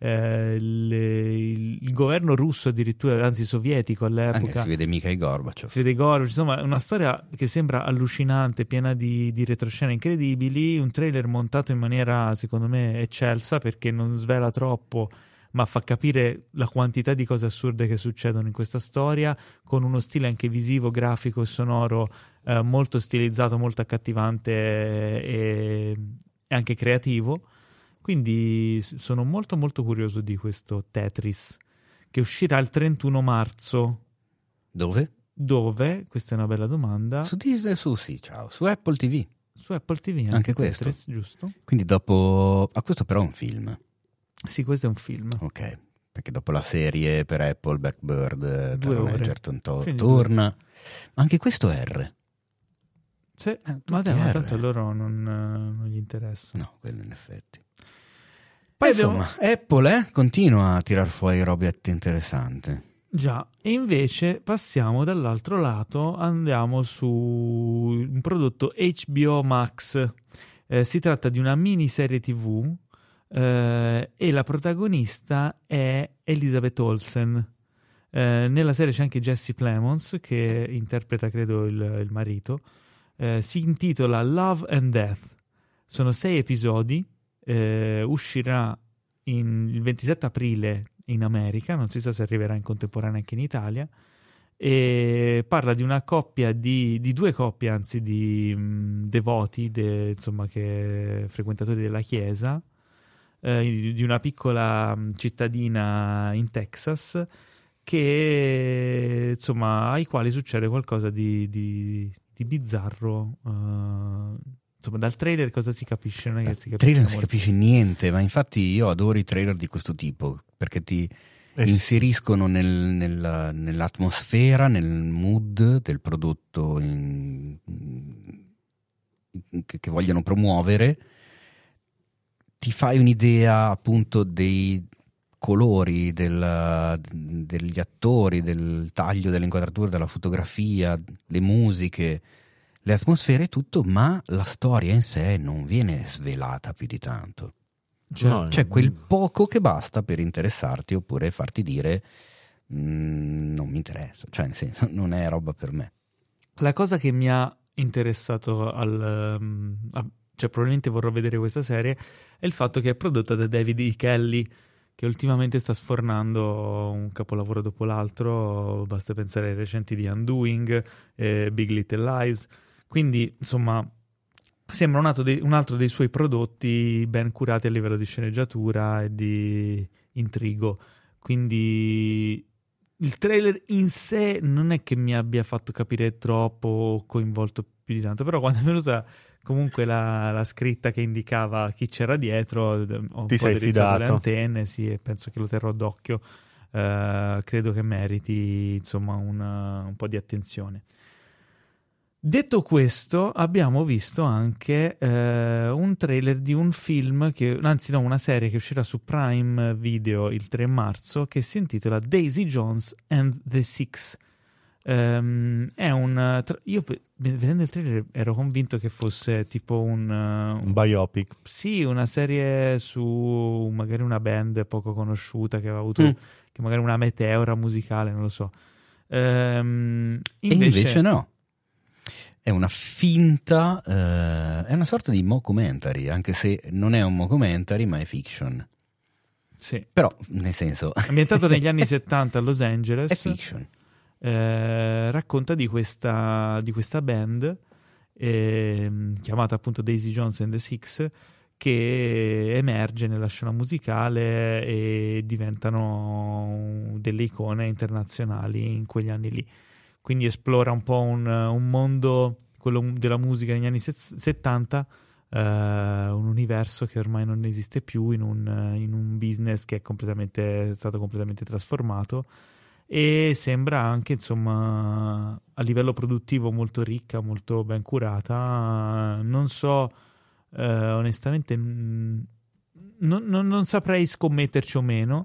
eh, il, il governo russo addirittura, anzi sovietico all'epoca. Anche si vede Mikhail Gorbaciov. Si vede Gorbaciov, insomma è una storia che sembra allucinante, piena di, di retroscene incredibili, un trailer montato in maniera secondo me eccelsa perché non svela troppo ma fa capire la quantità di cose assurde che succedono in questa storia, con uno stile anche visivo, grafico e sonoro eh, molto stilizzato, molto accattivante e, e anche creativo. Quindi sono molto molto curioso di questo Tetris, che uscirà il trentuno marzo. Dove? Dove? Questa è una bella domanda. Su Disney, su sì, ciao, su Apple ti vu. Su Apple ti vu anche, Anche questo? Tetris, giusto? Quindi dopo... Ah, questo però è un film. Sì, questo è un film. Ok, perché dopo la serie per Apple, Blackbird, Due Taron ore. Egerton to- Quindi torna. Anche questo è R. Sì, Eh, ma, tutti dai, ma R. tanto a loro non, eh, non gli interessa. No, quello in effetti. Poi Eh, abbiamo- insomma, Apple eh, continua a tirar fuori robe interessante. Già, e invece passiamo dall'altro lato, andiamo su un prodotto H B O Max. Eh, si tratta di una miniserie tivù eh, e la protagonista è Elizabeth Olsen. Eh, nella serie c'è anche Jesse Plemons che interpreta, credo, il, il marito. Eh, si intitola Love and Death. Sono sei episodi, eh, uscirà in- il ventisette aprile in America, non si sa se arriverà in contemporanea anche in Italia, e parla di una coppia di, di due coppie anzi di mh, devoti, de- insomma che frequentatori della chiesa, eh, di di una piccola mh, cittadina in Texas, che insomma ai quali succede qualcosa di, di, di bizzarro. eh, insomma dal trailer cosa si capisce? Non è che si Il capisce trailer non si molto. capisce niente, ma infatti io adoro i trailer di questo tipo, perché ti Eh sì. inseriscono nel- nella- nell'atmosfera, nel mood del prodotto in- in- che, che vogliono promuovere. Ti fai un'idea appunto dei colori, del- degli attori, del taglio delle inquadrature, della fotografia, le musiche, le atmosfere e tutto, ma la storia in sé non viene svelata più di tanto. No, C'è no. quel poco che basta per interessarti oppure farti dire "Mm, non mi interessa", cioè nel senso non è roba per me. La cosa che mi ha interessato al, um, a- cioè probabilmente vorrò vedere questa serie, è il fatto che è prodotta da David E. Kelly, che ultimamente sta sfornando un capolavoro dopo l'altro. Basta pensare ai recenti di Undoing, eh, Big Little Lies. Quindi insomma sembra un altro, dei, un altro dei suoi prodotti ben curati a livello di sceneggiatura e di intrigo. Quindi il trailer in sé non è che mi abbia fatto capire troppo o coinvolto più di tanto, però quando è venuta comunque la, la scritta che indicava chi c'era dietro, ho un Ti po' sei drizzato le fidato. antenne, sì, e penso che lo terrò d'occhio. Eh, credo che meriti insomma una- un po' di attenzione. Detto questo, abbiamo visto anche eh, un trailer di un film, che, anzi no, una serie che uscirà su Prime Video il tre marzo, che si intitola Daisy Jones and the Six. Ehm, è un... tra- io pe- vedendo il trailer ero convinto che fosse tipo un... uh, Un biopic. sì, una serie su magari una band poco conosciuta che aveva avuto Mm. che magari una meteora musicale, non lo so. Ehm, E invece no. È una finta, eh, è una sorta di mockumentary, anche se non è un mockumentary ma è fiction. Sì. Però, nel senso... Ambientato negli anni settanta a Los Angeles, È fiction. eh, racconta di questa, di questa band ehm, chiamata appunto Daisy Jones and the Six, che emerge nella scena musicale e diventano delle icone internazionali in quegli anni lì. Quindi esplora un po' un, un mondo, quello della musica negli anni set- settanta, eh, un universo che ormai non esiste più, in un, in un business che è completamente è stato completamente trasformato, e sembra anche insomma a livello produttivo molto ricca, molto ben curata. Non so, eh, onestamente mh, non, non- non saprei scommetterci o meno.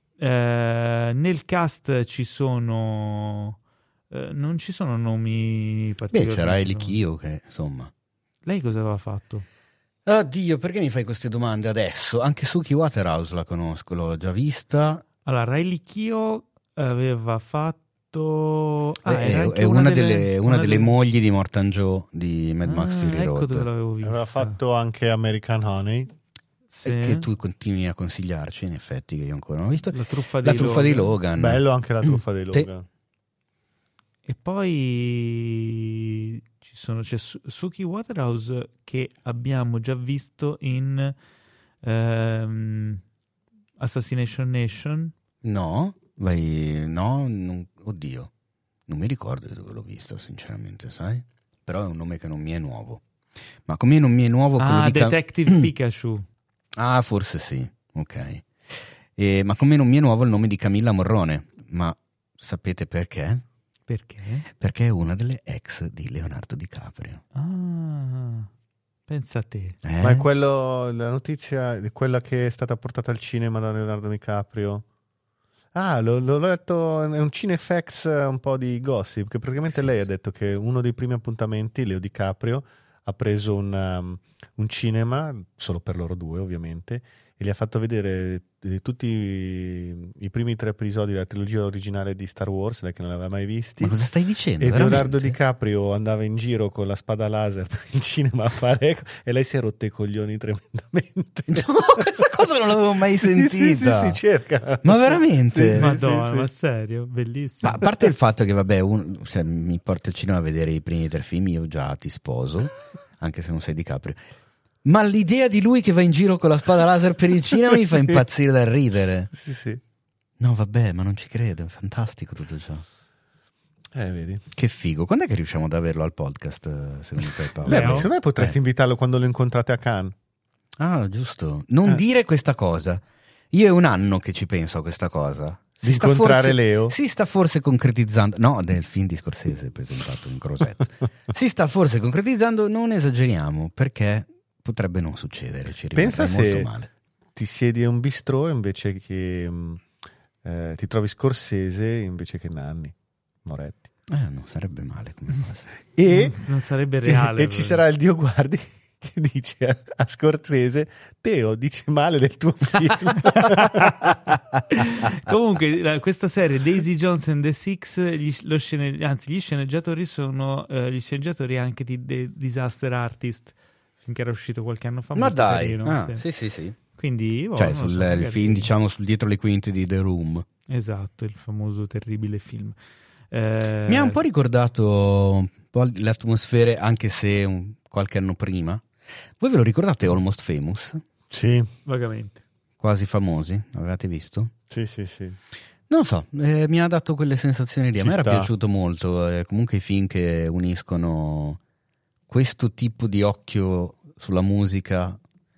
Eh, nel cast ci sono eh, non ci sono nomi Beh, particolari. c'era Eli Kio che, insomma... Lei cosa aveva fatto? Oddio, perché mi fai queste domande adesso? Anche Suki Waterhouse la conosco, l'ho già vista. Allora, Riley Keough aveva fatto... Ah, è era anche è una, delle, delle, una delle delle... mogli di Morton Joe di Mad Max Ah, Fury ecco Road. dove l'avevo vista. Aveva fatto anche American Honey. Sì. Che tu continui a consigliarci, in effetti, che io ancora non ho visto. La truffa, La di, truffa Logan. di Logan. Bello anche la truffa di Sì. Logan. E poi ci sono, c'è Su- Suki Waterhouse che abbiamo già visto in ehm, Assassination Nation. No, vai, no, non- oddio, non mi ricordo di dove l'ho vista, sinceramente, sai? Però è un nome che non mi è nuovo. Ma come non mi è nuovo quello Ah, di Cam- Detective Pikachu. Ah, forse sì, ok. E, ma come non mi è nuovo il nome di Camilla Morrone. Ma sapete perché? Perché? Perché è una delle ex di Leonardo DiCaprio. Ah, pensa a te. Eh? Ma è quello, la notizia è quella che è stata portata al cinema da Leonardo DiCaprio. Ah, l'ho, l'ho letto, è un cinefax, un po' di gossip, che praticamente Sì, lei sì. ha detto che uno dei primi appuntamenti, Leo DiCaprio, ha preso un, um, un cinema, solo per loro due ovviamente, e gli ha fatto vedere eh, tutti i, i primi tre episodi della trilogia originale di Star Wars, lei che non li aveva mai visti. Ma cosa stai dicendo? E veramente? Leonardo DiCaprio andava in giro con la spada laser per il cinema a fare, e lei si è rotta i coglioni tremendamente. No, questa cosa non l'avevo mai Sì, sentita. Sì, sì, sì, cerca. Ma veramente? Sì, sì, Madonna, sì, sì. ma serio? Bellissimo. Ma a parte il fatto che, vabbè, un- se mi porti al cinema a vedere i primi tre film, io già ti sposo, anche se non sei DiCaprio. Ma l'idea di lui che va in giro con la spada laser per il cinema mi fa Sì. impazzire da ridere. Sì, sì. No, vabbè, ma non ci credo, è fantastico tutto ciò. Eh, vedi. Che figo. Quando è che riusciamo ad averlo al podcast, eh, secondo te, Paolo? Beh, Leo? ma secondo me potresti Eh. invitarlo quando lo incontrate a Cannes. Ah, giusto. Non Eh. dire questa cosa. Io è un anno che ci penso a questa cosa. Di sta incontrare forse- Leo? Si sta forse concretizzando. No, del film di Scorsese presentato in Crosette. Si sta forse concretizzando, non esageriamo, perché potrebbe non succedere. Ci Pensa rimarrei se molto male. ti siedi a un bistrò invece che mh, eh, ti trovi Scorsese invece che Nanni Moretti. Eh, non sarebbe male come cosa. E, Non sarebbe reale. e ci sarà il Dio guardi che dice a, a Scorsese: Teo dice male del tuo film. Comunque, la- questa serie Daisy Jones and the Six, gli, lo scene- anzi, gli sceneggiatori sono eh, gli sceneggiatori anche di The Disaster Artist, finché era uscito qualche anno fa. Ma molto dai, carino, ah, sì. sì, sì, sì. Quindi, oh, Cioè, non lo sul so, il magari- film, diciamo, sul dietro le quinte di The Room. Esatto, il famoso terribile film. Eh, Mi ha un po' ricordato un po' le atmosfere, anche se un- qualche anno prima. Voi ve lo ricordate Almost Famous? Sì, Vagamente. Quasi famosi? Avevate visto? sì, sì, sì. Non so, eh, mi ha dato quelle sensazioni lì. A Ci me era sta. piaciuto molto. eh, comunque i film che uniscono questo tipo di occhio sulla musica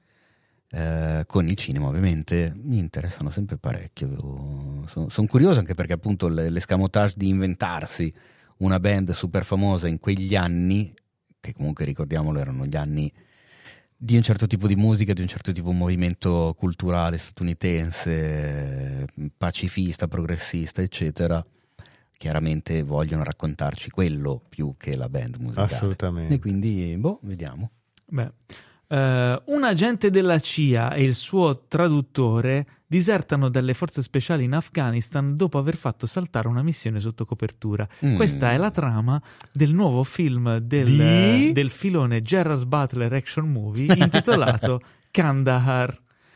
eh, con il cinema, ovviamente, mi interessano sempre parecchio. Sono son curioso anche perché appunto le- l'escamotage di inventarsi una band super famosa in quegli anni, che comunque ricordiamolo erano gli anni di un certo tipo di musica, di un certo tipo di movimento culturale statunitense, pacifista, progressista, eccetera, chiaramente vogliono raccontarci quello più che la band musicale. Assolutamente. E quindi, boh, vediamo. Beh, eh, un agente della C I A e il suo traduttore disertano dalle forze speciali in Afghanistan dopo aver fatto saltare una missione sotto copertura. Mm. Questa è la trama del nuovo film del, Di? del filone Gerard Butler action movie intitolato Kandahar.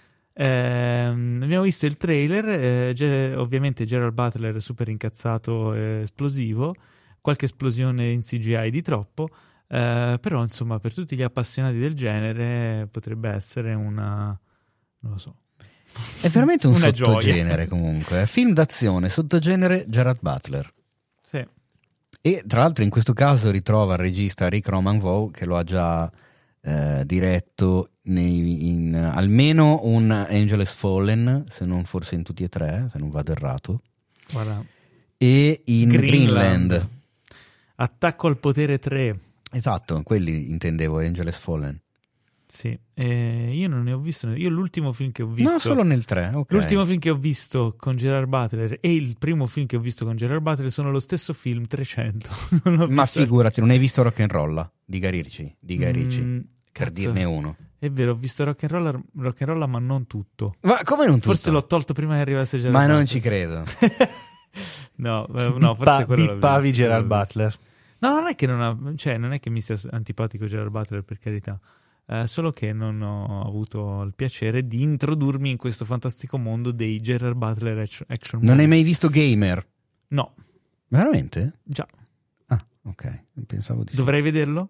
Ehm, abbiamo visto il trailer, eh, ge- ovviamente Gerard Butler super incazzato e esplosivo, qualche esplosione in C G I di troppo. Eh, però insomma per tutti gli appassionati del genere potrebbe essere una, non lo so, È veramente un Una sottogenere gioia. comunque. eh. Film d'azione, sottogenere Gerard Butler. sì. E tra l'altro in questo caso ritrova il regista Rick Romanvow, che lo ha già eh, diretto nei- in almeno un Angeles Fallen, se non forse in tutti e tre, se non vado errato, Guarda, e in Greenland. Greenland. Attacco al potere tre. Esatto, quelli intendevo, Angeles Fallen. Sì, eh, io non ne ho visto. Io l'ultimo film che ho visto. No, solo nel tre, ok. L'ultimo film che ho visto con Gerard Butler e il primo film che ho visto con Gerard Butler sono lo stesso film, trecento. Non l'ho Ma visto- figurati, non hai visto Rock and Roll di Guy Ritchie, di Guy Ritchie, Mm, per cazzo. dirne uno. È vero, ho visto Rock'n'Rolla, Rock'n'Rolla ma non tutto. Ma come non tutto? Forse l'ho tolto prima che arrivasse Gerald Ma Butler. non ci credo. no, eh, no, forse Bippa- quello l'ho Bippavi visto. Gerald Butler. No, non è che non ha, cioè, non è che mi sia antipatico Gerald Butler, per carità. Eh, solo che non ho avuto il piacere di introdurmi in questo fantastico mondo dei Gerald Butler action, action Non hai movies. mai visto Gamer? No, Veramente? già. Ah, ok. Pensavo di sì. Dovrei vederlo?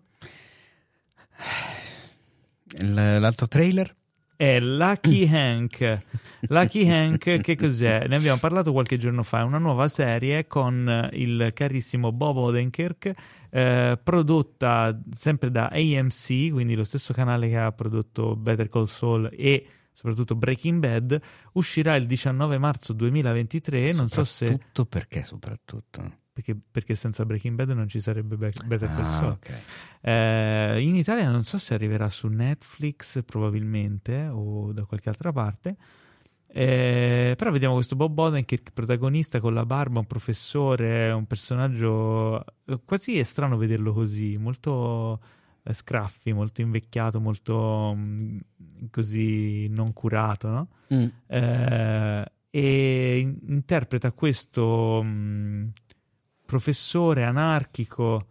Il- L'altro trailer? È Lucky Hank. Lucky Hank, che cos'è? Ne abbiamo parlato qualche giorno fa. È una nuova serie con il carissimo Bob Odenkirk, eh, prodotta sempre da A M C, quindi lo stesso canale che ha prodotto Better Call Saul e soprattutto Breaking Bad. Uscirà il diciannove marzo duemilaventitré. Non so se Soprattutto perché soprattutto? perché, perché senza Breaking Bad non ci sarebbe Be- Better Call Ah, Saul. ok. Eh, in Italia non so se arriverà su Netflix probabilmente o da qualche altra parte, eh, però vediamo questo Bob Odenkirk protagonista con la barba, un professore, un personaggio eh, quasi è strano vederlo così, molto eh, scraffi, molto invecchiato, molto mh, così non curato, no? Mm. Eh, e in- interpreta questo mh, professore anarchico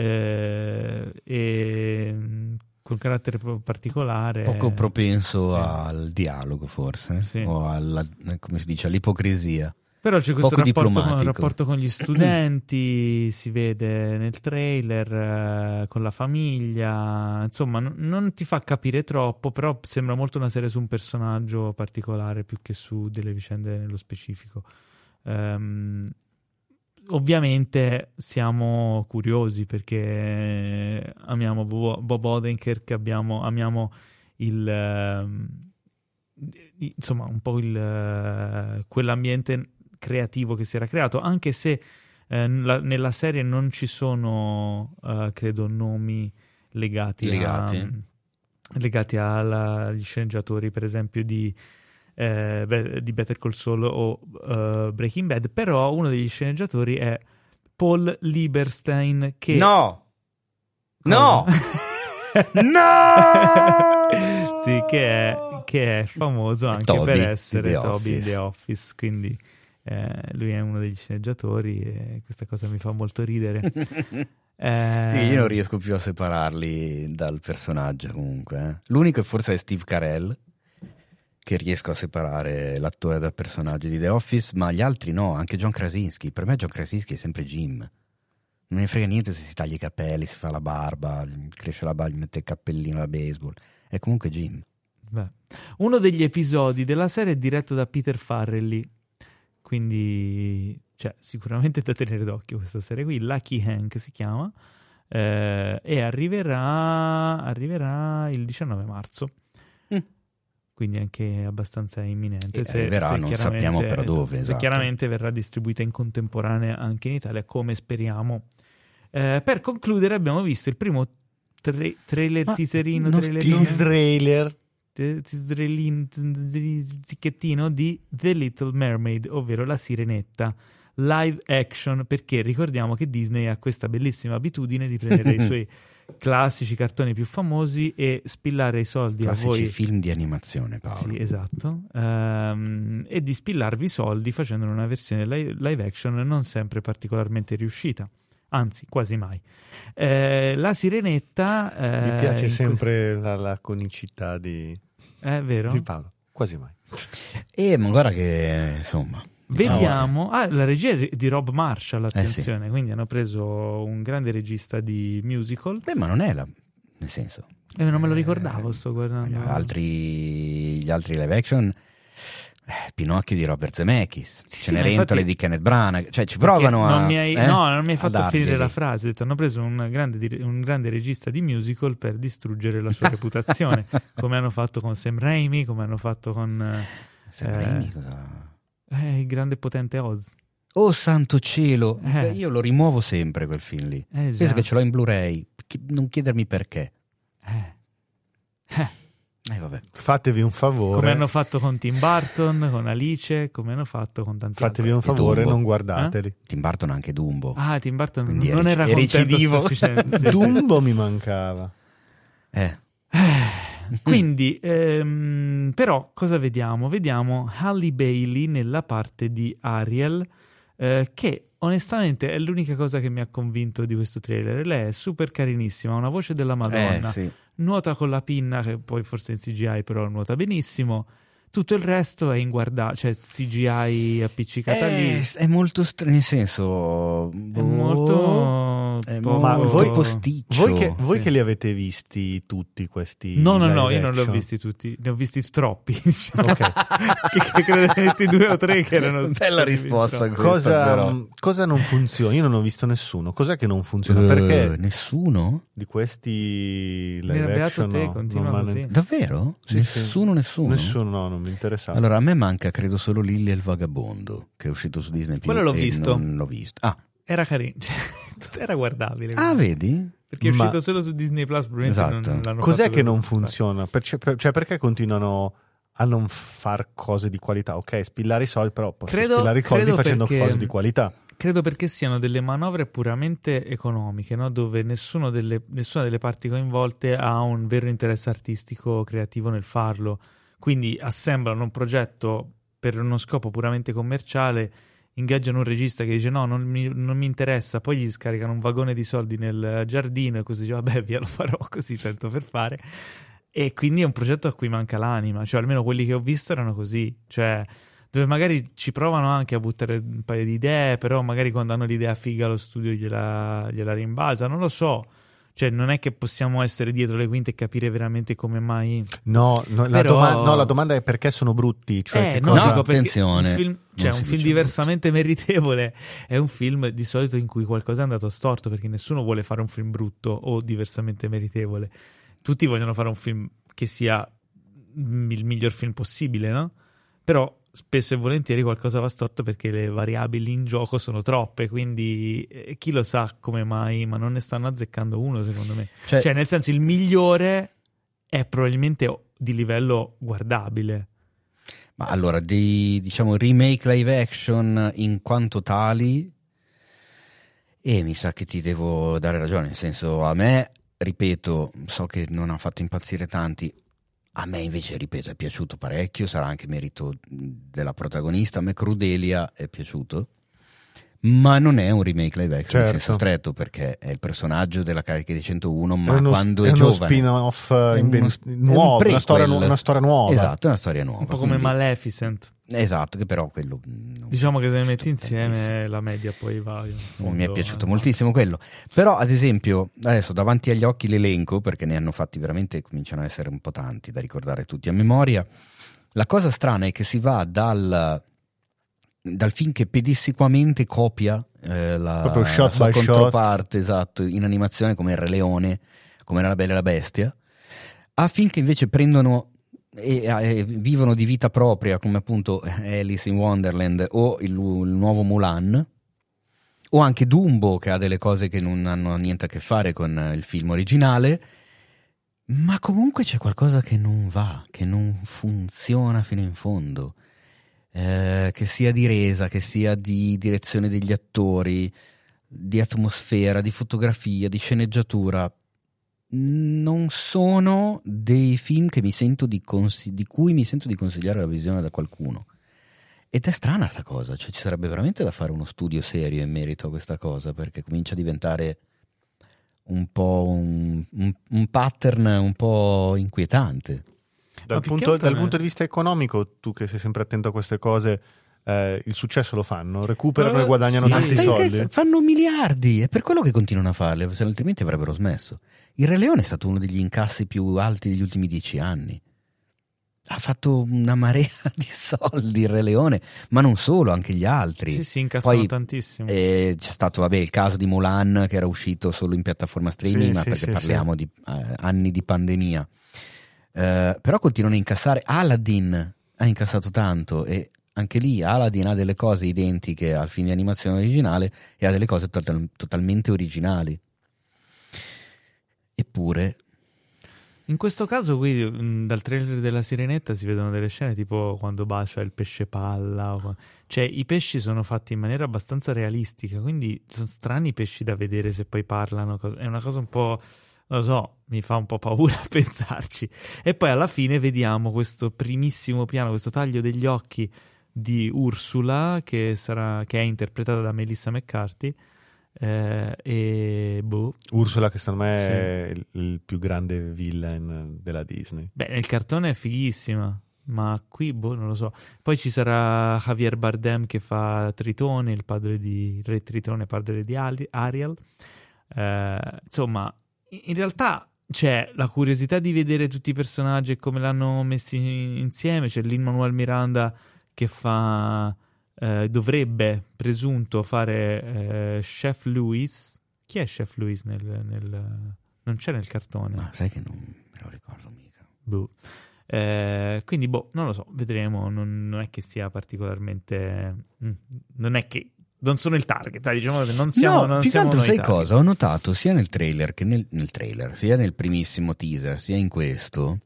eh, e mh, con carattere pro- particolare, Poco propenso sì. al dialogo, forse, Sì. o alla, come si dice, all'ipocrisia. Però c'è questo poco rapporto con, diplomatico. rapporto con gli studenti, si vede nel trailer, eh, con la famiglia, insomma n- non ti fa capire troppo, però sembra molto una serie su un personaggio particolare più che su delle vicende nello specifico. Ehm, ovviamente siamo curiosi perché amiamo Bob, Bob Odenkirk, abbiamo, amiamo il... ehm, insomma un po' il, eh, quell'ambiente creativo che si era creato, anche se eh, la- nella serie non ci sono eh, credo nomi legati, Legati. A, legati alla- agli sceneggiatori per esempio di, eh, Be- di Better Call Saul o eh, Breaking Bad, però uno degli sceneggiatori è Paul Lieberstein che No! Cosa? No! sì, che è, che è famoso anche Toby per di essere The Toby in Office. The Office, quindi eh, lui è uno degli sceneggiatori e questa cosa mi fa molto ridere. Eh, Sì, io non riesco più a separarli dal personaggio comunque. eh. L'unico forse è Steve Carell, che riesco a separare l'attore dal personaggio di The Office, ma gli altri no, anche John Krasinski. Per me John Krasinski è sempre Jim. Non ne frega niente se si taglia i capelli, si fa la barba, gli cresce la barba, gli mette il cappellino da baseball. È comunque Jim. beh. Uno degli episodi della serie è diretto da Peter Farrelly, quindi cioè, sicuramente da tenere d'occhio questa serie qui. Lucky Hank si chiama, eh, e arriverà, arriverà il diciannove marzo. Mm. Quindi anche abbastanza imminente. E arriverà, non chiaramente- sappiamo però dove, esatto, se esatto. chiaramente verrà distribuita in contemporanea anche in Italia, come speriamo. Eh, per concludere abbiamo visto il primo tra- trailer, Ma teaserino, non trailer, Teaser. te- teaserino, zicchettino di The Little Mermaid, ovvero La Sirenetta live action, perché ricordiamo che Disney ha questa bellissima abitudine di prendere i suoi classici cartoni più famosi e spillare i soldi a Classici voi. film di animazione, Paolo. Sì, esatto. Ehm, e di spillarvi i soldi facendo una versione live, live action non sempre particolarmente riuscita, anzi quasi mai. Eh, la Sirenetta eh, Mi piace in sempre la laconicità di, questo- è vero? di Paolo, quasi mai. E ma guarda che insomma. Vediamo, ah, la regia è di Rob Marshall, Eh, sì. attenzione, quindi hanno preso un grande regista di musical. Beh, ma non è la. Nel senso. Eh, non me lo ricordavo, sto Gli guardando. altri, gli altri live action. eh, Pinocchio di Robert Zemeckis, Sì, sì, Cenerentola ma infatti- di Kenneth Branagh, cioè ci Perché provano a. non mi hai, eh, no, non mi hai a fatto darglieli. finire la frase. Ho detto, hanno preso un grande, dir- un grande regista di musical per distruggere la sua reputazione, come hanno fatto con Sam Raimi, come hanno fatto con eh, Sam Raimi, cosa- eh, il grande e potente Oz. Oh santo cielo, Eh. Beh, io lo rimuovo sempre quel film lì. Eh, già. Penso che ce l'ho in Blu-ray, Chi- non chiedermi perché. Eh. Eh. Eh vabbè. Fatevi un favore, Come hanno fatto con Tim Burton, con Alice, come hanno fatto con tanti fatevi altri. un favore, Dumbo. non guardateli. Tim Burton ha anche Dumbo. Ah, Tim Burton Quindi non è era ric- è contento a recidivo. sufficienza. Sì, sì. Dumbo mi mancava. Eh. Quindi, ehm, però, cosa vediamo? Vediamo Halle Bailey nella parte di Ariel, eh, che onestamente è l'unica cosa che mi ha convinto di questo trailer. Lei è super carinissima, ha una voce della Madonna, Eh, sì. nuota con la pinna, che poi forse in C G I però nuota benissimo. Tutto il resto è inguardabile, cioè C G I appiccicata lì. È, è molto strano, nel senso... È molto... È poco- Ma molto voi- posticcio. Voi, che, voi Sì. che li avete visti tutti questi No, no, live no, io non li ho action? visti tutti, ne ho visti troppi. Diciamo. Ok. che, che credo ne ho visti due o tre che erano Bella stati risposta troppi. questa, Cosa, però. cosa non funziona? Io non ho visto nessuno. Cos'è che non funziona? Eh, Perché nessuno? di questi Mi era live beato action te, no, continua non m'hanno- così. Davvero? Sì, nessuno, nessuno? Nessuno, no, non mi interessava. Allora, a me manca, credo, solo Lily e il Vagabondo, che è uscito su Disney+. Quello l'ho e visto. Non l'ho visto. Ah, Era carino, cioè, era guardabile. ah vedi? Perché è Ma- uscito solo su Disney Plus, probabilmente Esatto. non l'hanno Cos'è fatto che per- non funziona? Perché, per- cioè, perché continuano a non far cose di qualità? Ok, spillare i soldi, però posso Credo- spillare i soldi credo facendo perché- cose di qualità. Credo perché siano delle manovre puramente economiche, no? Dove nessuno delle, nessuna delle parti coinvolte ha un vero interesse artistico creativo nel farlo. Quindi assemblano un progetto per uno scopo puramente commerciale, ingaggiano un regista che dice no, non mi, non mi interessa, poi gli scaricano un vagone di soldi nel giardino e così dice vabbè via, lo farò così, tanto per fare. E quindi è un progetto a cui manca l'anima, cioè almeno quelli che ho visto erano così, cioè dove magari ci provano anche a buttare un paio di idee, però magari quando hanno l'idea figa lo studio gliela, gliela rimbalza, non lo so. Cioè non è che possiamo essere dietro le quinte e capire veramente come mai... No, no, la, Però- doma- no, la domanda è perché sono brutti. Cioè, eh, che no, cosa- dico perché attenzione, un film, cioè non un si film dice diversamente meritevole è un film di solito in cui qualcosa è andato storto, perché nessuno vuole fare un film brutto o diversamente meritevole. Tutti vogliono fare un film che sia mm, il miglior film possibile, no? Però spesso e volentieri qualcosa va storto perché le variabili in gioco sono troppe, quindi eh, chi lo sa come mai, ma non ne stanno azzeccando uno secondo me. Cioè, Cioè nel senso il migliore è probabilmente di livello guardabile. ma allora, dei, diciamo, remake live action in quanto tali, e mi sa che ti devo dare ragione, nel senso, a me, ripeto, so che non ha fatto impazzire tanti, a me invece, ripeto, è piaciuto parecchio, sarà anche merito della protagonista, a me Crudelia è piaciuto, ma non è un remake live action in Certo. senso stretto, perché è il personaggio della carica di centouno, È ma uno, quando è, è uno giovane. spin-off È eh, inven- uno sp- è un nuovo, una prequel. storia, nu- una storia nuova. Esatto, è una storia nuova. Un po' come quindi- Maleficent. Esatto, che però quello non Diciamo che se mi è le metti piaciuto insieme tantissimo. la media poi va. in Non fondo, mi è piaciuto eh, moltissimo quello. Però, ad esempio, adesso davanti agli occhi l'elenco, perché ne hanno fatti veramente, cominciano a essere un po' tanti da ricordare tutti a memoria. La cosa strana è che si va dal, dal film che pedissequamente copia eh, la, Proprio shot la sua by shot. controparte, esatto, in animazione come il Re Leone, come La Bella e la Bestia, a film che invece prendono e, e vivono di vita propria, come appunto Alice in Wonderland o il, il nuovo Mulan, o anche Dumbo, che ha delle cose che non hanno niente a che fare con il film originale, ma comunque c'è qualcosa che non va, che non funziona fino in fondo, eh, che sia di resa, che sia di direzione degli attori, di atmosfera, di fotografia, di sceneggiatura. Non sono dei film che mi sento di, consi- di cui mi sento di consigliare la visione da qualcuno. Ed è strana sta cosa, cioè ci sarebbe veramente da fare uno studio serio in merito a questa cosa, perché comincia a diventare un po' un, un, un pattern un po' inquietante. Dal, Ma più punto, che altro dal è- punto di vista economico, tu che sei sempre attento a queste cose, eh, il successo lo fanno, recuperano Eh, e guadagnano sì. Ma tanti stai soldi. che fanno miliardi, è per quello che continuano a farle, se altrimenti avrebbero smesso. Il Re Leone è stato uno degli incassi più alti degli ultimi dieci anni. Ha fatto una marea di soldi il Re Leone, ma non solo, anche gli altri. Sì, sì, incassano Poi, tantissimo. eh, c'è stato vabbè, il caso di Mulan, che era uscito solo in piattaforma streaming, Sì, ma sì, perché sì, parliamo di eh, anni di pandemia. Eh, però continuano a incassare. Aladdin ha incassato tanto, e anche lì Aladdin ha delle cose identiche al film di animazione originale e ha delle cose total- totalmente originali. Eppure In questo caso qui mh, dal trailer della Sirenetta si vedono delle scene tipo quando bacia il pesce palla, o qua- cioè i pesci sono fatti in maniera abbastanza realistica, quindi sono strani i pesci da vedere se poi parlano, cos- è una cosa un po' lo so, mi fa un po' paura a pensarci. E poi alla fine vediamo questo primissimo piano, questo taglio degli occhi di Ursula, che sarà che è interpretata da Melissa McCarthy. Eh, e boh. Ursula, che secondo me sì. è il, il più grande villain della Disney. Beh, nel cartone è fighissima, ma qui boh, non lo so. Poi ci sarà Javier Bardem che fa Tritone, il padre di Re Tritone, padre di Ariel. Eh, insomma, in realtà c'è la curiosità di vedere tutti i personaggi e come l'hanno messi insieme. C'è Lin-Manuel Miranda che fa eh, dovrebbe presunto fare eh, Chef Louis. Chi è Chef Louis nel, nel non c'è nel cartone? Ma sai che non me lo ricordo mica. Boh. Eh, quindi boh, non lo so, vedremo. Non, non è che sia particolarmente mm, non è che non sono il target, dai, diciamo che non siamo, no, non più che siamo altro noi sai target. cosa? Ho notato sia nel trailer che nel, nel trailer, sia nel primissimo teaser, sia in questo,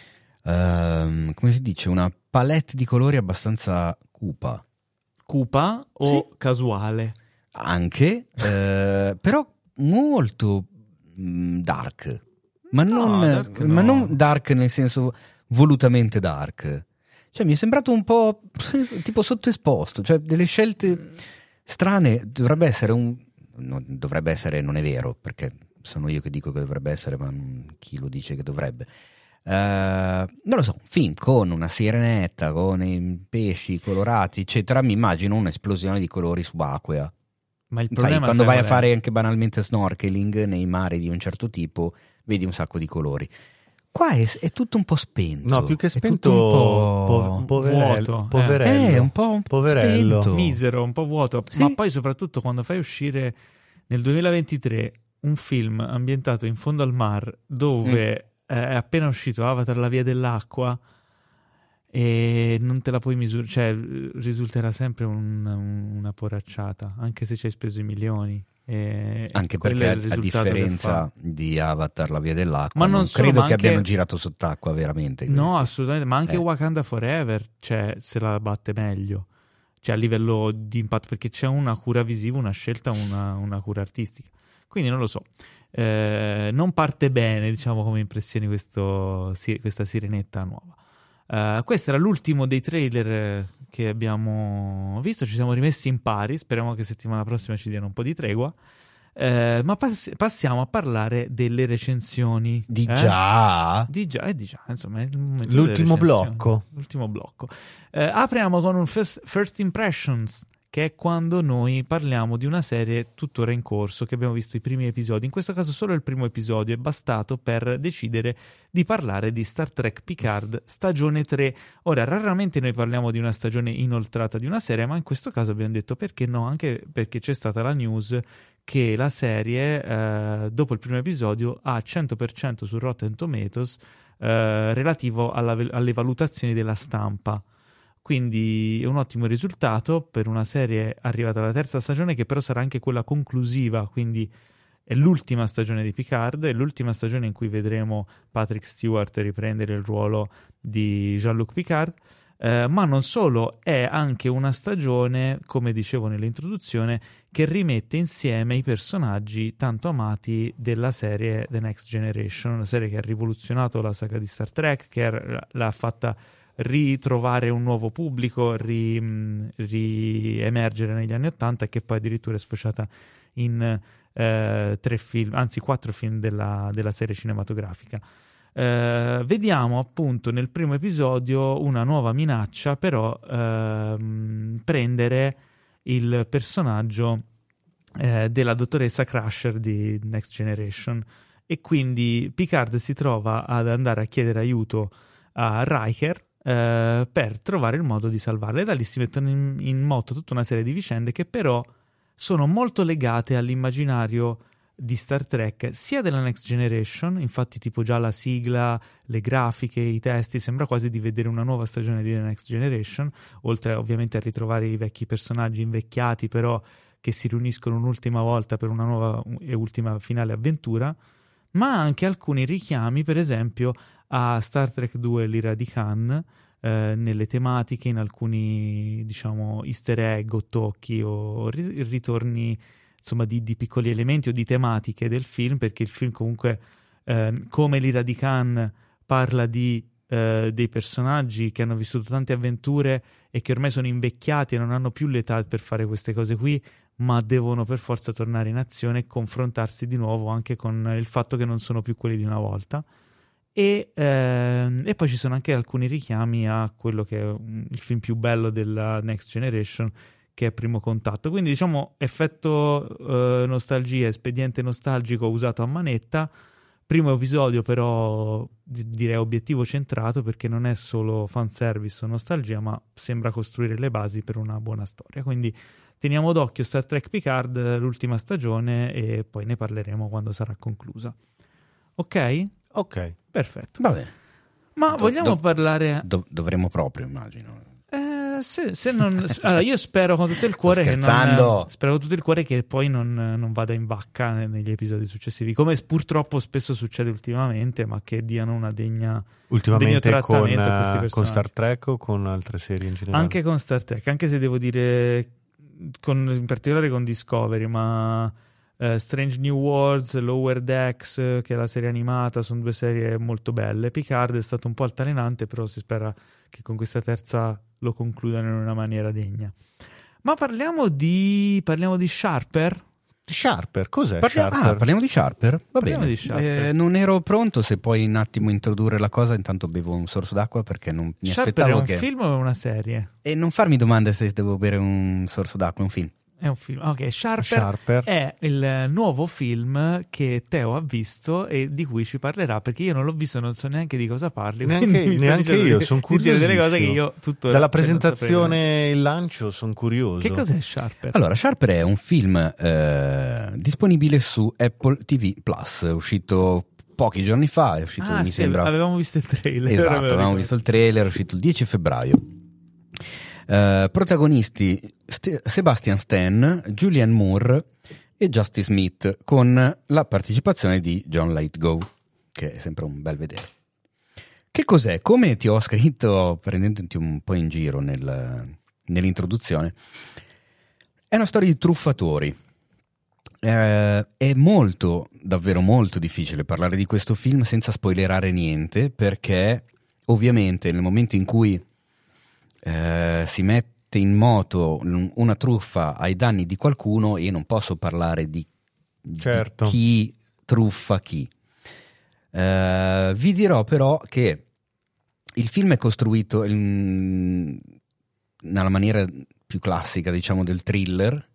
ehm, come si dice, una palette di colori abbastanza cupa. Cupa o Sì. casuale? Anche, eh, però molto mh, dark. Ma, No, non, dark ma no. non dark nel senso volutamente dark. Cioè mi è sembrato un po' tipo sottoesposto, cioè delle scelte strane. Dovrebbe essere un no, dovrebbe essere, non è vero, perché sono io che dico che dovrebbe essere, ma chi lo dice che dovrebbe. Uh, non lo so, un film con una sirenetta, con i pesci colorati, eccetera. Mi immagino un'esplosione di colori subacquea. Ma il Sai, problema quando sai vai a qual è? fare anche banalmente snorkeling nei mari di un certo tipo, vedi un sacco di colori. Qua è, è tutto un po' spento. No, più che È spento, tutto un po' po- poverello, vuoto, eh. poverello. Eh, un po', un po' poverello. spento. misero, un po' vuoto, Sì. ma poi soprattutto quando fai uscire nel duemilaventitré un film ambientato in fondo al mar dove Mm. eh, è appena uscito Avatar la via dell'acqua e non te la puoi misurare, cioè risulterà sempre un- un- una poracciata, anche se ci hai speso i milioni. E, Anche e quello perché è il a risultato che differenza fa. di Avatar la via dell'acqua, Ma non non solo, credo ma che anche- abbiano girato sott'acqua veramente No, questi. assolutamente, ma anche Eh. Wakanda Forever, cioè, se la batte meglio, cioè a livello di impatto, perché c'è una cura visiva, una scelta, una, una cura artistica. Quindi non lo so, eh, non parte bene, diciamo, come impressioni questo, sì, questa sirenetta nuova. Eh, questo era l'ultimo dei trailer che abbiamo visto, ci siamo rimessi in pari, speriamo che settimana prossima ci diano un po' di tregua. Eh, ma pass- passiamo a parlare delle recensioni. Di eh? già? Di già, eh, di già, insomma, è il momento delle L'ultimo recensioni. blocco. L'ultimo blocco. Eh, apriamo con un first, first Impressions, che è quando noi parliamo di una serie tuttora in corso, che abbiamo visto i primi episodi. In questo caso solo il primo episodio è bastato per decidere di parlare di Star Trek Picard stagione tre. Ora, raramente noi parliamo di una stagione inoltrata di una serie, ma in questo caso abbiamo detto perché no, anche perché c'è stata la news che la serie, eh, dopo il primo episodio, ha cento per cento su Rotten Tomatoes eh, relativo alla, alle valutazioni della stampa. Quindi è un ottimo risultato per una serie arrivata alla terza stagione, che però sarà anche quella conclusiva, quindi è l'ultima stagione di Picard, è l'ultima stagione in cui vedremo Patrick Stewart riprendere il ruolo di Jean-Luc Picard. Eh, ma non solo, è anche una stagione, come dicevo nell'introduzione, che rimette insieme i personaggi tanto amati della serie The Next Generation, una serie che ha rivoluzionato la saga di Star Trek, che ha- l'ha fatta ritrovare un nuovo pubblico, ri, mh, riemergere negli anni Ottanta, e che poi addirittura è sfociata in eh, tre film, anzi quattro film della, della serie cinematografica. Eh, vediamo appunto nel primo episodio una nuova minaccia, però ehm, prendere il personaggio eh, della dottoressa Crusher di Next Generation, e quindi Picard si trova ad andare a chiedere aiuto a Riker eh, per trovare il modo di salvarla, e da lì si mettono in, in moto tutta una serie di vicende che però sono molto legate all'immaginario di Star Trek, sia della Next Generation. Infatti tipo già la sigla, le grafiche, i testi, sembra quasi di vedere una nuova stagione di The Next Generation, oltre ovviamente a ritrovare i vecchi personaggi invecchiati però che si riuniscono un'ultima volta per una nuova e ultima finale avventura, ma anche alcuni richiami per esempio a Star Trek due l'ira di Khan, eh, nelle tematiche, in alcuni diciamo easter egg o tocchi o ri- ritorni insomma di, di piccoli elementi o di tematiche del film, perché il film comunque eh, come l'Ira di Khan parla di eh, dei personaggi che hanno vissuto tante avventure e che ormai sono invecchiati e non hanno più l'età per fare queste cose qui, ma devono per forza tornare in azione e confrontarsi di nuovo anche con il fatto che non sono più quelli di una volta. E, ehm, e poi ci sono anche alcuni richiami a quello che è il film più bello della Next Generation, che è Primo Contatto. Quindi diciamo effetto eh, nostalgia, espediente nostalgico usato a manetta. Primo episodio però direi obiettivo centrato, perché non è solo fanservice o nostalgia, ma sembra costruire le basi per una buona storia. Quindi teniamo d'occhio Star Trek Picard, l'ultima stagione, e poi ne parleremo quando sarà conclusa. Ok? Ok. Perfetto. Vabbè. Ma Do- vogliamo do- parlare... Do- dovremmo proprio, immagino. Eh, se, se non... Allora, io spero con tutto il cuore che scherzando. non... Spero con tutto il cuore che poi non, non vada in vacca ne- negli episodi successivi, come purtroppo spesso succede ultimamente, ma che diano una degna... Ultimamente degno con, trattamento a questi eh, con personaggi. Star Trek o con altre serie in generale? Anche con Star Trek, anche se devo dire con, in particolare con Discovery, ma eh, Strange New Worlds, Lower Decks, eh, che è la serie animata, sono due serie molto belle. Picard è stato un po' altalenante, però si spera che con questa terza lo concludano in una maniera degna. Ma parliamo di parliamo di Sharper. Sharper, cos'è Parliamo, Sharper? ah, parliamo di Sharper? Va Parliamo bene. di Sharper. Eh, non ero pronto, se puoi un attimo introdurre la cosa, intanto bevo un sorso d'acqua perché non mi Sharper è aspettavo un che... film o è una serie? E non farmi domande se devo bere un sorso d'acqua, è un film. È un film. Ok, Sharper, Sharper. è il nuovo film che Teo ha visto e di cui ci parlerà, perché io non l'ho visto, non so neanche di cosa parli. Neanche, quindi mi sta neanche dicendo io, di- sono di dire delle cose che curiosissimo. io tutto Dalla cioè, non presentazione saprei. e il lancio sono curioso. Che cos'è Sharper? Allora, Sharper è un film eh, disponibile su Apple ti vu Plus, è uscito pochi giorni fa, è uscito ah, mi sì, sembra... avevamo visto il trailer. Esatto, ora me lo avevamo ricordo. visto il trailer, è uscito il dieci febbraio. Eh, protagonisti St- Sebastian Stan, Julianne Moore e Justice Smith, con la partecipazione di John Lithgow, che è sempre un bel vedere. Che cos'è? Come ti ho scritto prendendoti un po' in giro nel, nell'introduzione, è una storia di truffatori. Eh, è molto, davvero molto difficile parlare di questo film senza spoilerare niente, perché ovviamente nel momento in cui eh, si mette in moto una truffa ai danni di qualcuno, io non posso parlare di, Certo. di chi truffa chi. Eh, vi dirò però che il film è costruito in, nella maniera più classica, diciamo, del thriller,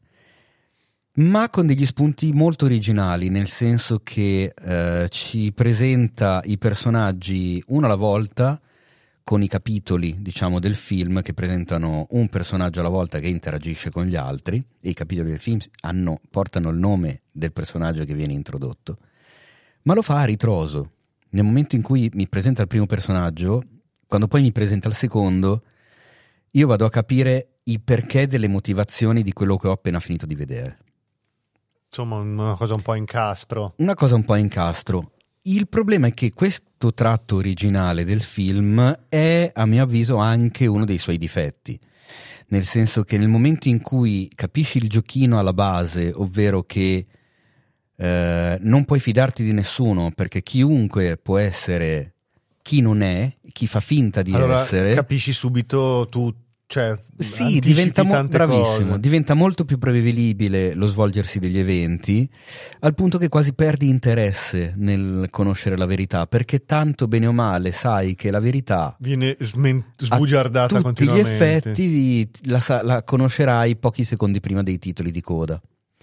ma con degli spunti molto originali, nel senso che eh, ci presenta i personaggi uno alla volta, con i capitoli, diciamo, del film che presentano un personaggio alla volta che interagisce con gli altri, e i capitoli del film hanno, portano il nome del personaggio che viene introdotto, ma lo fa a ritroso. Nel momento in cui mi presenta il primo personaggio, quando poi mi presenta il secondo, io vado a capire i perché delle motivazioni di quello che ho appena finito di vedere. Insomma, una cosa un po' incastro. Una cosa un po' incastro. Il problema è che questo tratto originale del film è, a mio avviso, anche uno dei suoi difetti. Nel senso che nel momento in cui capisci il giochino alla base, ovvero che eh, non puoi fidarti di nessuno, perché chiunque può essere chi non è, chi fa finta di Allora essere... capisci subito tu, cioè Sì, anticipi diventa, mo- tante bravissimo, cose. diventa molto più prevedibile lo svolgersi degli eventi, al punto che quasi perdi interesse nel conoscere la verità, perché tanto bene o male sai che la verità Viene smen- a sbugiardata tutti gli continuamente. effetti vi- la, sa- la conoscerai pochi secondi prima dei titoli di coda,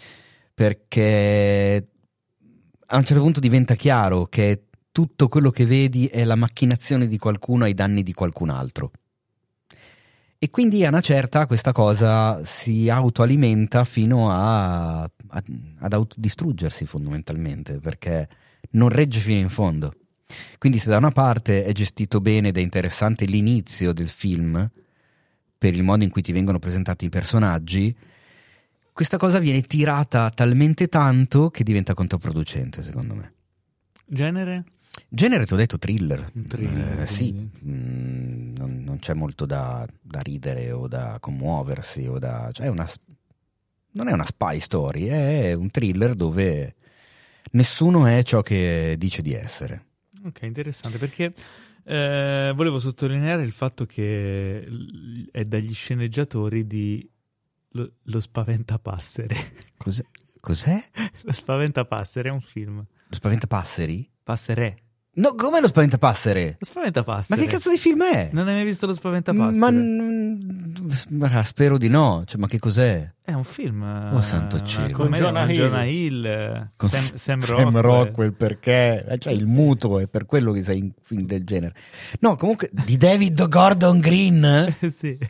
perché a un certo punto diventa chiaro che tutto quello che vedi è la macchinazione di qualcuno ai danni di qualcun altro. E quindi a una certa questa cosa si autoalimenta fino a, a, ad autodistruggersi fondamentalmente, perché non regge fino in fondo. Quindi se da una parte è gestito bene ed è interessante l'inizio del film, per il modo in cui ti vengono presentati i personaggi, questa cosa viene tirata talmente tanto che diventa controproducente, secondo me. Genere? Genere, ti ho detto, thriller. Un thriller, Eh, sì, quindi. mm, non, non c'è molto da, da ridere o da commuoversi o da, cioè è una, non è una spy story, è un thriller dove nessuno è ciò che dice di essere. Ok, interessante, perché eh, volevo sottolineare il fatto che l- è dagli sceneggiatori di Lo, lo Spaventapasseri. Cos'è? Cos'è? Lo Spaventapasseri è un film. Lo Spaventapasseri? Passerè. No, com'è lo Spaventapassere? Lo Spaventapasseri. Ma che cazzo di film è? Non hai mai visto Lo Spaventapasseri? Ma, n- ma spero di no. Cioè, ma che cos'è? È un film. Oh, santo cielo. Con Jonah Hill. Jonah Hill, Con Sam, Sam Sam Rockwell. Rockwell, perché? Eh, Cioè, il mutuo, è per quello che sei in film del genere. No, comunque, di David Gordon Green? Sì.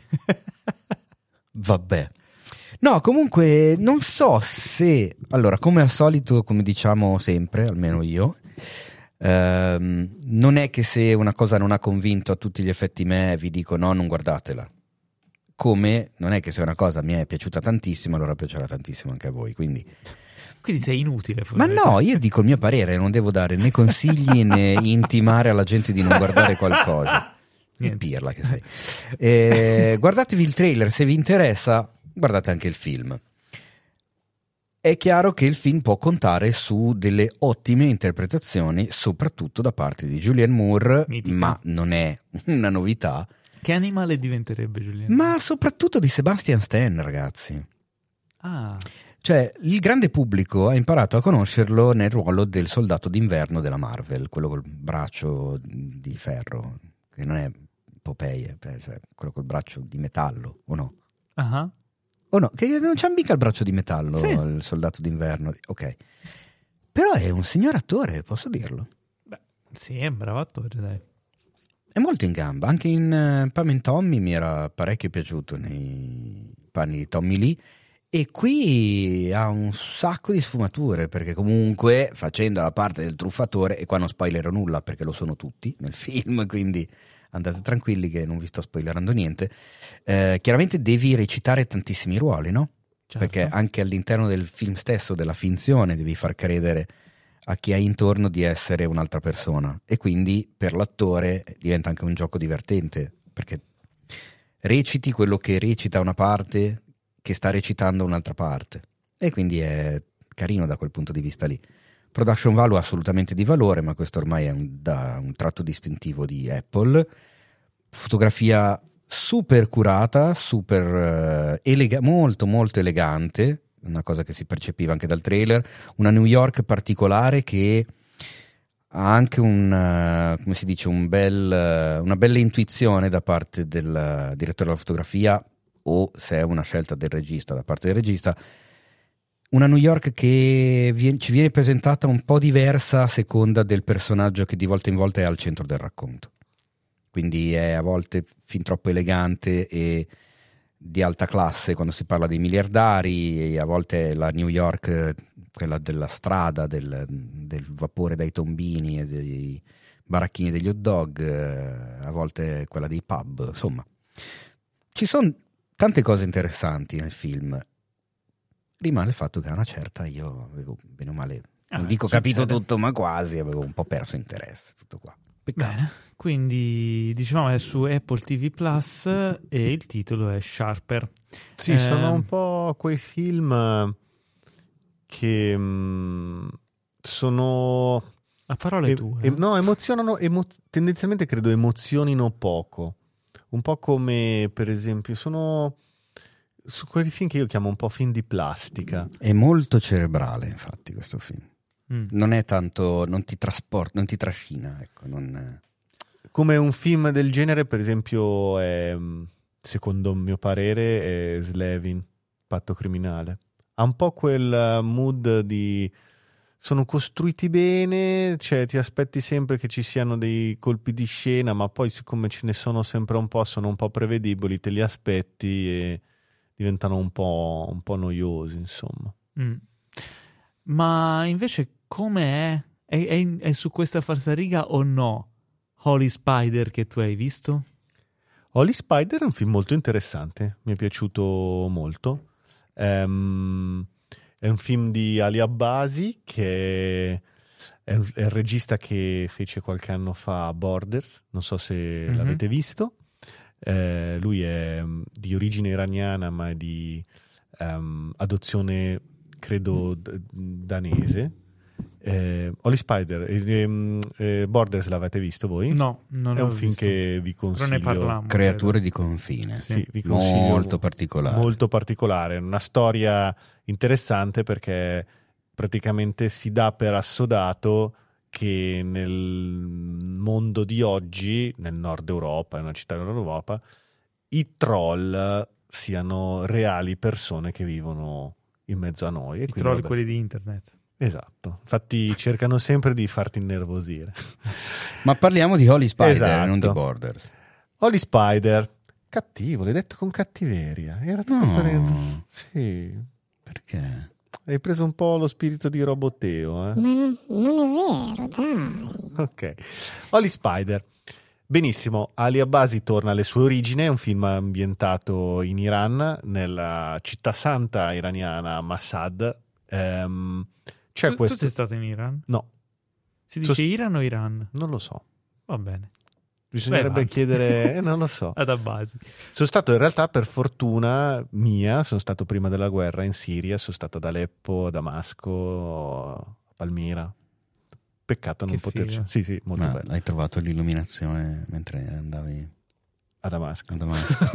Vabbè. No, comunque, non so se... Allora, come al solito, come diciamo sempre, almeno io... Ehm, non è che se una cosa non ha convinto a tutti gli effetti me vi dico no, non guardatela, come non è che se una cosa mi è piaciuta tantissimo allora piacerà tantissimo anche a voi, quindi Quindi sei inutile. ma no, io dico il mio parere, non devo dare né consigli né intimare alla gente di non guardare qualcosa. Che pirla che sei. Eh, guardatevi il trailer, se vi interessa guardate anche il film. È chiaro che il film può contare su delle ottime interpretazioni, soprattutto da parte di Julianne Moore, Mitica. ma non è una novità. Che animale diventerebbe Giuliano? Ma soprattutto di Sebastian Stan, ragazzi. Ah, Cioè, il grande pubblico ha imparato a conoscerlo nel ruolo del soldato d'inverno della Marvel, quello col braccio di ferro, che non è Popeye, cioè quello col braccio di metallo, o no? ah. O no, che non c'ha mica il braccio di metallo, Sì. il soldato d'inverno. Ok. Però è un signor attore, posso dirlo. Beh, sì, è un bravo attore, dai. È molto in gamba. Anche in uh, Pam and Tommy mi era parecchio piaciuto nei panni di Tommy Lee. E qui ha un sacco di sfumature, perché comunque facendo la parte del truffatore, e qua non spoilerò nulla perché lo sono tutti nel film, quindi andate tranquilli che non vi sto spoilerando niente, eh, chiaramente devi recitare tantissimi ruoli, no? Certo. Perché anche all'interno del film stesso, della finzione, devi far credere a chi hai intorno di essere un'altra persona, e quindi per l'attore diventa anche un gioco divertente, perché reciti quello che recita una parte che sta recitando un'altra parte, e quindi è carino da quel punto di vista lì. Production value assolutamente di valore, ma questo ormai è un, da, un tratto distintivo di Apple. Fotografia super curata, super uh, elega- molto molto elegante, una cosa che si percepiva anche dal trailer, una New York particolare che ha anche un, uh, come si dice, un bel, uh, una bella intuizione da parte del uh, direttore della fotografia, o se è una scelta del regista, da parte del regista, una New York che viene, ci viene presentata un po' diversa a seconda del personaggio che di volta in volta è al centro del racconto. Quindi è a volte fin troppo elegante e di alta classe quando si parla dei miliardari, e a volte è la New York, quella della strada, del, del vapore dai tombini e dei baracchini degli hot dog, a volte è quella dei pub, insomma. Ci sono tante cose interessanti nel film. Rimane il fatto che a una certa io avevo bene o male, non Ah, dico succede. capito tutto, ma quasi avevo un po' perso interesse, tutto qua. Peccato. Bene, quindi diciamo è su Apple ti vu Plus e il titolo è Sharper. Sì, Eh, sono un po' quei film che mh, sono... A parole e- tue. e- no, emozionano, emo- tendenzialmente credo emozionino poco. Un po' come, per esempio, sono su quei film che io chiamo un po' film di plastica. È molto cerebrale, infatti, questo film. Mm. Non è tanto, non ti trasporta, non ti trascina, ecco, non... Come un film del genere, per esempio, è, secondo mio parere, è Slevin, Patto criminale. Ha un po' quel mood di... sono costruiti bene, cioè ti aspetti sempre che ci siano dei colpi di scena, ma poi siccome ce ne sono sempre un po', sono un po' prevedibili, te li aspetti e diventano un po', un po' noiosi, insomma. Mm. Ma invece come è? È, è, è su questa falsariga o no? Holy Spider che tu hai visto? Holy Spider è un film molto interessante, mi è piaciuto molto. Ehm, è un film di Ali Abbasi, che è, è il regista che fece qualche anno fa Borders, non so se Mhm. l'avete visto. Eh, lui è mm, di origine iraniana, ma è di ehm, adozione, credo, d- danese. Eh, Holy Spider, eh, eh, Borders l'avete visto voi? No, non È l'ho un film visto. che vi Però consiglio. ne parlammo. Creature di confine. Sì, vi consiglio. Molto particolare. Molto particolare, una storia interessante perché praticamente si dà per assodato che nel mondo di oggi, nel nord Europa, in una città del nord Europa, i troll siano reali persone che vivono in mezzo a noi. E I quindi, troll, vabbè, quelli di internet. esatto, infatti cercano sempre di farti innervosire. Ma parliamo di Holy Spider, Esatto. non di Borders. Holy Spider, cattivo, l'hai detto con cattiveria. Era tutto No. per... Sì, Perché? hai preso un po' lo spirito di Roboteo, eh? Ma non, non è vero, dai. Ok. Holy Spider. Benissimo, Ali Abbasi torna alle sue origini, è un film ambientato in Iran, nella città santa iraniana Mashhad. Ehm, c'è tu, questo... tu sei stato in Iran? No, Si dice So- Iran o Iran? non lo so. Va bene. Bisognerebbe avanti. chiedere... eh, non lo so. Ad Abbasi. Sono stato in realtà, per fortuna mia, sono stato prima della guerra in Siria, sono stato ad Aleppo, a Damasco, a Palmira. Peccato non Che poterci... figo. Sì, sì, molto Ma bello. hai trovato l'illuminazione mentre andavi A Damasco. a Damasco?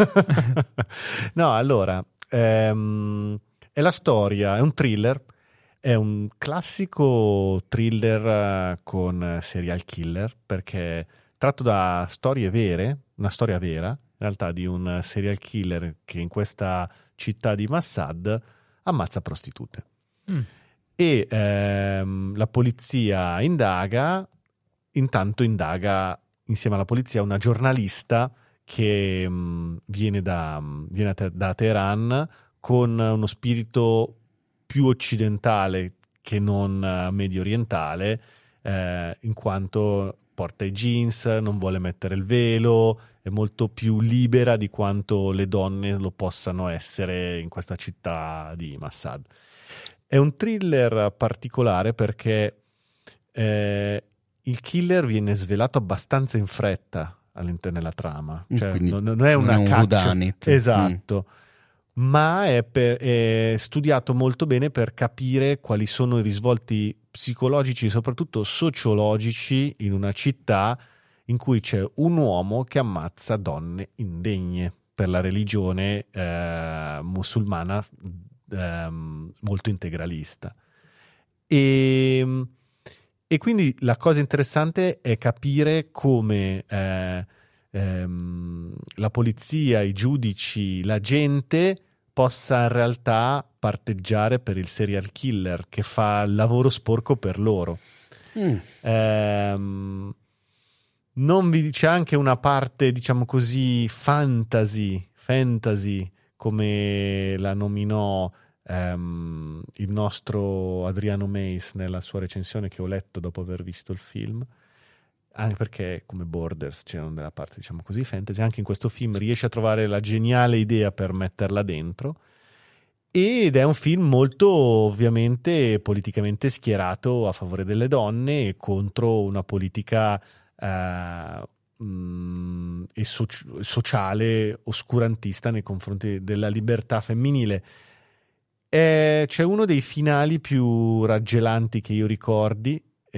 No, allora, ehm, è la storia, è un thriller, è un classico thriller eh, con serial killer, perché tratto da storie vere, una storia vera, in realtà, di un serial killer che in questa città di Mashhad ammazza prostitute. Mm. E ehm, la polizia indaga, intanto indaga insieme alla polizia una giornalista che mh, viene, da, viene da, da Teheran con uno spirito più occidentale che non eh, medio orientale, eh, in quanto porta i jeans, non vuole mettere il velo, è molto più libera di quanto le donne lo possano essere in questa città di Mashhad. È un thriller particolare perché eh, il killer viene svelato abbastanza in fretta all'interno della trama, cioè Quindi non, non è non una è un caccia, whodunit. esatto, ma è, per- è studiato molto bene per capire quali sono i risvolti psicologici e soprattutto sociologici in una città in cui c'è un uomo che ammazza donne indegne per la religione eh, musulmana ehm, molto integralista. E, e quindi la cosa interessante è capire come eh, ehm, la polizia, i giudici, la gente possa in realtà parteggiare per il serial killer che fa il lavoro sporco per loro. Mm. Ehm, non vi c'è anche una parte, diciamo così, fantasy, fantasy come la nominò ehm, il nostro Adriano Meis nella sua recensione che ho letto dopo aver visto il film, anche perché come Borders c'era della parte, diciamo così, fantasy. Anche in questo film riesce a trovare la geniale idea per metterla dentro, ed è un film molto ovviamente politicamente schierato a favore delle donne e contro una politica eh, mh, e soci- sociale oscurantista nei confronti della libertà femminile. Eh, c'è uno dei finali più raggelanti che io ricordi,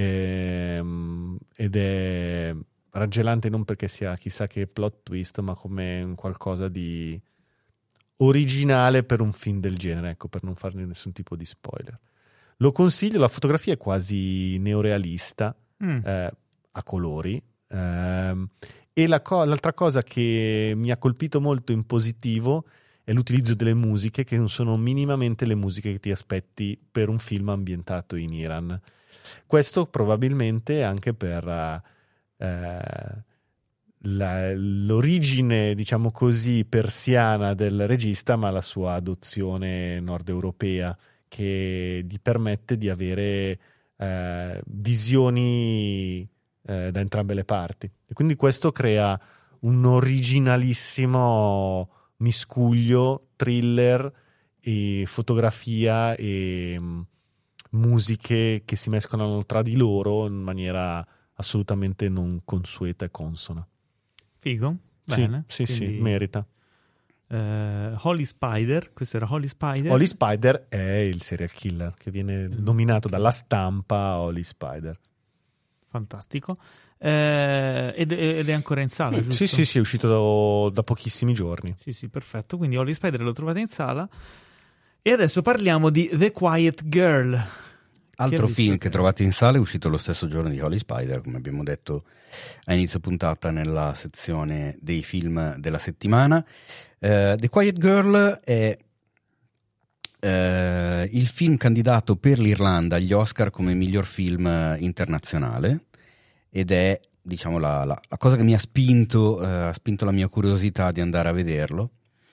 ehm, ed è raggelante non perché sia chissà che plot twist, ma come un qualcosa di originale per un film del genere, ecco, per non farne nessun tipo di spoiler. Lo consiglio, la fotografia è quasi neorealista, Mm. eh, a colori, ehm, e la co- l'altra cosa che mi ha colpito molto in positivo è l'utilizzo delle musiche, che non sono minimamente le musiche che ti aspetti per un film ambientato in Iran. Questo probabilmente anche per eh, la- l'origine, diciamo così, persiana del regista, ma la sua adozione nord europea, che gli permette di avere eh, visioni eh, da entrambe le parti. E quindi questo crea un originalissimo miscuglio thriller e fotografia e mh, musiche che si mescolano tra di loro in maniera assolutamente non consueta e consona. Figo? Sì, Bene. sì, sì, Quindi merita. eh, Holy Spider, questo era Holy Spider. Holy Spider è il serial killer che viene nominato dalla stampa Holy Spider. Fantastico. Eh, ed, ed è ancora in sala, giusto? Sì, sì, sì, è uscito da, da pochissimi giorni. Sì, sì, perfetto. Quindi Holy Spider lo trovate in sala. E adesso parliamo di The Quiet Girl. Altro film che trovate in sala è uscito lo stesso giorno di Holy Spider, come abbiamo detto a inizio puntata nella sezione dei film della settimana. Uh, The Quiet Girl è uh, il film candidato per l'Irlanda agli Oscar come miglior film internazionale ed è, diciamo, la, la, la cosa che mi ha spinto, uh, ha spinto la mia curiosità di andare a vederlo.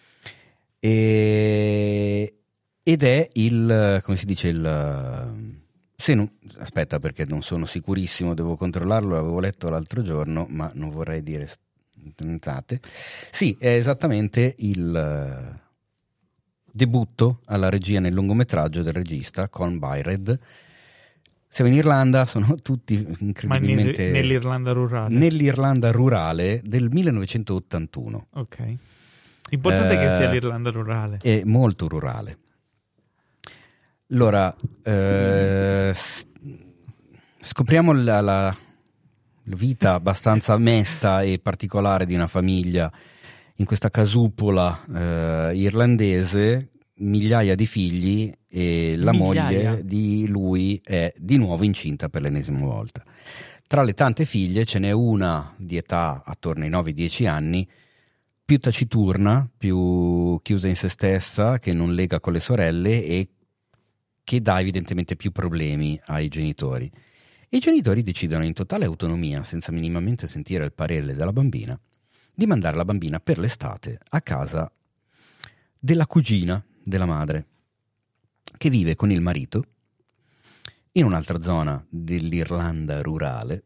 E, ed è il, come si dice, il... Se non, aspetta, perché non sono sicurissimo, devo controllarlo, l'avevo letto l'altro giorno, ma non vorrei dire stronzate. Sì, è esattamente il debutto alla regia nel lungometraggio del regista Colm Byred. Siamo in Irlanda, sono tutti incredibilmente... Ma nell'Irlanda rurale? Nell'Irlanda rurale del millenovecentottantuno. Ok. L'importante eh, è che sia l'Irlanda rurale. È molto rurale. Allora, eh, scopriamo la, la vita abbastanza mesta e particolare di una famiglia in questa casupola eh, irlandese, migliaia di figli, e la Migliaia. moglie di lui è di nuovo incinta per l'ennesima volta. Tra le tante figlie ce n'è una di età attorno ai nove dieci anni, più taciturna, più chiusa in se stessa, che non lega con le sorelle e che dà evidentemente più problemi ai genitori. I genitori decidono in totale autonomia, senza minimamente sentire il parere della bambina, di mandare la bambina per l'estate a casa della cugina della madre, che vive con il marito in un'altra zona dell'Irlanda rurale,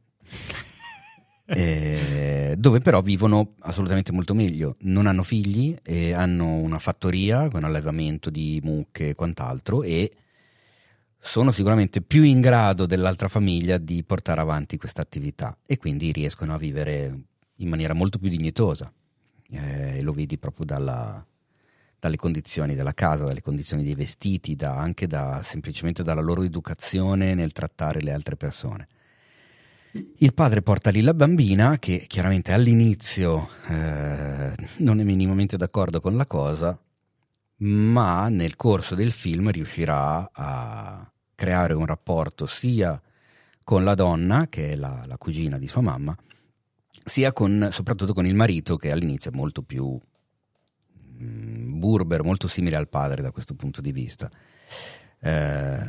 eh, dove però vivono assolutamente molto meglio. Non hanno figli, e hanno una fattoria con allevamento di mucche e quant'altro, e sono sicuramente più in grado dell'altra famiglia di portare avanti questa attività, e quindi riescono a vivere in maniera molto più dignitosa. Eh, lo vedi proprio dalla, dalle condizioni della casa, dalle condizioni dei vestiti, da, anche da, semplicemente dalla loro educazione nel trattare le altre persone. Il padre porta lì la bambina, che chiaramente all'inizio eh, non è minimamente d'accordo con la cosa, ma nel corso del film riuscirà a creare un rapporto sia con la donna, che è la, la cugina di sua mamma, sia con, soprattutto con il marito, che all'inizio è molto più mh, burbero, molto simile al padre da questo punto di vista. Eh,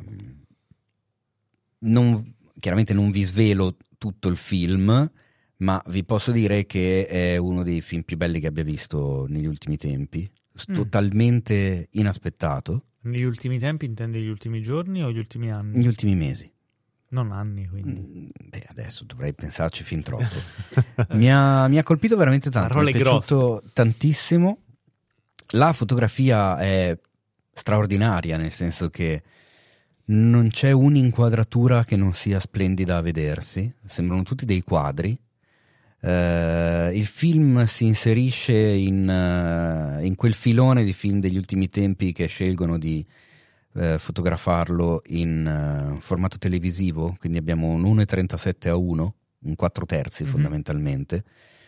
non, chiaramente non vi svelo tutto il film, ma vi posso dire che è uno dei film più belli che abbia visto negli ultimi tempi. Totalmente inaspettato. Negli ultimi tempi intendi gli ultimi giorni o gli ultimi anni? Negli ultimi mesi. Non anni, quindi. Beh, adesso dovrei pensarci fin troppo. mi, ha, mi ha colpito veramente tanto. Parole mi è piaciuto grosse. Tantissimo. La fotografia è straordinaria, nel senso che non c'è un'inquadratura che non sia splendida a vedersi. Sembrano tutti dei quadri. Uh, il film si inserisce in, uh, in quel filone di film degli ultimi tempi che scelgono di uh, fotografarlo in uh, formato televisivo, quindi abbiamo un uno virgola trentasette a uno, un quattro terzi mm-hmm. fondamentalmente,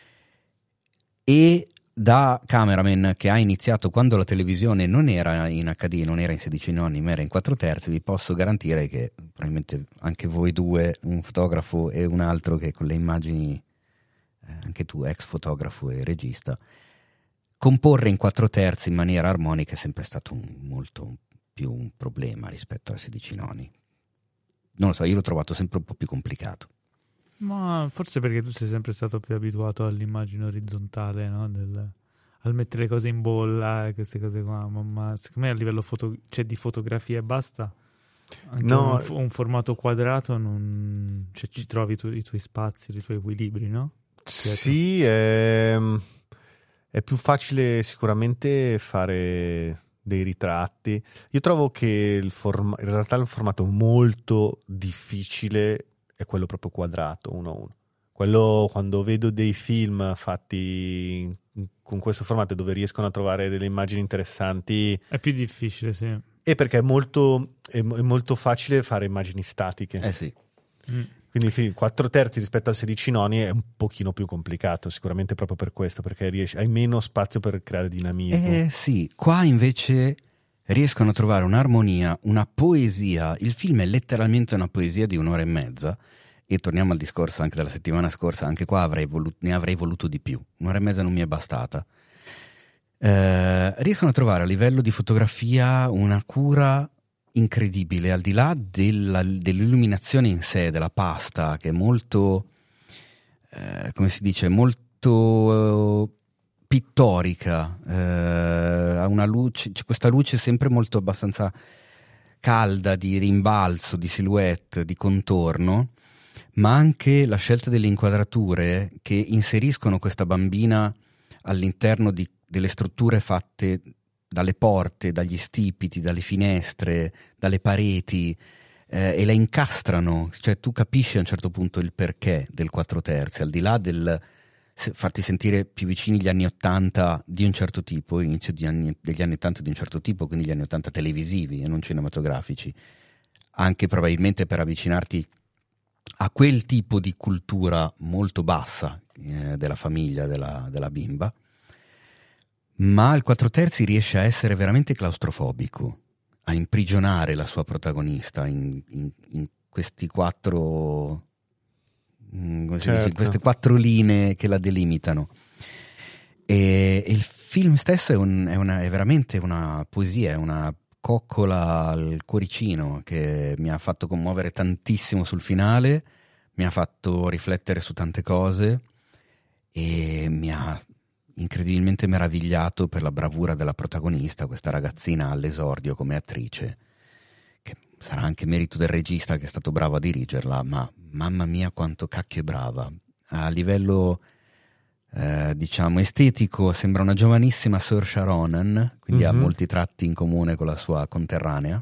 e da cameraman che ha iniziato quando la televisione non era in acca di, non era in sedici nonni, ma era in quattro terzi, vi posso garantire che probabilmente anche voi due, un fotografo e un altro che con le immagini, anche tu ex fotografo e regista, comporre in quattro terzi in maniera armonica è sempre stato un, molto più un problema rispetto a sedici noni. Non lo so, io l'ho trovato sempre un po' più complicato. Ma forse perché tu sei sempre stato più abituato all'immagine orizzontale, no? Del, al mettere le cose in bolla e queste cose qua, ma, ma secondo me a livello foto, cioè di fotografia e basta. Anche no, un, un formato quadrato non, cioè, ci trovi tu, i tuoi spazi, i tuoi equilibri, no? Sì, è, è più facile sicuramente fare dei ritratti. Io trovo che il form- in realtà il formato molto difficile è quello proprio quadrato, uno a uno. Quello, quando vedo dei film fatti con questo formato dove riescono a trovare delle immagini interessanti È più difficile, sì. e perché è molto, è, è molto facile fare immagini statiche. Eh sì. Mm. Quindi sì, quattro terzi rispetto al sedici noni è un pochino più complicato, sicuramente proprio per questo, perché riesci, hai meno spazio per creare dinamismo. Eh sì, qua invece riescono a trovare un'armonia, una poesia. Il film è letteralmente una poesia di un'ora e mezza. E torniamo al discorso anche della settimana scorsa, anche qua avrei voluto, ne avrei voluto di più. Un'ora e mezza non mi è bastata. Eh, riescono a trovare a livello di fotografia una cura incredibile, al di là della, dell'illuminazione in sé, della pasta, che è molto, eh, come si dice, molto eh, pittorica, eh, ha una luce, c'è questa luce sempre molto abbastanza calda, di rimbalzo, di silhouette, di contorno, ma anche la scelta delle inquadrature che inseriscono questa bambina all'interno di, delle strutture fatte dalle porte, dagli stipiti, dalle finestre, dalle pareti, eh, e la incastrano, cioè tu capisci a un certo punto il perché del quattro terzi, al di là del se, farti sentire più vicini gli anni ottanta di un certo tipo, inizio di anni, degli anni ottanta di un certo tipo, quindi gli anni ottanta televisivi e non cinematografici, anche probabilmente per avvicinarti a quel tipo di cultura molto bassa eh, della famiglia, della, della bimba. Ma il quattro terzi riesce a essere veramente claustrofobico, a imprigionare la sua protagonista in, in, in questi quattro, come si Certo. dice, queste quattro linee che la delimitano. E, e il film stesso è, un, è, una, è veramente una poesia, è una coccola al cuoricino che mi ha fatto commuovere tantissimo sul finale, mi ha fatto riflettere su tante cose e mi ha incredibilmente meravigliato per la bravura della protagonista, questa ragazzina all'esordio come attrice, che sarà anche merito del regista che è stato bravo a dirigerla, ma mamma mia quanto cacchio è brava. A livello eh, diciamo estetico sembra una giovanissima Saoirse Ronan, quindi Mm-hmm. ha molti tratti in comune con la sua conterranea,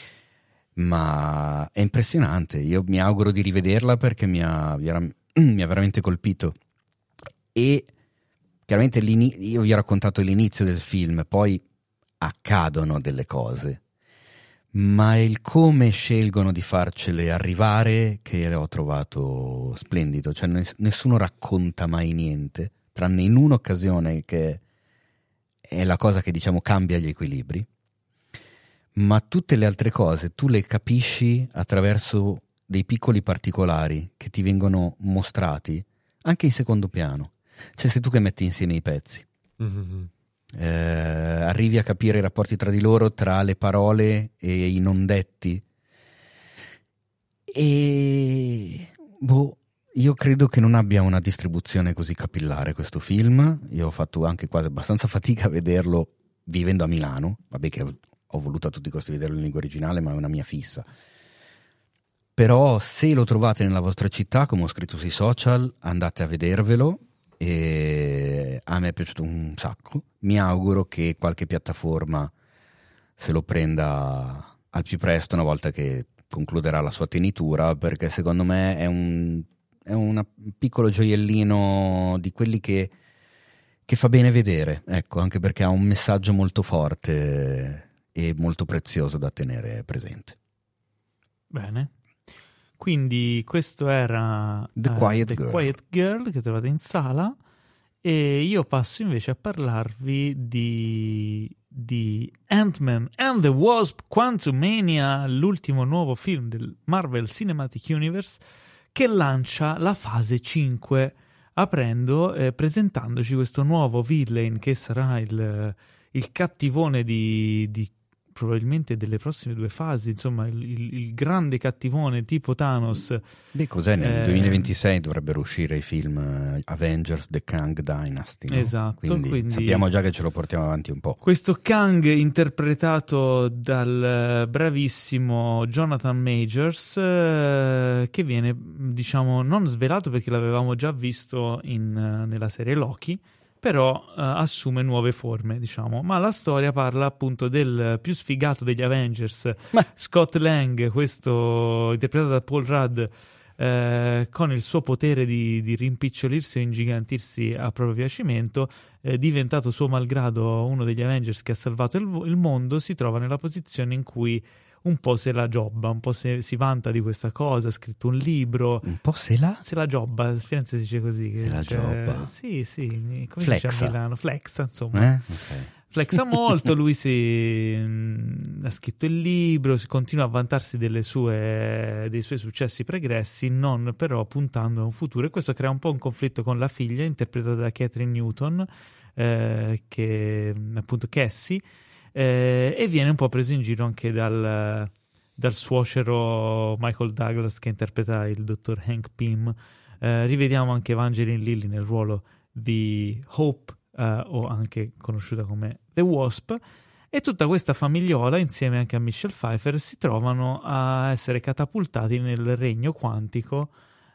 ma è impressionante. Io mi auguro di rivederla perché mi ha, mi ha veramente colpito. E chiaramente io vi ho raccontato l'inizio del film, poi accadono delle cose, ma è il come scelgono di farcele arrivare che ho trovato splendido. Cioè nessuno racconta mai niente, tranne in un'occasione che è la cosa che diciamo cambia gli equilibri, ma tutte le altre cose tu le capisci attraverso dei piccoli particolari che ti vengono mostrati anche in secondo piano. Cioè sei tu che metti insieme i pezzi, Mm-hmm. eh, arrivi a capire i rapporti tra di loro, tra le parole e i non detti, e boh, io credo che non abbia una distribuzione così capillare questo film. Io ho fatto anche quasi abbastanza fatica a vederlo vivendo a Milano, vabbè che ho voluto a tutti i costi vederlo in lingua originale, ma è una mia fissa. Però se lo trovate nella vostra città, come ho scritto sui social, andate a vedervelo. E a me è piaciuto un sacco. Mi auguro che qualche piattaforma se lo prenda al più presto una volta che concluderà la sua tenitura, perché secondo me è un, è un piccolo gioiellino di quelli che, che fa bene vedere, ecco, anche perché ha un messaggio molto forte e molto prezioso da tenere presente. Bene. Quindi questo era The uh, Quiet The Girl. Quiet Girl che trovate in sala, e io passo invece a parlarvi di, di Ant-Man and the Wasp Quantumania, l'ultimo nuovo film del Marvel Cinematic Universe che lancia la fase cinque, aprendo e eh, presentandoci questo nuovo villain che sarà il, il cattivone di, di probabilmente delle prossime due fasi, insomma il, il, il grande cattivone tipo Thanos. Beh, cos'è? Nel Eh, duemilaventisei dovrebbero uscire i film eh, Avengers The Kang Dynasty, no? Esatto, quindi, quindi- sappiamo già che ce lo portiamo avanti un po'. Questo Kang interpretato dal bravissimo Jonathan Majors, eh, che viene, diciamo, non svelato perché l'avevamo già visto in, eh, nella serie Loki, però eh, assume nuove forme, diciamo. Ma la storia parla appunto del più sfigato degli Avengers, Ma- Scott Lang, questo interpretato da Paul Rudd, eh, con il suo potere di, di rimpicciolirsi o ingigantirsi a proprio piacimento, eh, diventato suo malgrado uno degli Avengers che ha salvato il, il mondo, si trova nella posizione in cui un po' se la giobba, un po' se, si vanta di questa cosa, ha scritto un libro. Un po' se la? Se la giobba, a Firenze si dice così. Se la cioè, giobba. Sì, sì, come Flexa. si dice a Milano? Flexa, insomma. Eh? Okay. Flexa molto, lui si, mh, ha scritto il libro, si continua a vantarsi delle sue, dei suoi successi pregressi, non però puntando a un futuro, e questo crea un po' un conflitto con la figlia, interpretata da Catherine Newton, eh, che appunto Cassie, eh, e viene un po' preso in giro anche dal, dal suocero Michael Douglas, che interpreta il dottor Hank Pym. Eh, rivediamo anche Evangeline Lilly nel ruolo di Hope, Uh, o anche conosciuta come The Wasp, e tutta questa famigliola insieme anche a Michelle Pfeiffer si trovano a essere catapultati nel regno quantico,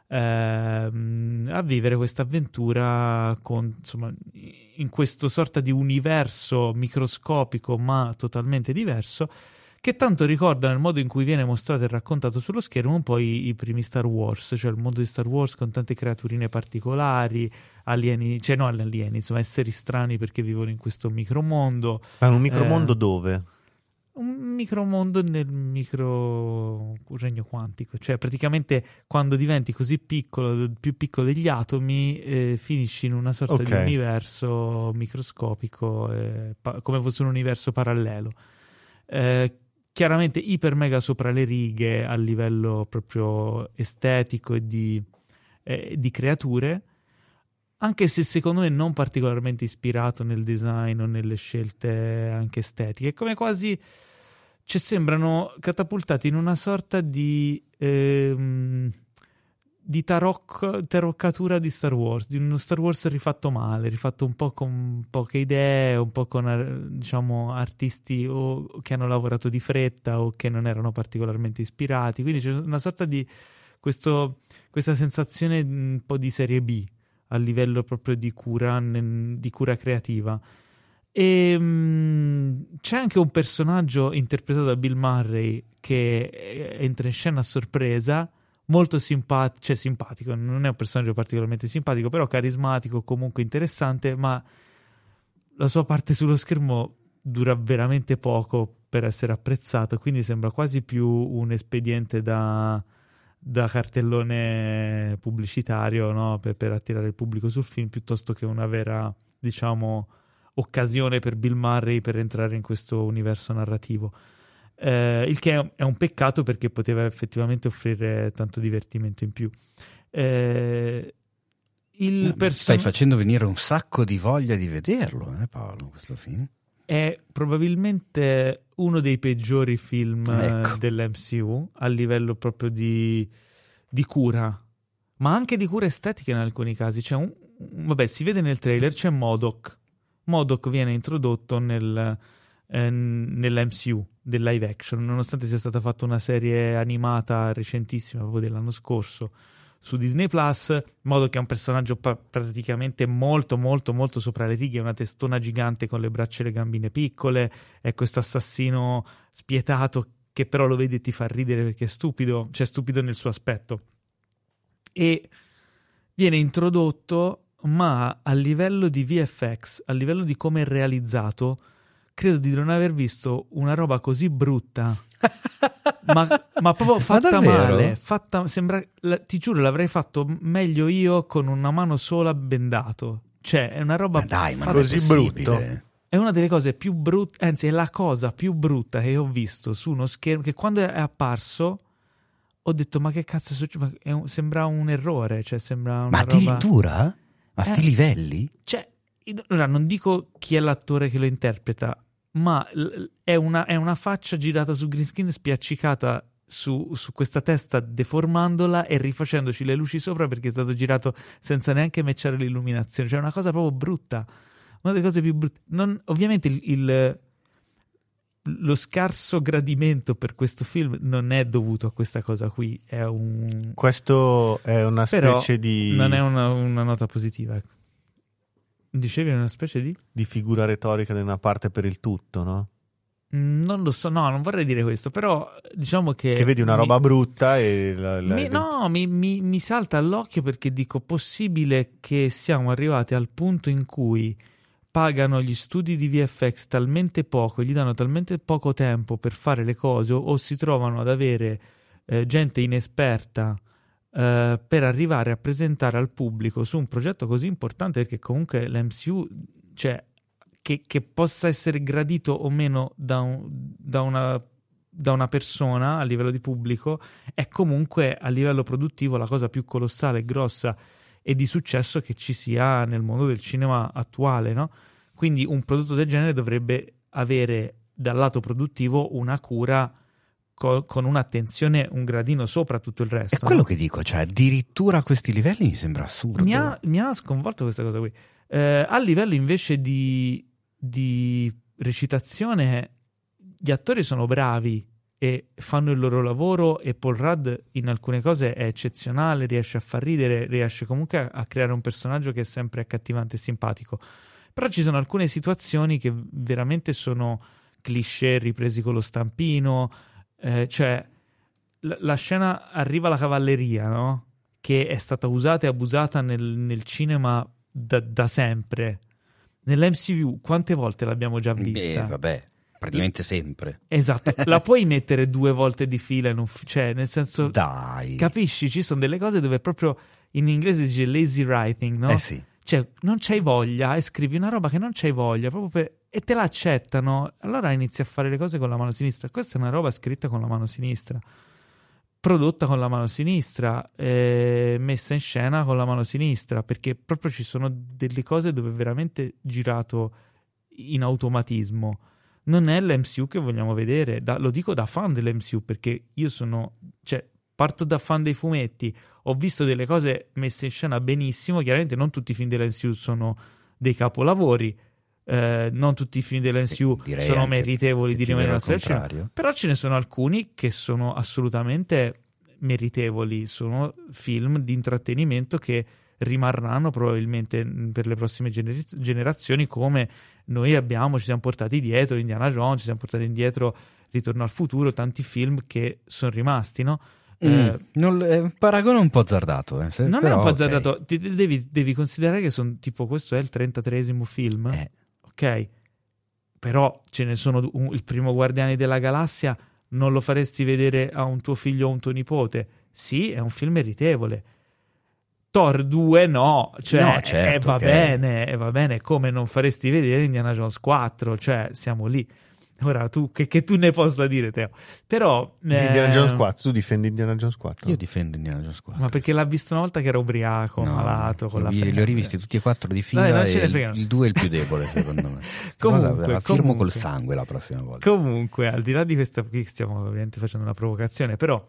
ehm, a vivere questa avventura con, insomma, in questo sorta di universo microscopico ma totalmente diverso, che tanto ricorda nel modo in cui viene mostrato e raccontato sullo schermo un po' i, i primi Star Wars, cioè il mondo di Star Wars con tante creaturine particolari, alieni, cioè no alieni, insomma esseri strani perché vivono in questo micromondo. Ma un micromondo eh, dove? Un micromondo nel micro regno quantico, cioè praticamente quando diventi così piccolo, più piccolo degli atomi, eh, finisci in una sorta Okay. di universo microscopico, eh, pa- come fosse un universo parallelo. Eh, chiaramente iper mega sopra le righe a livello proprio estetico e di, eh, di creature, anche se secondo me non particolarmente ispirato nel design o nelle scelte anche estetiche, come quasi ci sembrano catapultati in una sorta di ehm, di taroc- taroccatura di Star Wars, di uno Star Wars rifatto male, rifatto un po' con poche idee, un po' con ar- diciamo artisti o che hanno lavorato di fretta o che non erano particolarmente ispirati, quindi c'è una sorta di questo, questa sensazione un po' di serie B a livello proprio di cura, ne- di cura creativa. E mh, c'è anche un personaggio interpretato da Bill Murray che eh, entra in scena a sorpresa, molto simpatico, cioè simpatico, non è un personaggio particolarmente simpatico, però carismatico, comunque interessante, ma la sua parte sullo schermo dura veramente poco per essere apprezzato, quindi sembra quasi più un espediente da, da cartellone pubblicitario, no? per, per attirare il pubblico sul film, piuttosto che una vera, diciamo, occasione per Bill Murray per entrare in questo universo narrativo. Eh, il che è un peccato perché poteva effettivamente offrire tanto divertimento in più. Eh, il No, person- stai facendo venire un sacco di voglia di vederlo, eh, Paolo, questo film. è probabilmente uno dei peggiori film Ecco. eh, dell'M C U a livello proprio di, di cura, ma anche di cura estetica in alcuni casi. C'è un, vabbè, si vede nel trailer, c'è MODOK. MODOK viene introdotto nel, eh, nell'M C U del live action, nonostante sia stata fatta una serie animata recentissima, proprio dell'anno scorso, su Disney Plus. MODOK è un personaggio pa- praticamente molto molto molto sopra le righe, una testona gigante con le braccia e le gambine piccole, è questo assassino spietato che però lo vedi e ti fa ridere perché è stupido, cioè stupido nel suo aspetto, e viene introdotto, ma a livello di V F X, a livello di come è realizzato, credo di non aver visto una roba così brutta, ma, ma proprio fatta davvero? male, fatta, sembra, la- ti giuro l'avrei fatto meglio io con una mano sola bendato, cioè è una roba Ma dai, ma fatta- non è così possibile. brutto? è una delle cose più brutte, anzi è la cosa più brutta che ho visto su uno schermo, che quando è apparso ho detto ma che cazzo è successo. Ma è un- sembra un errore, cioè sembra una Ma roba... addirittura? A sti Eh. livelli? Cioè, ora non dico chi è l'attore che lo interpreta, ma l- è una, è una faccia girata su green screen, spiaccicata su, su questa testa, deformandola e rifacendoci le luci sopra perché è stato girato senza neanche matchare l'illuminazione. Cioè, è una cosa proprio brutta. Una delle cose più brutte. Non, ovviamente il, il- lo scarso gradimento per questo film non è dovuto a questa cosa qui, è un... Questo è una Però specie di, non è una, una nota positiva, ecco. Dicevi una specie di? di figura retorica da una parte per il tutto, no? Non lo so, no, non vorrei dire questo, però diciamo che... Che vedi una mi- roba brutta e... La, la- mi- no, mi, mi- mi salta all'occhio perché dico, possibile che siamo arrivati al punto in cui pagano gli studi di V F X talmente poco, gli danno talmente poco tempo per fare le cose, o, o si trovano ad avere eh, gente inesperta eh, per arrivare a presentare al pubblico su un progetto così importante, perché comunque l'M C U, cioè, che, che possa essere gradito o meno da, un- da una, da una persona a livello di pubblico, è comunque a livello produttivo la cosa più colossale, grossa e di successo che ci sia nel mondo del cinema attuale, no? Quindi un prodotto del genere dovrebbe avere dal lato produttivo una cura co- con un'attenzione un gradino sopra tutto il resto. È quello no? che dico, cioè addirittura a questi livelli mi sembra assurdo. Mi ha, mi ha sconvolto questa cosa qui. Eh, a livello invece di, di recitazione, gli attori sono bravi e fanno il loro lavoro, e Paul Rudd in alcune cose è eccezionale, riesce a far ridere, riesce comunque a, a creare un personaggio che è sempre accattivante e simpatico. Però ci sono alcune situazioni che veramente sono cliché ripresi con lo stampino, eh, cioè la, la scena arriva la cavalleria, no? Che è stata usata e abusata nel, nel cinema da, da sempre. Nell'M C U quante volte l'abbiamo già vista? Beh, vabbè, praticamente sempre. Esatto, la puoi mettere due volte di fila in un f- cioè nel senso, Dai. capisci? Ci sono delle cose dove proprio in inglese si dice lazy writing, no? Eh sì. Cioè non c'hai voglia e scrivi una roba che non c'hai voglia proprio per... e te la accettano, allora inizi a fare le cose con la mano sinistra. Questa è una roba scritta con la mano sinistra, prodotta con la mano sinistra, eh, messa in scena con la mano sinistra, perché proprio ci sono delle cose dove è veramente girato in automatismo. Non è l'M C U che vogliamo vedere, da- lo dico da fan dell'M C U, perché io sono, cioè, parto da fan dei fumetti, ho visto delle cose messe in scena benissimo, chiaramente non tutti i film dell'M C U sono dei capolavori, eh, non tutti i film dell'M C U Direi sono anche meritevoli che di più rimanere vero alla il storia del cinema, contrario. però ce ne sono alcuni che sono assolutamente meritevoli, sono film di intrattenimento che rimarranno probabilmente per le prossime gener- generazioni, come noi abbiamo, ci siamo portati dietro Indiana Jones, ci siamo portati indietro Ritorno al futuro, tanti film che sono rimasti, no? Mm, Eh, non, è un paragone un po' azzardato. Eh, se- non però, è un po' ok. azzardato, ti- ti devi, devi considerare che sono tipo, questo è il trentatreesimo film, Eh, ok? Però ce ne sono, un- il primo Guardiani della Galassia non lo faresti vedere a un tuo figlio o un tuo nipote? Sì, è un film meritevole. Thor due no, cioè No, certo, eh, va ok. bene, eh, va bene, come non faresti vedere Indiana Jones quattro, cioè siamo lì. Ora tu, che, che tu ne possa dire, Teo, però Di Indiana eh, Jones quattro, tu difendi Indiana Jones quattro? io difendo Indiana Jones quattro. ma perché l'ha visto una volta che era ubriaco, No, malato, con li, la li ho febbre. rivisti tutti e quattro di fila. Dai, non ce ne e frega. il due è il più debole, secondo me. Questa Comunque, cosa la firmo comunque. col sangue la prossima volta. Comunque, al di là di questa, qui stiamo ovviamente facendo una provocazione, però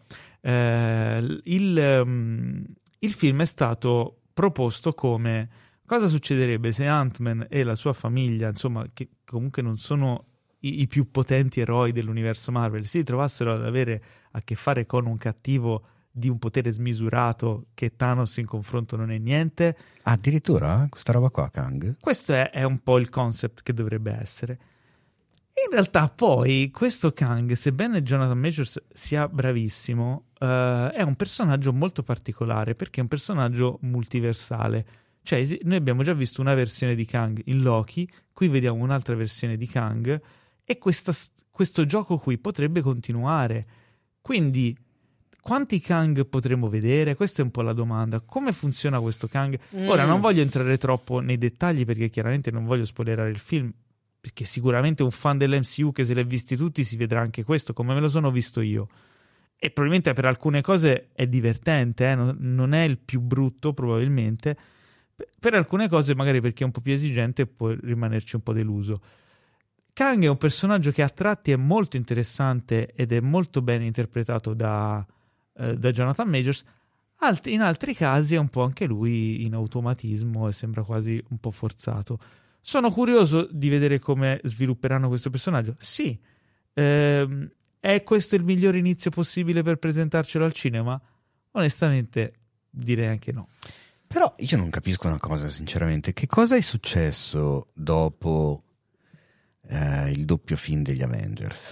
eh, il, ehm, il film è stato proposto come cosa succederebbe se Ant-Man e la sua famiglia, insomma, che comunque non sono i, i più potenti eroi dell'universo Marvel, si trovassero ad avere a che fare con un cattivo di un potere smisurato che Thanos in confronto non è niente. Ah, addirittura eh? Questa roba qua, Kang? Questo è, è un po' il concept che dovrebbe essere. In realtà poi questo Kang, sebbene Jonathan Majors sia bravissimo, eh, è un personaggio molto particolare perché è un personaggio multiversale. Cioè esi- noi abbiamo già visto una versione di Kang in Loki, qui vediamo un'altra versione di Kang e questa, questo gioco qui potrebbe continuare. Quindi quanti Kang potremo vedere? Questa è un po' la domanda. Come funziona questo Kang? Ora non voglio entrare troppo nei dettagli perché chiaramente non voglio spoilerare il film, perché sicuramente un fan dell'M C U che se l'è visti tutti si vedrà anche questo, come me lo sono visto io. E probabilmente per alcune cose è divertente, eh? non, non è il più brutto probabilmente. Per alcune cose, magari perché è un po' più esigente, può rimanerci un po' deluso. Kang è un personaggio che a tratti è molto interessante ed è molto ben interpretato da, eh, da Jonathan Majors. Alt- in altri casi è un po' anche lui in automatismo e sembra quasi un po' forzato. Sono curioso di vedere come svilupperanno questo personaggio. Sì. Ehm, è questo il migliore inizio possibile per presentarcelo al cinema? Onestamente direi anche no. Però io non capisco una cosa, sinceramente. Che cosa è successo dopo eh, il doppio film degli Avengers.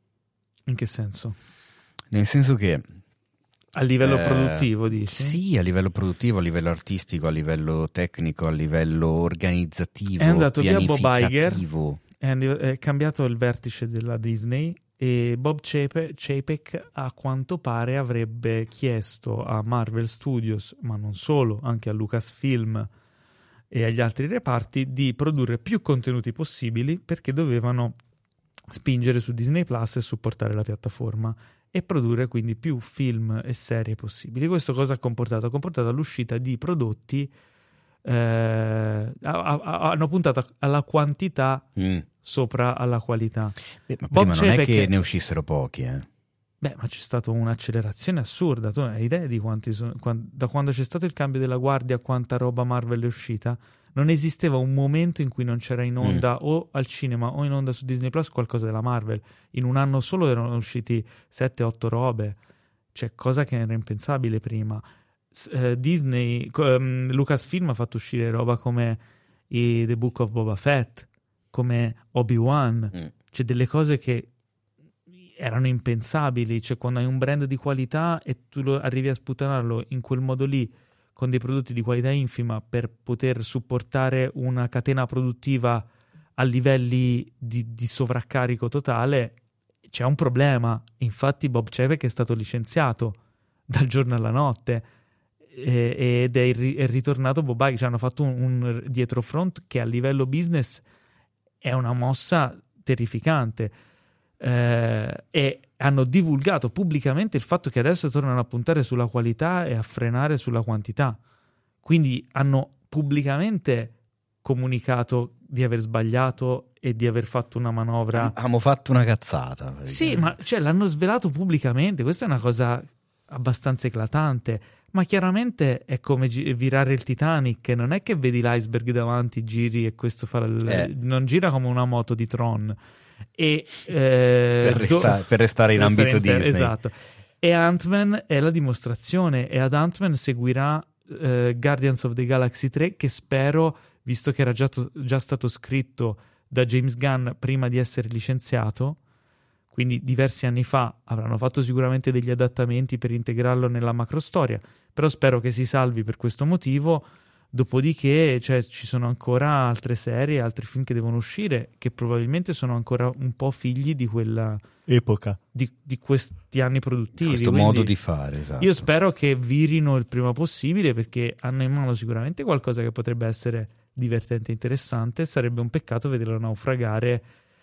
In che senso? Nel senso che A livello eh, produttivo, dici? Sì, a livello produttivo, a livello artistico, a livello tecnico, a livello organizzativo, È andato via Bob Iger, pianificativo. è, and- è cambiato il vertice della Disney e Bob Chapek, Chapek a quanto pare avrebbe chiesto a Marvel Studios, ma non solo, anche a Lucasfilm e agli altri reparti, di produrre più contenuti possibili perché dovevano spingere su Disney Plus e supportare la piattaforma e produrre quindi più film e serie possibili. Questo cosa ha comportato? Ha comportato l'uscita di prodotti eh, a- a- hanno puntato alla quantità Mm. sopra alla qualità. Beh, ma Bob prima non è Chapek- che ne uscissero pochi, eh. Beh, ma c'è stata un'accelerazione assurda. Tu hai idea di quanti sono, quan- da quando c'è stato il cambio della guardia, quanta roba Marvel è uscita? Non esisteva un momento in cui non c'era in onda Mm. o al cinema o in onda su Disney Plus qualcosa della Marvel. In un anno solo erano usciti sette otto robe, cioè cosa che era impensabile prima. S- eh, Disney, co- ehm, Lucasfilm ha fatto uscire roba come i The Book of Boba Fett, come Obi-Wan, Mm. c'è delle cose che erano impensabili, cioè quando hai un brand di qualità e tu lo arrivi a sputtanarlo in quel modo lì con dei prodotti di qualità infima per poter supportare una catena produttiva a livelli di, di sovraccarico totale, c'è un problema. Infatti Bob Chapek è stato licenziato dal giorno alla notte e- ed è, ri- è ritornato Bob Iger. Cioè hanno fatto un, un dietrofront che a livello business è una mossa terrificante. Eh, e hanno divulgato pubblicamente il fatto che adesso tornano a puntare sulla qualità e a frenare sulla quantità. Quindi hanno pubblicamente comunicato di aver sbagliato e di aver fatto una manovra. Abbiamo fatto una cazzata. Sì, ma cioè, l'hanno svelato pubblicamente. Questa è una cosa abbastanza eclatante. Ma chiaramente è come gi- virare il Titanic. Non è che vedi l'iceberg davanti, giri e questo fa il- Eh. non gira come una moto di Tron. E, eh, Per, resta- per restare in per stare ambito in te- Disney. Esatto. E Ant-Man è la dimostrazione. E ad Ant-Man seguirà eh, Guardians of the Galaxy tre, che spero, visto che era già, to- già stato scritto da James Gunn prima di essere licenziato, quindi diversi anni fa, avranno fatto sicuramente degli adattamenti per integrarlo nella macrostoria, però spero che si salvi per questo motivo. Dopodiché, cioè, ci sono ancora altre serie, altri film che devono uscire, che probabilmente sono ancora un po' figli di quella Epoca. di, di questi anni produttivi. Questo Quindi modo di fare, esatto. io spero che virino il prima possibile, perché hanno in mano sicuramente qualcosa che potrebbe essere divertente e interessante. Sarebbe un peccato vederlo naufragare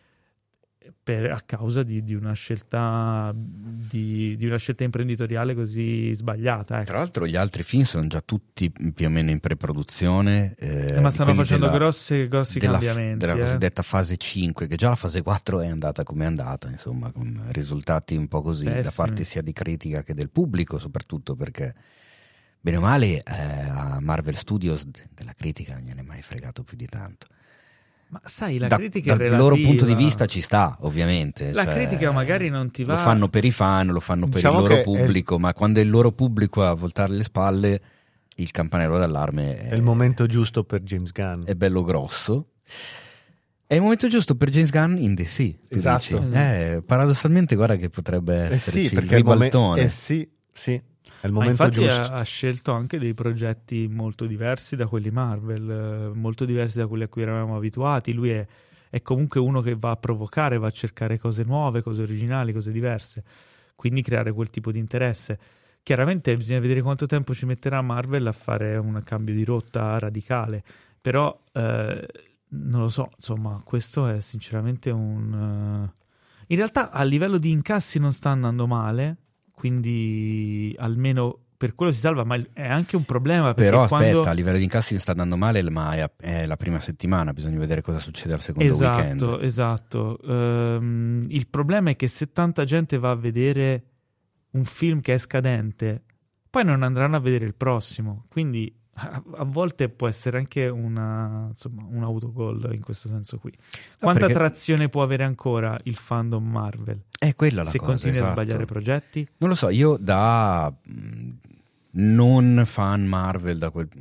per, a causa di, di una scelta di, di una scelta imprenditoriale così sbagliata, ecco. Tra l'altro gli altri film sono già tutti più o meno in preproduzione, eh, Ma stanno quelli facendo della- grossi, grossi della, cambiamenti. della eh. cosiddetta fase cinque, che già la fase quattro è andata come è andata, insomma, con risultati un po' così da Pessimi. parte sia di critica che del pubblico, soprattutto perché bene o male eh, a Marvel Studios de- della critica non gliene è mai fregato più di tanto. Ma sai, la Da- critica è dal relativa. loro punto di vista ci sta, ovviamente. La cioè, critica magari non ti va. Lo fanno per i fan, lo fanno per Diciamo il loro che è- pubblico, ma quando è il loro pubblico a voltare le spalle, il campanello d'allarme è, È il momento giusto per James Gunn. è bello grosso. È il momento giusto per James Gunn in D C. tu Esatto. dici. Eh, paradossalmente, guarda che potrebbe Eh esserci sì, il perché è il momento. ribaltone. Eh sì, sì, è il Ma momento infatti giusto. ha, ha scelto anche dei progetti molto diversi da quelli Marvel, eh, molto diversi da quelli a cui eravamo abituati. Lui è, è comunque uno che va a provocare, va a cercare cose nuove, cose originali, cose diverse, quindi creare quel tipo di interesse. Chiaramente bisogna vedere quanto tempo ci metterà Marvel a fare un cambio di rotta radicale, però eh, non lo so, insomma, questo è sinceramente un... eh, in realtà a livello di incassi non sta andando male, quindi almeno per quello si salva, ma è anche un problema perché Però quando... aspetta, a livello di incassi sta andando male, ma è, è la prima settimana, bisogna vedere cosa succede al secondo Esatto, weekend. esatto. Ehm, il problema è che se tanta gente va a vedere un film che è scadente, poi non andranno a vedere il prossimo, quindi a, a volte può essere anche una, insomma, un autogol in questo senso qui. Quanta perché- trazione può avere ancora il fandom Marvel È quella la se cosa, continui esatto. a sbagliare progetti? Non lo so, io da mh, non fan Marvel, da quel,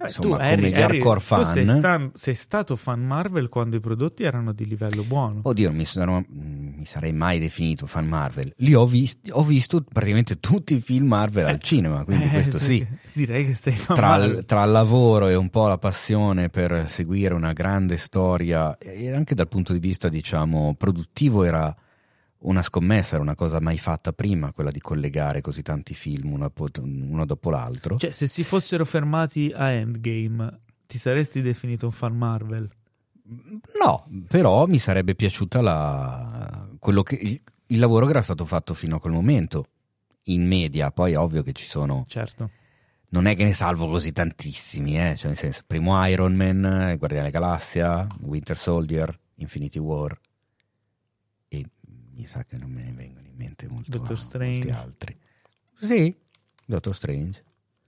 insomma, tu, Harry, come gli Harry, hardcore tu fan. sei, stan- sei stato fan Marvel quando i prodotti erano di livello buono. Oddio, mi, sono, mi sarei mai definito fan Marvel. Lì ho, visti, ho visto praticamente tutti i film Marvel al cinema, quindi Eh, questo sì. Direi che sei fan Tra Marvel. il, tra il lavoro e un po' la passione per seguire una grande storia, e anche dal punto di vista, diciamo, produttivo, era una scommessa, era una cosa mai fatta prima, quella di collegare così tanti film uno, uno dopo l'altro. Cioè, se si fossero fermati a Endgame, ti saresti definito un fan Marvel? No, però mi sarebbe piaciuta la, quello che, il, il lavoro che era stato fatto fino a quel momento, in media. Poi è ovvio che ci sono... Certo. Non è che ne salvo così tantissimi, eh? Cioè, nel senso, primo Iron Man, Guardiani della Galassia, Winter Soldier, Infinity War, e mi sa che non me ne vengono in mente molto, Doctor molti Strange. altri. Sì, Doctor Strange.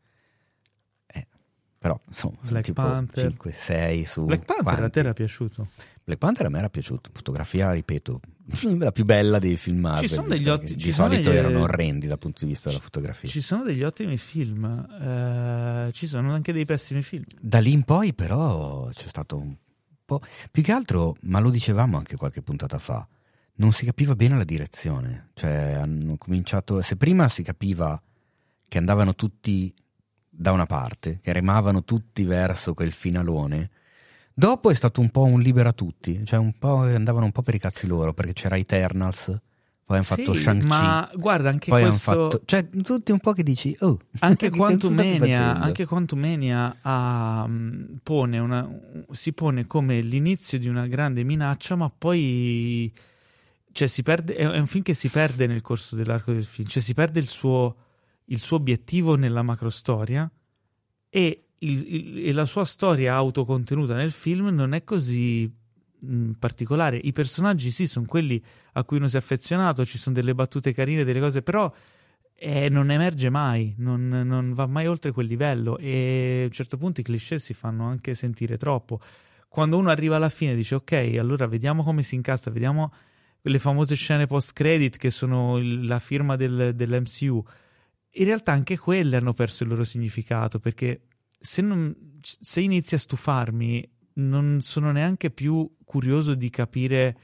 Eh, però insomma, sono Black tipo Panther. cinque sei su Black Panther a quanti? te era piaciuto? Black Panther a me era piaciuto, fotografia, ripeto, la più bella dei film Marvel, Ci sono visto degli otti- che ci di sono solito degli- erano orrendi dal punto di vista della fotografia. Ci sono degli ottimi film, eh, ci sono anche dei pessimi film. Da lì in poi però c'è stato un po', più che altro, ma lo dicevamo anche qualche puntata fa, non si capiva bene la direzione. Cioè hanno cominciato, se prima si capiva che andavano tutti da una parte, che remavano tutti verso quel finalone, dopo è stato un po' un libera tutti, cioè un po' andavano un po' per i cazzi loro, perché c'era Eternals, poi hanno fatto Sì, Shang-Chi, ma guarda, anche poi hanno questo... fatto, cioè tutti un po' che dici oh, Anche che cazzo state Quantumania, facendo? anche Quantumania ha, mh, pone una, si pone come l'inizio di una grande minaccia, ma poi cioè, si perde, è un film che si perde nel corso dell'arco del film, cioè si perde il suo, il suo obiettivo nella macrostoria e, il, il, e la sua storia autocontenuta nel film non è così mh, particolare. I personaggi sì, sono quelli a cui uno si è affezionato, ci sono delle battute carine, delle cose, però eh, non emerge mai, non, non va mai oltre quel livello e a un certo punto i cliché si fanno anche sentire troppo. Quando uno arriva alla fine dice ok, allora vediamo come si incastra, vediamo le famose scene post-credit che sono il, la firma del, dell'M C U. In realtà anche quelle hanno perso il loro significato, perché se, non, se inizi a stufarmi non sono neanche più curioso di capire,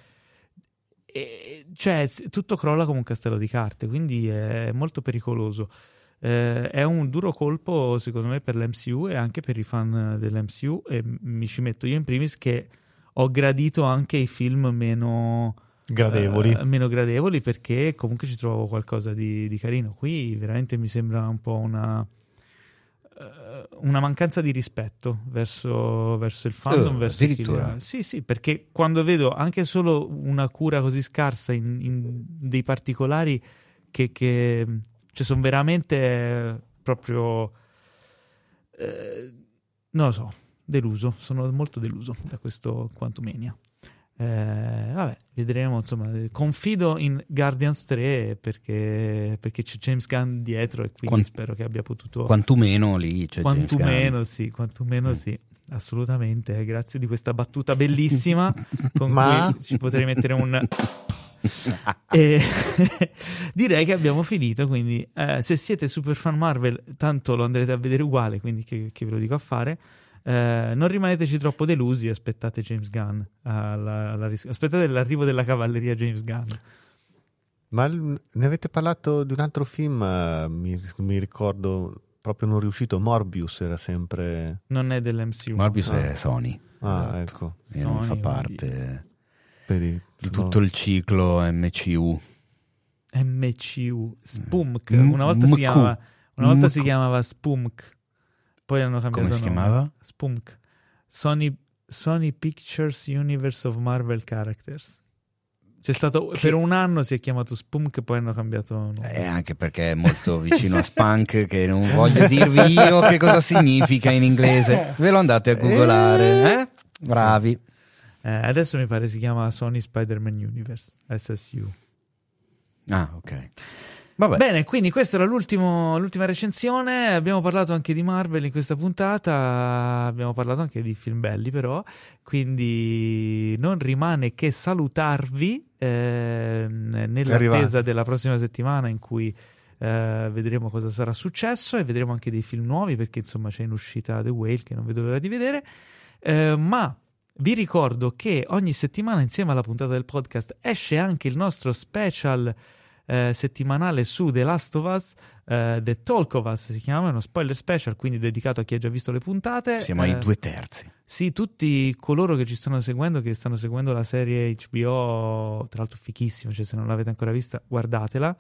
e, cioè tutto crolla come un castello di carte, quindi è molto pericoloso. Eh, è un duro colpo secondo me per l'M C U e anche per i fan dell'M C U, e mi ci metto io in primis, che ho gradito anche i film meno gradevoli, eh, meno gradevoli, perché comunque ci trovavo qualcosa di, di carino. Qui veramente mi sembra un po' una una mancanza di rispetto verso, verso il fandom, uh, verso addirittura. chi... Sì, sì, perché quando vedo anche solo una cura così scarsa in, in dei particolari che, che cioè sono veramente proprio eh, non lo so, deluso, sono molto deluso da questo Quantumania. Eh, vabbè, vedremo, insomma, confido in Guardians tre perché, perché c'è James Gunn dietro e quindi Quant- spero che abbia potuto quantumeno lì c'è quantumeno James sì, quantumeno mm. sì, assolutamente, eh, grazie di questa battuta bellissima con Ma... cui ci potrei mettere un e direi che abbiamo finito, quindi eh, se siete super fan Marvel tanto lo andrete a vedere uguale, quindi che, che ve lo dico a fare. Eh, non rimaneteci troppo delusi, aspettate James Gunn alla, alla ris- aspettate l'arrivo della cavalleria James Gunn. Ma ne avete parlato di un altro film, uh, mi, mi ricordo, proprio non riuscito, Morbius era sempre... Non è dell'M C U. Morbius ah. è Sony, Ah, ecco. e non Sony, fa parte Vedi, di sono- tutto il ciclo M C U. M C U Spumk, M- una volta M Q. si chiamava una volta M Q. si chiamava Spumk, poi hanno cambiato Come si nome. chiamava? Spumk. Sony, Sony Pictures Universe of Marvel Characters. C'è stato Che- per un anno si è chiamato Spumk, poi hanno cambiato nome. Eh, anche perché è molto vicino a Spunk, che non voglio dirvi io che cosa significa in inglese. Ve lo andate a googolare, eh? Bravi. Eh, adesso mi pare si chiama Sony Spider-Man Universe, S S U. Ah, ok. Vabbè. Bene, quindi questa era l'ultimo, l'ultima recensione. Abbiamo parlato anche di Marvel in questa puntata, abbiamo parlato anche di film belli però, quindi non rimane che salutarvi eh, nell'attesa Arriva. della prossima settimana in cui eh, vedremo cosa sarà successo e vedremo anche dei film nuovi, perché insomma c'è in uscita The Whale che non vedo l'ora di vedere, eh, ma vi ricordo che ogni settimana insieme alla puntata del podcast esce anche il nostro special eh, settimanale su The Last of Us, eh, The Talk of Us si chiama, è uno spoiler special, quindi dedicato a chi ha già visto le puntate. Siamo eh, ai due terzi. Sì, tutti coloro che ci stanno seguendo, che stanno seguendo la serie H B O, tra l'altro fichissima, cioè se non l'avete ancora vista guardatela.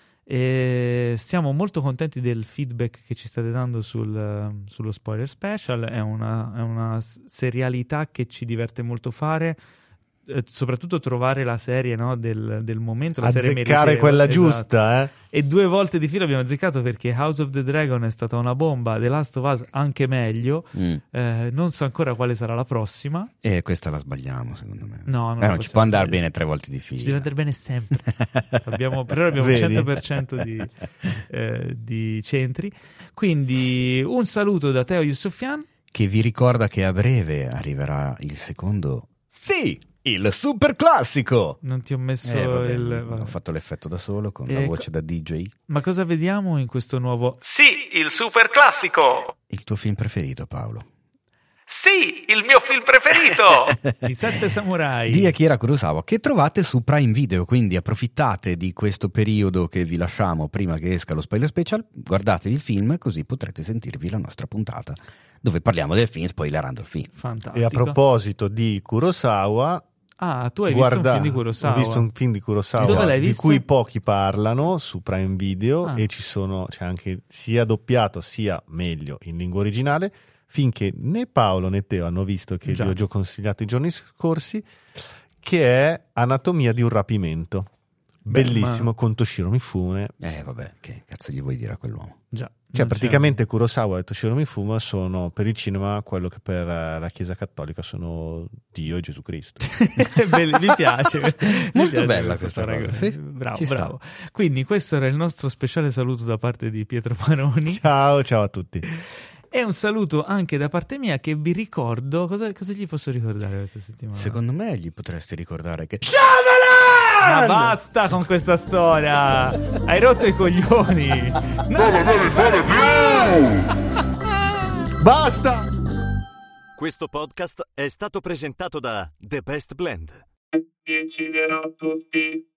E siamo molto contenti del feedback che ci state dando sul, sullo spoiler special. È una, è una serialità che ci diverte molto fare, eh, soprattutto trovare la serie, no, del, del momento, la serie azzeccare meritevole, quella esatto. giusta, eh? E due volte di fila abbiamo azzeccato, perché House of the Dragon è stata una bomba, The Last of Us anche meglio, Mm. eh, non so ancora quale sarà la prossima. E questa la sbagliamo, secondo me. No, non Eh, la non ci possiamo può andare sbagliare. bene tre volte di fila. Ci deve andare bene sempre. abbiamo, per ora abbiamo il Vedi? cento per cento di, eh, di centri. Quindi un saluto da Teo Yusufian. Che vi ricorda che a breve arriverà il secondo... Sì! Il super classico! Non ti ho messo Eh, vabbè, il... vabbè. ho fatto l'effetto da solo con E la co- voce da D J. Ma cosa vediamo in questo nuovo... Sì, il super classico! Il tuo film preferito, Paolo? Sì, il mio film preferito! I Sette Samurai. Di Akira Kurosawa, che trovate su Prime Video, quindi approfittate di questo periodo che vi lasciamo prima che esca lo spoiler special, guardatevi il film così potrete sentirvi la nostra puntata dove parliamo del film spoilerando il film. Fantastico. E a proposito di Kurosawa, Ah, tu hai guarda, visto un film di Kurosawa? ho visto un film di Kurosawa Dove l'hai di visto? cui pochi parlano su Prime Video, Ah. e ci sono, c'è anche sia doppiato sia meglio in lingua originale, finché né Paolo né Teo hanno visto, che Già. vi ho già consigliato i giorni scorsi, che è Anatomia di un rapimento. Beh, Bellissimo, ma- con Toshiro Mifune. Eh vabbè, che cazzo gli vuoi dire a quell'uomo? Già. Cioè, non c'è- praticamente Kurosawa e Toshiro Mifune sono per il cinema quello che per eh, la Chiesa Cattolica sono Dio e Gesù Cristo. Belli- mi piace. Mi Molto piace bella questa cosa, ragione. sì, Bravo, ci sta. bravo. Quindi questo era il nostro speciale saluto da parte di Pietro Maroni. Ciao, ciao a tutti. E un saluto anche da parte mia, che vi ricordo... Cosa, cosa gli posso ricordare questa settimana? Secondo me gli potresti ricordare che... Ma basta con questa storia! Hai rotto i coglioni! No, Basta! Questo podcast è stato presentato da The Best Blend. Vi ucciderò tutti.